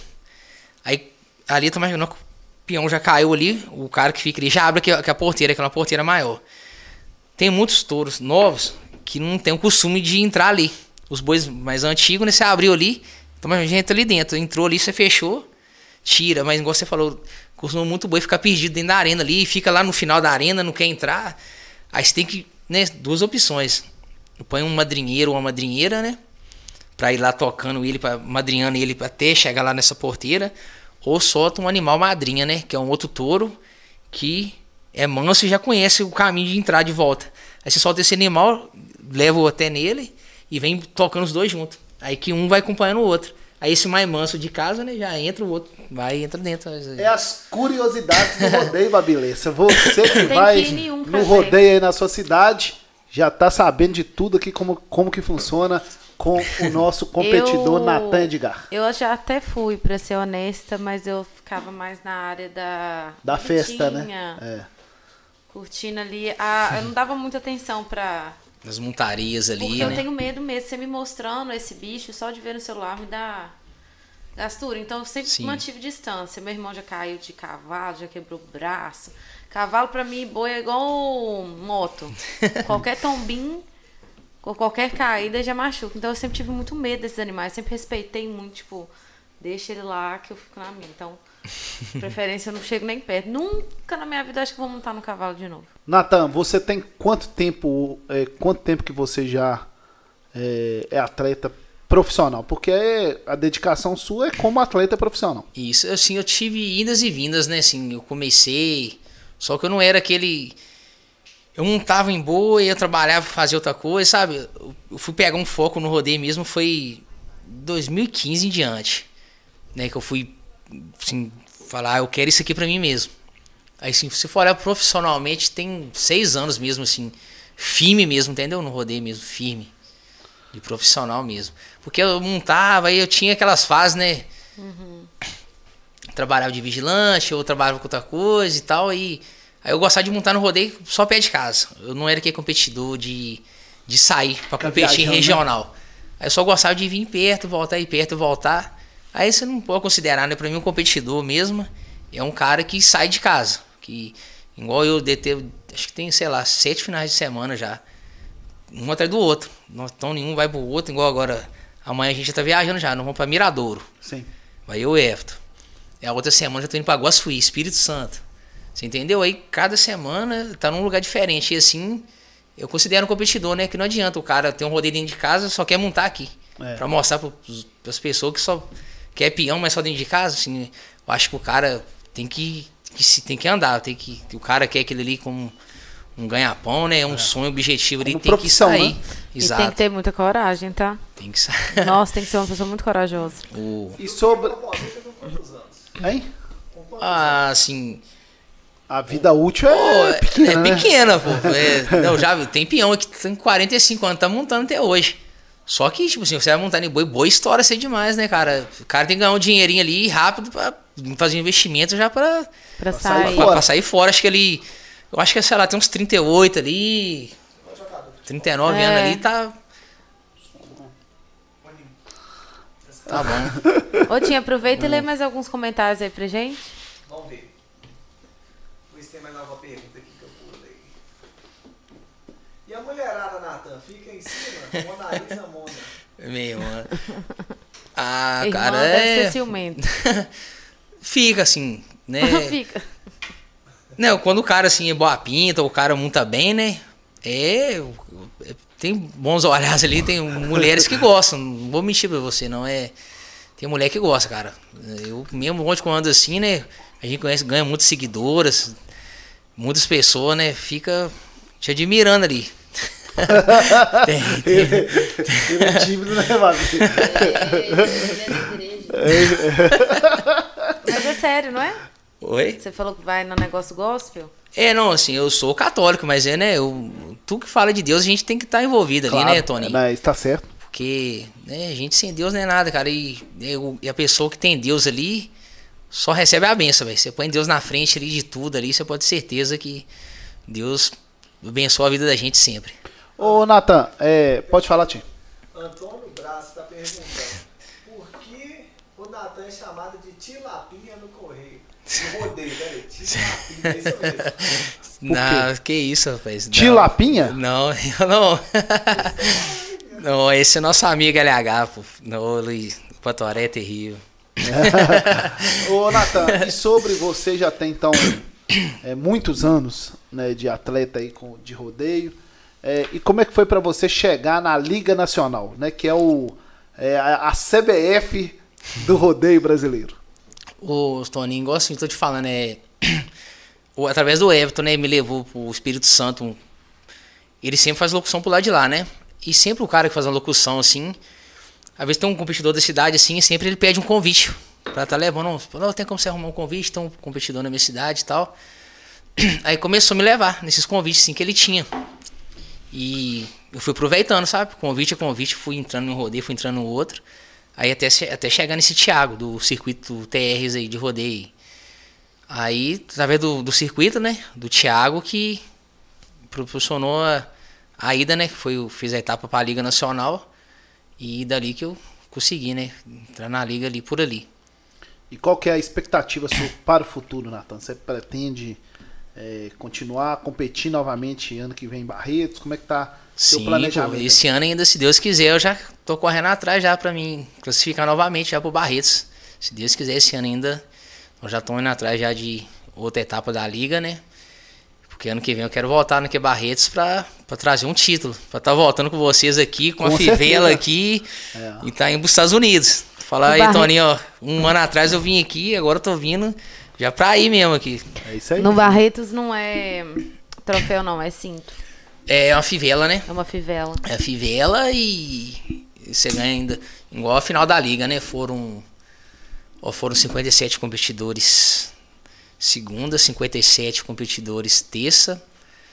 Aí ali tu imaginando que o peão já caiu ali, o cara que fica ali já abre a porteira, que é uma porteira maior. Tem muitos touros novos que não tem o costume de entrar ali. Os bois mais antigos, né, você abriu ali, então a gente entra ali dentro, entrou ali, você fechou, tira, mas igual você falou, costuma muito boi ficar perdido dentro da arena ali, fica lá no final da arena, não quer entrar. Aí você tem que, né, 2 opções. Põe um madrinheiro ou uma madrinheira, né, pra ir lá tocando ele, madrinhando ele até chegar lá nessa porteira, ou solta um animal madrinha, né, que é um outro touro que é manso e já conhece o caminho de entrar de volta. Aí você solta esse animal, leva até nele e vem tocando os dois juntos. Aí que um vai acompanhando o outro. Aí esse mais manso de casa, né, já entra, o outro entra dentro. É as curiosidades do rodeio, Babilessa. Você que vai no ver. rodeio aí na sua cidade, já tá sabendo de tudo aqui, como que funciona com o nosso competidor Natan Edgar. Eu já até fui, pra ser honesta, mas eu ficava mais na área da festa, né? Curtindo ali. Eu não dava muita atenção pra... Nas montarias ali, porque né? eu tenho medo mesmo. Você me mostrando esse bicho, só de ver no celular me dá gastura. Então eu sempre mantive distância. Meu irmão já caiu de cavalo, já quebrou o braço. Cavalo pra mim, boi é igual moto. Qualquer tombinho, com qualquer caída já machuca. Então eu sempre tive muito medo desses animais. Sempre respeitei muito, tipo, deixa ele lá que eu fico na minha. Então, preferência eu não chego nem perto. Nunca na minha vida acho que vou montar no cavalo de novo. Natan, você tem quanto tempo que você já é atleta profissional? Porque a dedicação sua é como atleta profissional. Isso, assim, eu tive idas e vindas, né? Assim, eu comecei, só que eu não era aquele... Eu montava em boi, eu trabalhava, fazia outra coisa, sabe? Eu fui pegar um foco no rodeio mesmo, foi 2015 em diante, né? Que eu fui, assim, falar, eu quero isso aqui pra mim mesmo. Aí, assim, se for olhar profissionalmente, tem 6 anos mesmo, assim, firme mesmo, entendeu? No rodeio mesmo, firme. De profissional mesmo. Porque eu montava, aí eu tinha aquelas fases, né? Uhum. Trabalhava de vigilante, ou trabalhava com outra coisa e tal, aí eu gostava de montar no rodeio só pé de casa. Eu não era aquele competidor de sair pra competir em regional. Né? Aí eu só gostava de vir perto, voltar e perto, voltar. Aí você não pode considerar, né? Pra mim, um competidor mesmo é um cara que sai de casa. Que, igual eu, acho que tem, sei lá, 7 finais de semana já. Um atrás do outro. Então nenhum vai pro outro, igual agora. Amanhã a gente já tá viajando já, nós vamos pra Miradouro. Sim. Vai eu e Everton. E a outra semana já tô indo pra Guaçuí, Espírito Santo. Você entendeu? Aí cada semana tá num lugar diferente. E assim, eu considero um competidor, né? Que não adianta o cara ter um rodeio dentro de casa, só quer montar aqui. Pra mostrar pras pessoas que só quer peão, mas só dentro de casa. Assim, eu acho que o cara tem que andar. O cara quer aquele ali como um ganha-pão, né? Um sonho, objetivo ali, tem que sair. Né? Exato. E tem que ter muita coragem, tá? Tem que sair. Nossa, tem que ser uma pessoa muito corajosa. E sobre... Hein? Assim... A vida útil é pequena, né? É pequena, pô. Não, já tem peão que tem 45 anos, tá montando até hoje. Só que, tipo assim, você vai montar em boi estoura ser demais, né, cara? O cara tem que ganhar um dinheirinho ali rápido pra fazer um investimento já pra sair fora. Acho que ele... Eu acho que, sei lá, tem uns 38 ali, 39 anos ali, tá bom. Ô, Tinha, aproveita e lê mais alguns comentários aí pra gente. Vamos ver. Vamos ver se tem mais alguma pergunta aqui que eu pulei. E a mulherada, Natan, fica em cima? Monalisa Mona. Meu irmão. Ah, Irmã cara, deve ser ciumento. Fica assim, né? Fica. Não, quando o cara assim é boa pinta, o cara monta bem, né? Tem bons olhares ali, tem mulheres que gostam. Não vou mentir pra você, não é. Tem mulher que gosta, cara. Eu mesmo onde eu ando assim, né? A gente ganha muitas seguidoras, muitas pessoas, né? Fica te admirando ali. Ele é tímido, né, Babi? Mas é sério, não é? Oi? Você falou que vai no negócio gospel? Não, assim, eu sou católico, mas né, tu que fala de Deus, a gente tem que estar envolvido ali, né, Tony? Mas tá certo. Porque, né, a gente sem Deus não é nada, cara, e a pessoa que tem Deus ali só recebe a benção, velho. Você põe Deus na frente ali de tudo ali, você pode ter certeza que Deus abençoa a vida da gente sempre. Ô, Natan, pode falar, Tim. Antônio Braço está perguntando por que o Natan é chamado de tilapinha no correio? No rodeio, né? Tilapinha, isso mesmo. Não, que isso, rapaz. Tilapinha? Não, eu não. Não, esse é nosso amigo LH, pô. Não, Luiz, o Patoré é terrível. Ô, Natan, e sobre você já tem, então, muitos anos, né, de atleta aí de rodeio. E como é que foi para você chegar na Liga Nacional, né, que é a CBF do rodeio brasileiro? Ô, Toninho, igual assim, tô te falando, através do Everton, né, me levou pro Espírito Santo. Ele sempre faz locução pro lado de lá, né? E sempre o cara que faz uma locução, assim, às vezes tem um competidor da cidade, assim, e sempre ele pede um convite pra tá levando. Não, tem como você arrumar um convite, tem um competidor na minha cidade e tal. Aí começou a me levar nesses convites, assim, que ele tinha. E eu fui aproveitando, sabe? Convite a convite, fui entrando em um rodeio, fui entrando no outro. Aí até chegar nesse Thiago, do circuito TRs aí, de rodeio. Aí, através do circuito, né? Do Thiago, que proporcionou a ida, né? Fiz a etapa para a Liga Nacional. E dali que eu consegui, né? Entrar na Liga ali, por ali. E qual que é a expectativa sua para o futuro, Natan? Você pretende continuar competindo novamente ano que vem em Barretos? Como é que tá seu planejamento? Pô, esse ano ainda, se Deus quiser, eu já tô correndo atrás já para mim classificar novamente já pro Barretos. Se Deus quiser, esse ano ainda, eu já tô indo atrás já de outra etapa da Liga, né? Porque ano que vem eu quero voltar no que Barretos pra trazer um título. Pra estar voltando com vocês aqui, com a Fivela aqui e tá indo pros Estados Unidos. Falar aí, Toninho, ó, um ano atrás eu vim aqui, agora eu tô vindo já pra ir mesmo aqui. É isso aí. No Barretos não é troféu não, é cinto. É uma fivela, né? É uma fivela. É a fivela e você ganha ainda, igual a final da Liga, né? Foram 57 competidores segunda, 57 competidores terça,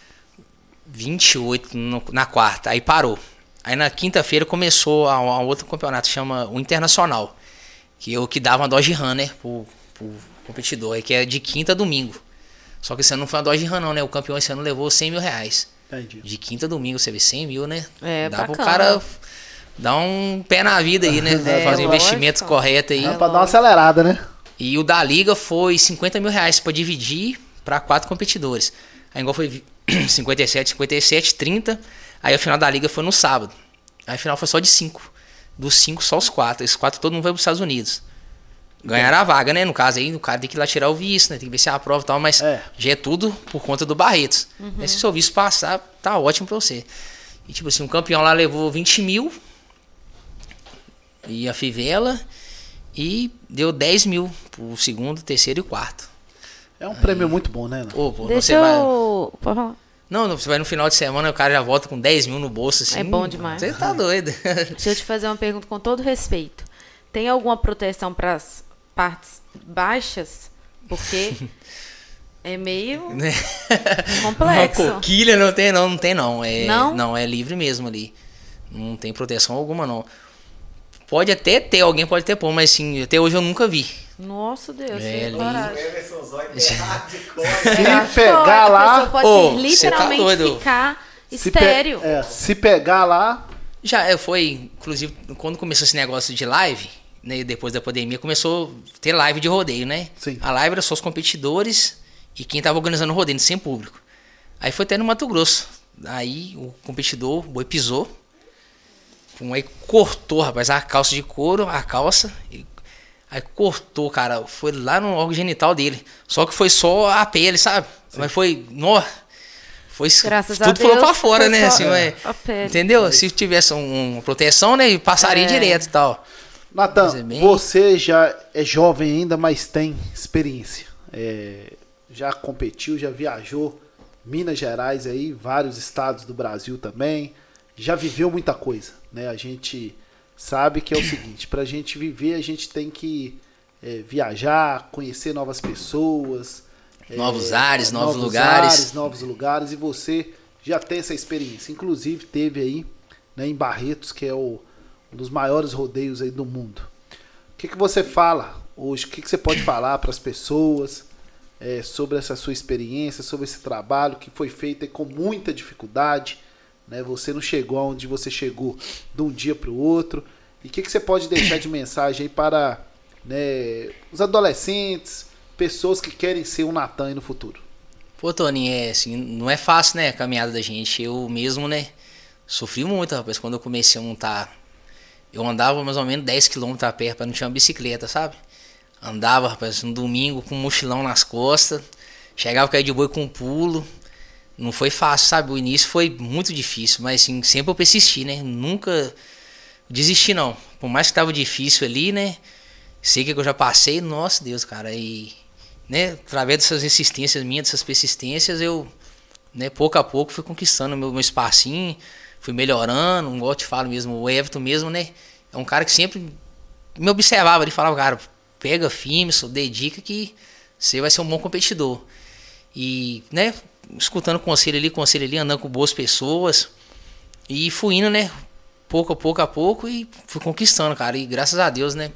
28 na quarta, aí parou. Aí na quinta-feira começou a outro campeonato, chama o Internacional, que é o que dava uma Dodge Ram, né, pro competidor, que é de quinta a domingo. Só que esse ano não foi uma Dodge Ram não, né, o campeão esse ano levou 100 mil reais. Entendi. De quinta a domingo, você vê 100 mil, né? Dá pro cara dar um pé na vida aí, né, fazer um investimento correto aí. Dá pra dar uma acelerada, né? E o da Liga foi 50 mil reais pra dividir para 4 competidores. Aí igual foi 57, 30. Aí a final da Liga foi no sábado. Aí a final foi só de 5. Dos 5, só os 4. Esses 4 todo mundo vai pros Estados Unidos. Ganharam a vaga, né? No caso aí, o cara tem que ir lá tirar o visto, né? Tem que ver se é a prova e tal, mas já é tudo por conta do Barretos. Aí se o seu visto passar, tá ótimo pra você. E tipo assim, o campeão lá levou 20 mil. E a Fivela. E deu 10 mil pro segundo, terceiro e quarto. É um prêmio muito bom, né? Deixa eu... Não, você vai no final de semana, o cara já volta com 10 mil no bolso, assim. É bom demais. Você tá doido. Deixa eu te fazer uma pergunta com todo respeito. Tem alguma proteção para as partes baixas? Porque é meio complexo. Uma coquilha não tem não. Não? Não, é livre mesmo ali. Não tem proteção alguma não. Pode até ter, alguém pode ter pôr, mas assim, até hoje eu nunca vi. Nossa, Deus, Se pegar lá... pode literalmente ficar estéreo. Se pegar lá... Já foi, inclusive, quando começou esse negócio de live, né, depois da pandemia, começou a ter live de rodeio, né? Sim. A live era só os competidores e quem tava organizando o rodeio, sem público. Aí foi até no Mato Grosso. Aí o competidor, o boi pisou. Aí cortou, rapaz, a calça de couro, aí cortou, cara, foi lá no órgão genital dele. Só que foi só a pele, sabe? Sim. Mas foi, graças tudo a Deus, falou pra fora, né? Assim, a pele. Entendeu? Se tivesse uma proteção, né, passaria direto e tal. Natan, você já é jovem ainda, mas tem experiência. Já competiu, já viajou Minas Gerais aí, vários estados do Brasil também. Já viveu muita coisa, né? A gente sabe que é o seguinte, pra gente viver a gente tem que viajar, conhecer novas pessoas, novos ares, novos lugares, e você já tem essa experiência. Inclusive teve aí, né, em Barretos, que é um dos maiores rodeios aí do mundo. O que você fala hoje? O que você pode falar para as pessoas sobre essa sua experiência, sobre esse trabalho que foi feito aí com muita dificuldade, né? Você não chegou aonde você chegou de um dia para o outro. E o que você pode deixar de mensagem aí para, né, os adolescentes, pessoas que querem ser um Natan aí no futuro? Pô, Toninho, assim, não é fácil, né, a caminhada da gente. Eu mesmo, né, sofri muito, rapaz, quando eu comecei a montar. Eu andava mais ou menos 10 km a pé, para não tinha uma bicicleta, sabe? Andava, rapaz, no domingo com um mochilão nas costas, chegava a cair de boi com um pulo. Não foi fácil, sabe? O início foi muito difícil, mas assim, sempre eu persisti, né? Nunca desisti, não. Por mais que tava difícil ali, né? Sei que eu já passei, nossa Deus, cara. E, né, através dessas insistências minhas, dessas persistências, eu, né, pouco a pouco fui conquistando meu espacinho, fui melhorando. Igual eu te falo mesmo, o Everton mesmo, né? É um cara que sempre me observava, ele falava, cara, pega firme, só dedica que você vai ser um bom competidor. E, né, escutando conselho ali, andando com boas pessoas. E fui indo, né, pouco a pouco e fui conquistando, cara. E graças a Deus, né,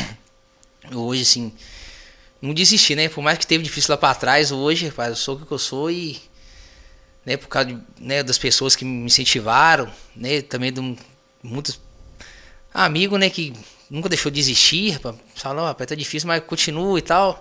hoje, assim, não desisti, né, por mais que teve difícil lá pra trás, hoje, rapaz, eu sou o que eu sou e, né, por causa de, né, das pessoas que me incentivaram, né, também de muitos amigos, né, que nunca deixou de desistir, rapaz, falou, rapaz, tá difícil, mas continua e tal.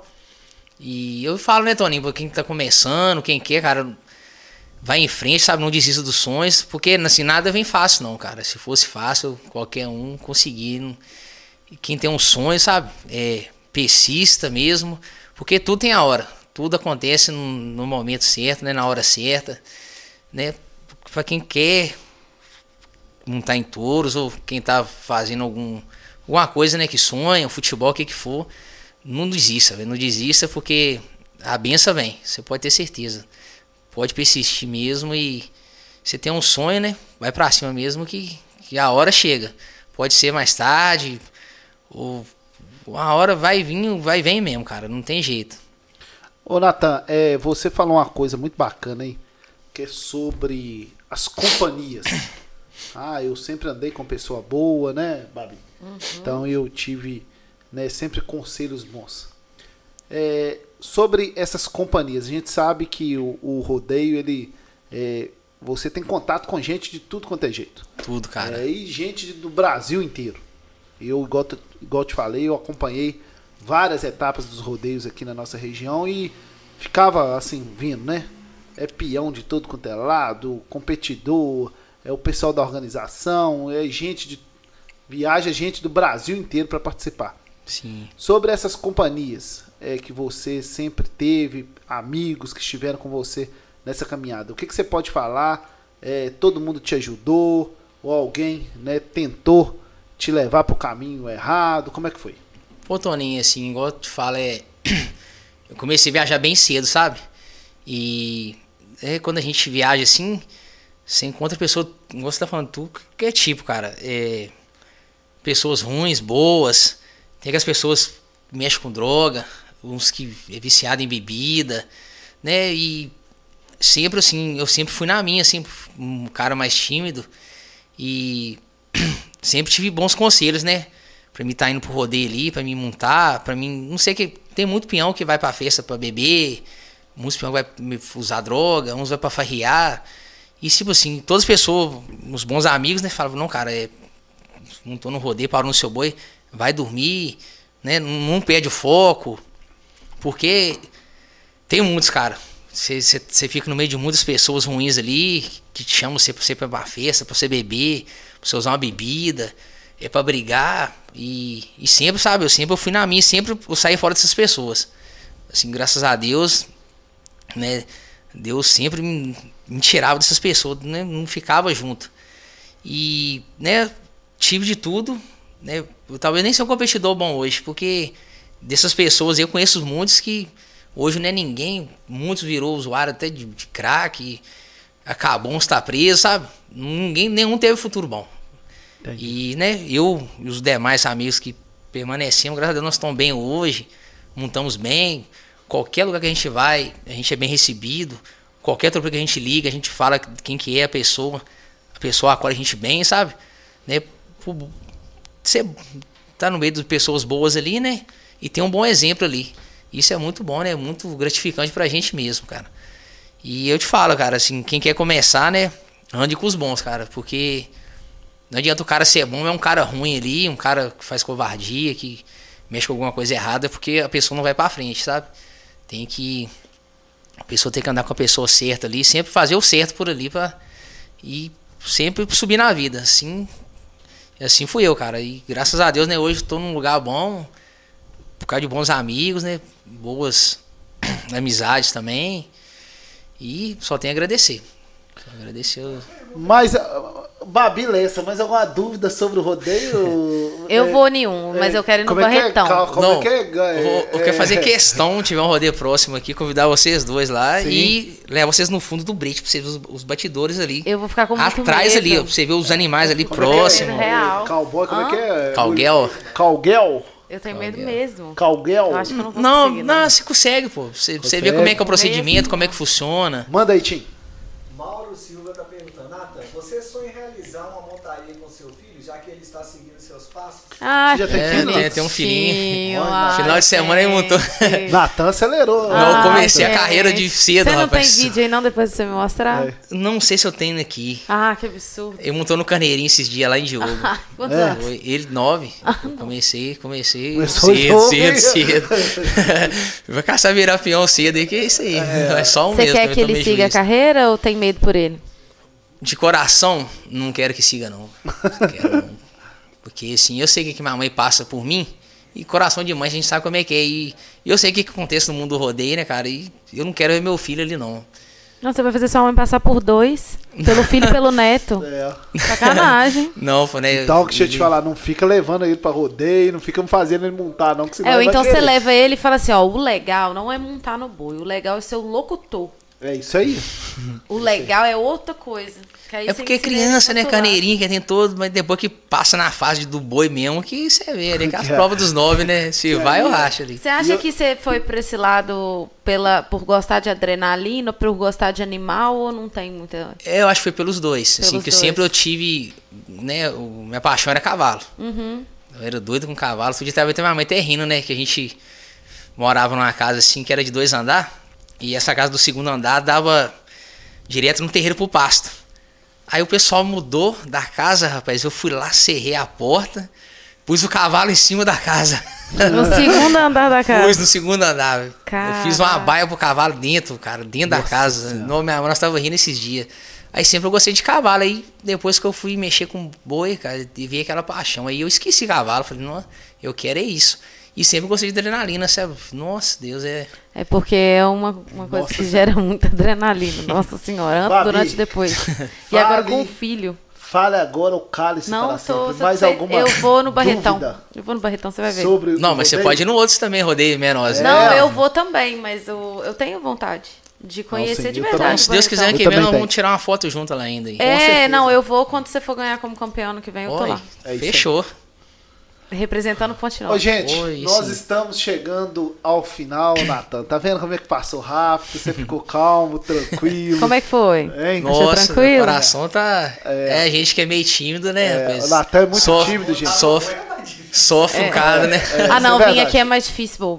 E eu falo, né, Toninho, pra quem tá começando, quem quer, cara, vai em frente, sabe, não desista dos sonhos, porque, assim, nada vem fácil não, cara. Se fosse fácil, qualquer um conseguir. E quem tem um sonho, sabe, persista mesmo, porque tudo tem a hora, tudo acontece no momento certo, né, na hora certa, né, pra quem quer montar em touros, ou quem tá fazendo alguma coisa, né, que sonha, futebol, o que for, não desista, véio, não desista, porque a benção vem, você pode ter certeza. Pode persistir mesmo e você tem um sonho, né? Vai pra cima mesmo que a hora chega. Pode ser mais tarde, ou a hora vai vir, vai vem mesmo, cara, não tem jeito. Ô, Natan, você falou uma coisa muito bacana aí, que é sobre as companhias. Eu sempre andei com pessoa boa, né, Babi? Uhum. Então eu tive, né, sempre conselhos bons. Sobre essas companhias, a gente sabe que o rodeio, ele, você tem contato com gente de tudo quanto é jeito. Tudo, cara. E gente do Brasil inteiro. Eu, igual te falei, eu acompanhei várias etapas dos rodeios aqui na nossa região e ficava assim, vindo, né? Peão de todo quanto é lado, competidor, o pessoal da organização, viaja gente do Brasil inteiro para participar. Sim. Sobre essas companhias que você sempre teve, amigos que estiveram com você nessa caminhada, o que você pode falar? Todo mundo te ajudou? Ou alguém, né, tentou te levar para o caminho errado? Como é que foi? Pô, Toninho, assim, igual eu te falo, eu comecei a viajar bem cedo, sabe? E quando a gente viaja assim, você encontra pessoas, igual você tá falando, tu que é tipo, cara, pessoas ruins, boas. Tem que as pessoas que mexem com droga, uns que é viciado em bebida, né? E sempre assim, eu sempre fui na minha, sempre um cara mais tímido e sempre tive bons conselhos, né? Pra mim estar indo pro rodeio ali, pra mim montar, pra mim, não sei, que tem muito peão que vai pra festa pra beber, muitos peão que vai usar droga, uns vai pra farrear. E tipo assim, todas as pessoas, os bons amigos, né, falavam, não, cara, não tô no rodeio, parou no seu boi, vai dormir, né? Não perde o foco, porque tem muitos, cara. Você fica no meio de muitas pessoas ruins ali que te chamam você pra ir pra uma festa, pra você beber, pra você usar uma bebida, pra brigar. E sempre, sabe, eu fui na minha, sempre eu saí fora dessas pessoas. Assim, graças a Deus, né? Deus sempre me tirava dessas pessoas, né? Não ficava junto. E, né, tive de tudo. Né? Eu talvez nem sou um competidor bom hoje, porque dessas pessoas eu conheço muitos que hoje não é ninguém, muitos virou usuário até de crack, acabou, uns tá preso, sabe? Nenhum teve futuro bom. Entendi. E, né, eu e os demais amigos que permanecemos, graças a Deus nós estamos bem hoje, montamos bem, qualquer lugar que a gente vai, a gente é bem recebido, qualquer tropa que a gente liga, a gente fala quem que é a pessoa acolhe a gente bem, sabe? Né? Você tá no meio de pessoas boas ali, né? E tem um bom exemplo ali. Isso é muito bom, né? Muito gratificante pra gente mesmo, cara. E eu te falo, cara, assim, quem quer começar, né? ande com os bons, cara, porque não adianta o cara ser bom, é um cara ruim ali, um cara que faz covardia, que mexe com alguma coisa errada, porque a pessoa não vai pra frente, sabe? A pessoa tem que andar com a pessoa certa ali, sempre fazer o certo por ali e sempre subir na vida. Assim fui eu, cara. E graças a Deus, né, hoje eu tô num lugar bom, por causa de bons amigos, né, boas amizades também. E só tenho a agradecer. Mas, Babi Lessa, mais alguma dúvida sobre o rodeio? Eu vou nenhum, mas eu quero ir no Barretão. Eu quero fazer questão, tiver um rodeio próximo aqui, convidar vocês dois lá. Sim. E levar vocês no fundo do Brete, pra você ver os batidores ali. Eu vou ficar com muito atrás medo. ali, pra você ver os animais ali próximo. Cowboy, como é que é? Calguel. Eu tenho medo mesmo. Calguel? Eu acho que eu não vou conseguir, não, você consegue, pô. Você vê como é que é o procedimento, como é que funciona. Manda aí, Tim. Mauro Silva tá perguntando, Nathan, você sonha em realizar uma montaria com seu filho, já que ele está seguindo seus passos? Ah, você já tem filho? Tem um filhinho. Ai, final de semana ele montou. Nathan acelerou. Não, eu comecei a carreira de cedo, rapaz. Você não rapaz. tem vídeo aí não, depois de você me mostrar? Não sei se eu tenho aqui. Ah, que absurdo. Ele montou no Carneirinho esses dias lá em Diogo. Quantos anos? Ele 9. Eu comecei Começou cedo. Vai caçar virar peão cedo aí, que é isso aí. É só Você quer que ele siga a carreira ou tem medo por ele? De coração, não quero que siga, não. Não. Porque, assim, eu sei que minha mãe passa por mim, e coração de mãe a gente sabe como é que é. E eu sei o que acontece no mundo do rodeio, né, cara? E eu não quero ver meu filho ali, não. Não, você vai fazer sua mãe passar por 2, pelo filho e pelo neto. Sacanagem. Não, né? Então, deixa eu te falar, não fica levando ele pra rodeio, não fica fazendo ele montar, não, que senão então você leva ele e fala assim, ó, o legal não é montar no boi, o legal é ser o locutor. É isso aí. O legal é outra coisa. É porque criança, né, carneirinha, que tem todo, mas depois que passa na fase do boi mesmo, que você vê ali, que as provas dos 9, né, se vai eu acho ali. Você acha que você foi pra esse lado por gostar de adrenalina, por gostar de animal, ou não tem muita... Eu acho que foi pelos dois, assim, que sempre eu tive, né, minha paixão era cavalo. Uhum. Eu era doido com cavalo, podia até minha mãe até rindo, né, que a gente morava numa casa assim, que era de 2 andares, e essa casa do 2º andar dava direto no terreiro pro pasto. Aí o pessoal mudou da casa, rapaz. Eu fui lá, cerrei a porta, pus o cavalo em cima da casa. No 2º andar da casa? Pus no 2º andar. Caraca. Eu fiz uma baia pro cavalo dentro, cara, dentro da casa. Não, minha mãe, nós tava rindo esses dias. Aí sempre eu gostei de cavalo. Aí depois que eu fui mexer com boi, cara, e vi aquela paixão. Aí eu esqueci cavalo. Falei, não, eu quero é isso. E sempre gostei de adrenalina, sabe? Nossa, Deus, é... É porque é uma coisa que gera muita adrenalina. Nossa senhora, antes, durante e depois. E agora com o filho. Fale agora o cálice para sempre. Mais alguma Eu vou no Barretão. Dúvida? Eu vou no Barretão, você vai ver. Não, mas você pode ir no outros também, rodeio menorzinho. Não, eu vou também, mas eu tenho vontade de conhecer de verdade. Então, se Deus quiser, que vem, nós vamos tirar uma foto junto lá ainda. Não, eu vou quando você for ganhar como campeão ano que vem, eu tô lá. Fechou. Representando o Ponte Nova. Ô, gente, nós estamos chegando ao final, Nathan. Tá vendo como é que passou rápido? Você ficou calmo, tranquilo. Como é que foi? Hein? Nossa, o coração tá... a gente que é meio tímido, né? O Nathan é muito tímido, gente. Sofre um cara, né? Não, vir aqui é mais difícil, bobo.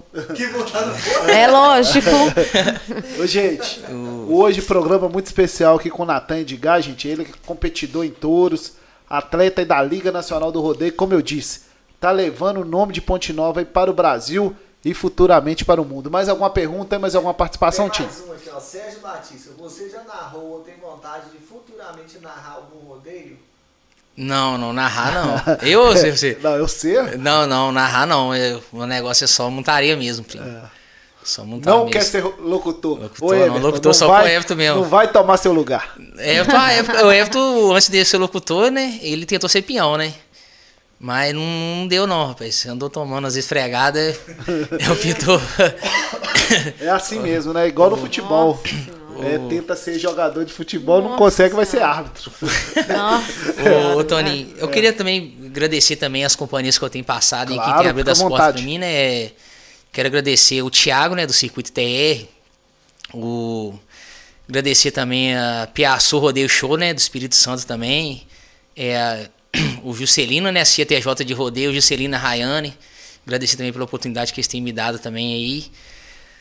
É lógico. Ô, gente, hoje programa muito especial aqui com o Nathan Edgar, gente. Ele é competidor em touros, atleta da Liga Nacional do Rodeio, como eu disse. Tá levando o nome de Ponte Nova aí para o Brasil e futuramente para o mundo. Mais alguma pergunta, mais alguma participação, Tim? Mais um aqui, ó. Sérgio Batista, você já narrou ou tem vontade de futuramente narrar algum rodeio? Não, narrar não. Eu sei você. Não, eu sei. Não, narrar não. O negócio é só montaria mesmo, primo. Só montar não mesmo. quer ser locutor. Locutor só pro Everton mesmo. Não vai tomar seu lugar. O Everton, antes de ser locutor, né? Ele tentou ser peão, né? Mas não deu não, rapaz. Você andou tomando as esfregadas, é o pintor. É assim mesmo, né? Igual no futebol. Tenta ser jogador de futebol, não consegue, vai ser árbitro. Ô, Toninho, eu queria também agradecer também as companhias que eu tenho passado e que tem abrido as portas pra mim, né? Quero agradecer o Thiago, né, do Circuito TR. Agradecer também a Piaçu Rodeio Show, né, do Espírito Santo também. O Juscelino, né, a CTJ de rodeio, o Juscelino e a Rayane. Agradecer também pela oportunidade que eles têm me dado também aí.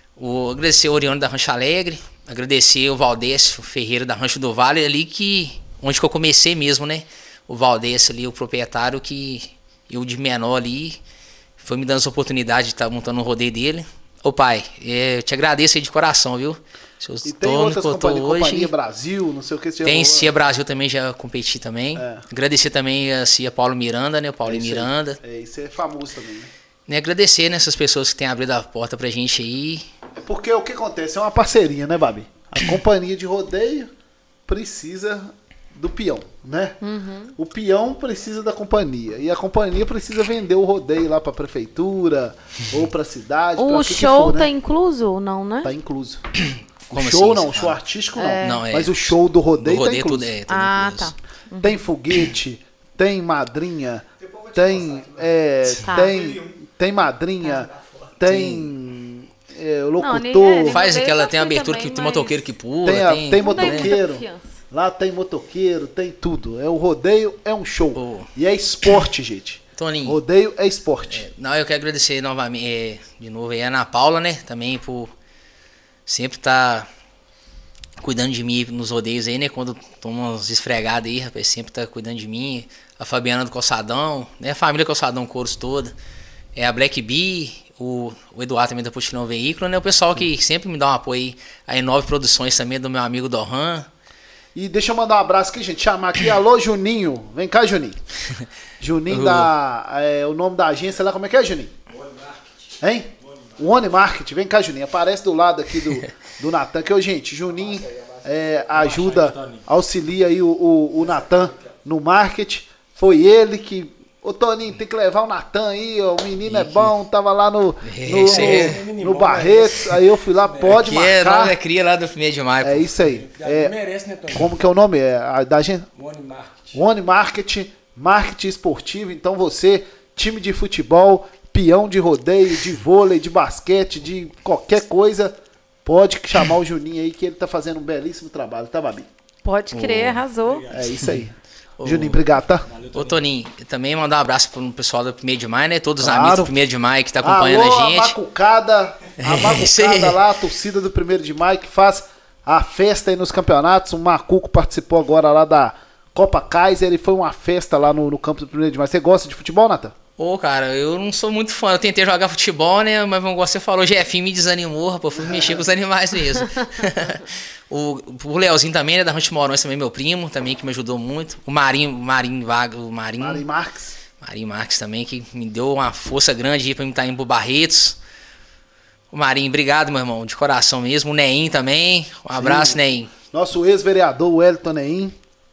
Agradecer o Orione da Rancho Alegre. Agradecer o Valdécio Ferreira da Rancho do Vale ali, que onde que eu comecei mesmo, né? O Valdez ali, o proprietário, que eu de menor ali, foi me dando essa oportunidade de estar montando um rodeio dele. Ô pai, eu te agradeço aí de coração, viu? E tem outras Companhia Brasil, não sei o que. Tem CIA Brasil também, já competi também. Agradecer também a CIA Paulo Miranda, né? O Paulo Miranda. Isso é famoso também, né? Agradecer nessas pessoas que têm abrido a porta pra gente aí. Porque o que acontece é uma parceria, né, Babi? A companhia de rodeio precisa do peão, né? O peão precisa da companhia e a companhia precisa vender o rodeio lá pra prefeitura ou pra cidade. O show tá incluso ou não, né? Tá incluso. Como o show assim, não, o show artístico não. Mas o show do rodeio tá incluso. Tudo incluso. Tá. Tem foguete, tem madrinha, tem madrinha, tem locutor. Faz aquela, tem abertura que tem motoqueiro que pula. Tem motoqueiro. Lá tem motoqueiro, tem tudo. O rodeio é um show. E é esporte, gente. Toninho. Rodeio é esporte. Eu quero agradecer novamente, de novo aí a Ana Paula, né? Também por sempre tá cuidando de mim nos rodeios aí, né? Quando toma umas esfregadas aí, rapaz, sempre tá cuidando de mim. A Fabiana do Calçadão, né? A família Calçadão Couros toda. A Black Bee, o Eduardo também da Postilão Veículo, né? O pessoal que sempre me dá um apoio aí. A Nove Produções também, do meu amigo Dohan. E deixa eu mandar um abraço aqui, gente. Chamar aqui. Alô, Juninho. Vem cá, Juninho. Juninho o nome da agência lá, como é que é, Juninho? One Market. Hein? One Market. Vem cá, Juninho. Aparece do lado aqui do Natan. Que, gente, Juninho ajuda, auxilia aí o Natan no marketing. Foi ele que... Ô, Toninho, tem que levar o Natan aí, ó, o menino é bom, tava lá no Barretos, aí eu fui lá, pode marcar. É cria lá do 1º de maio. É isso aí. Merece, né, Toninho? Como que é o nome? Da gente? One Market. One Market, marketing esportivo. Então você, time de futebol, peão de rodeio, de vôlei, de basquete, de qualquer coisa, pode chamar o Juninho aí, que ele tá fazendo um belíssimo trabalho, tá, Babi? Pode crer, arrasou. É isso aí. Juninho, obrigado, tá? Ô, Toninho, também mandar um abraço pro pessoal do 1º de maio, né? Todos os amigos do 1º de maio que tá acompanhando a gente. A macucada lá, a torcida do 1º de maio que faz a festa aí nos campeonatos. O Macuco participou agora lá da Copa Kaiser e foi uma festa lá no campo do 1º de maio. Você gosta de futebol, Nathan? Cara, eu não sou muito fã. Eu tentei jogar futebol, né? Mas como você falou, o Jefinho me desanimou, rapaz. Eu fui mexer com os animais mesmo. O Leozinho também, né? Da Rancho Morões, também meu primo, também, que me ajudou muito. O Marinho Marques também, que me deu uma força grande aí pra mim estar indo pro Barretos. O Marinho, obrigado, meu irmão, de coração mesmo. O Neim também. Um abraço, Neim. Nosso ex-vereador, o Wellington Neim.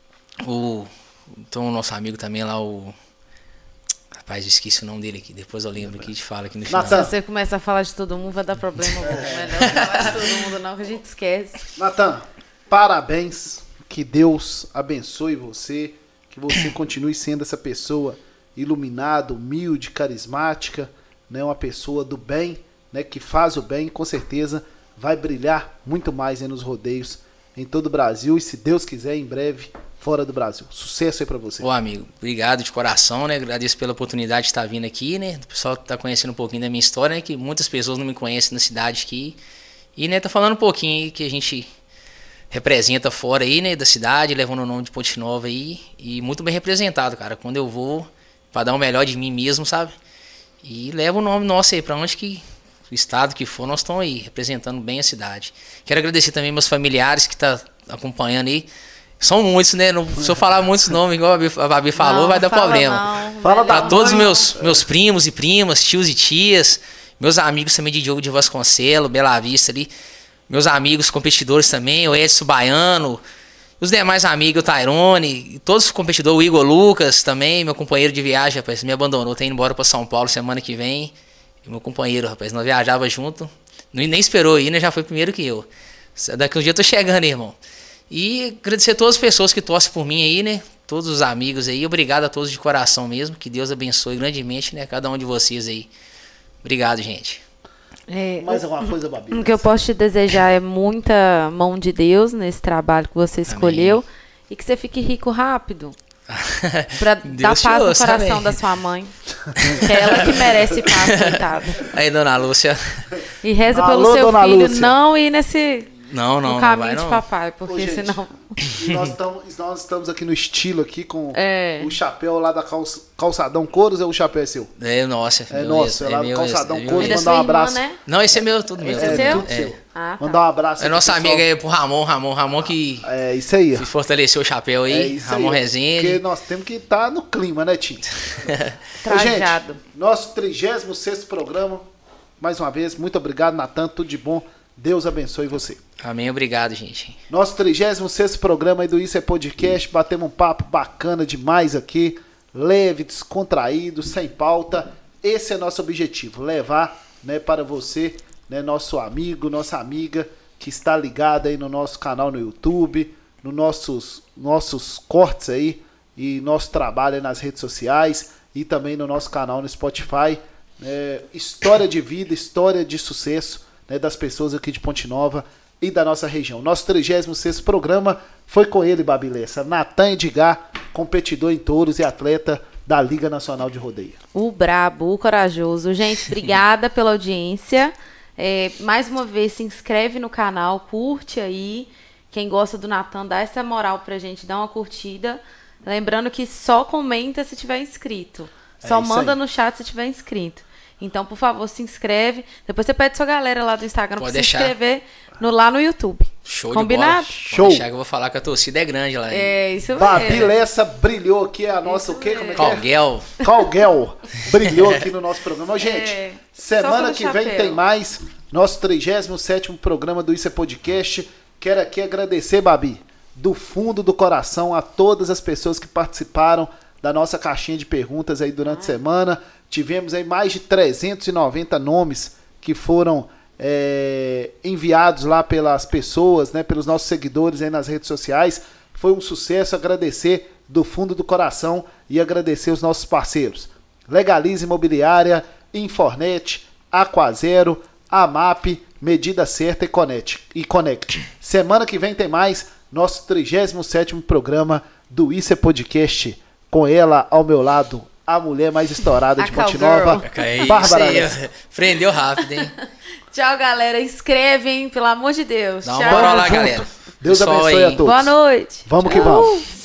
Então, o nosso amigo também lá, Rapaz, eu esqueci o nome dele aqui. Depois eu lembro aqui e te falo aqui no final. Se você começar a falar de todo mundo, vai dar problema. Melhor não falar de todo mundo não, que a gente esquece. Natan, parabéns. Que Deus abençoe você. Que você continue sendo essa pessoa iluminada, humilde, carismática, né? Uma pessoa do bem, né? Que faz o bem. Com certeza vai brilhar muito mais aí nos rodeios em todo o Brasil. E se Deus quiser, em breve, fora do Brasil. Sucesso aí pra você. Ô, amigo, obrigado de coração, né? Agradeço pela oportunidade de estar vindo aqui, né? O pessoal tá conhecendo um pouquinho da minha história, né? Que muitas pessoas não me conhecem na cidade aqui. E, né, tá falando um pouquinho aí que a gente representa fora aí, né? Da cidade, levando o nome de Ponte Nova aí. E muito bem representado, cara. Quando eu vou, pra dar o melhor de mim mesmo, sabe? E levo o nome nosso aí pra onde que... O estado que for, nós estamos aí, representando bem a cidade. Quero agradecer também meus familiares que tá acompanhando aí. São muitos, né? Se eu falar muitos nomes, igual a Babi falou, vai dar problema. Fala para todos os meus primos e primas, tios e tias, meus amigos também de Diogo de Vasconcelos, Bela Vista ali, meus amigos competidores também, o Edson Baiano, os demais amigos, o Tairone, todos os competidores, o Igor Lucas também, meu companheiro de viagem, rapaz, me abandonou, tá indo embora para São Paulo semana que vem. E meu companheiro, rapaz, nós viajava junto, nem esperou ir, né? Já foi primeiro que eu. Daqui um dia eu tô chegando, irmão. E agradecer a todas as pessoas que torcem por mim aí, né? Todos os amigos aí. Obrigado a todos de coração mesmo. Que Deus abençoe grandemente, né? Cada um de vocês aí. Obrigado, gente. Mais alguma coisa, Babi? O que eu posso te desejar é muita mão de Deus nesse trabalho que você escolheu. Amém. E que você fique rico rápido. Pra dar paz no coração da sua mãe. Que é ela que merece paz, coitada. Aí, dona Lúcia. E reza pelo seu filho Lúcia. Não ir Não, no não caminho vai, de não. papai, porque Ô, gente, senão... Nós estamos aqui no estilo aqui com É. o chapéu lá da Calçadão Couros, é o chapéu é seu? É nossa. É meu nosso, mesmo, é lá do meu Calçadão mesmo, Couros, meu Ele é mandar sua um abraço. irmã, né? Não, esse é meu, tudo meu. Esse é seu? Tudo seu. Ah, tá. Mandar um abraço É nosso pro amigo pessoal. aí pro Ramon que É isso aí. fortaleceu o chapéu É aí, isso Ramon aí. Rezende. Porque nós temos que estar no clima, né, Tim? Trajado. Gente, nosso 36º programa, mais uma vez, muito obrigado, Natan, tudo de bom. Deus abençoe você. Amém, obrigado, gente. Nosso 36º programa aí do Isso é Podcast, batemos um papo bacana demais aqui, leve, descontraído, sem pauta. Esse é nosso objetivo, levar, né, para você, né, nosso amigo, nossa amiga, que está ligada aí no nosso canal no YouTube, nos nossos cortes aí, e nosso trabalho aí nas redes sociais, e também no nosso canal no Spotify. História de vida, história de sucesso, né, das pessoas aqui de Ponte Nova e da nossa região. Nosso 36º programa foi com ele, Babi Lessa, Natan Edgar, competidor em touros e atleta da Liga Nacional de Rodeio. O brabo, o corajoso. Gente, obrigada pela audiência. Mais uma vez, se inscreve no canal, curte aí. Quem gosta do Natan, dá essa moral pra gente, dá uma curtida. Lembrando que só comenta se tiver inscrito. Só isso manda aí. no chat se tiver inscrito. Então, por favor, se inscreve. Depois você pede sua galera lá do Instagram Pode pra se deixar. inscrever lá no YouTube. Show Combinado? de bola. Show. Pode deixar que eu vou falar que a torcida é grande lá. Isso Babi mesmo. Lessa brilhou aqui, a nossa, o quê? Como é que é? Calguel. Calguel brilhou aqui no nosso programa. Ô, gente, só semana pelo que vem chapéu. tem mais. Nosso 37º programa do Isso é Podcast. Quero aqui agradecer, Babi, do fundo do coração, a todas as pessoas que participaram da nossa caixinha de perguntas aí durante a semana. Tivemos aí mais de 390 nomes que foram enviados lá pelas pessoas, né, pelos nossos seguidores aí nas redes sociais. Foi um sucesso, agradecer do fundo do coração e agradecer os nossos parceiros. Legalize Imobiliária, Infornet, Aquazero, AMAP, Medida Certa e Conect. Semana que vem tem mais, nosso 37º programa do Isso é Podcast, com ela ao meu lado, a mulher mais estourada de A Ponte cowgirl. Nova, É isso Bárbara aí, Lessa. prendeu rápido, hein? Tchau, galera. Inscreve, hein? Pelo amor de Deus. Dá uma Tchau. moral lá, junto. galera. Deus Pessoal abençoe aí. a todos. Boa noite. Vamos que vamos.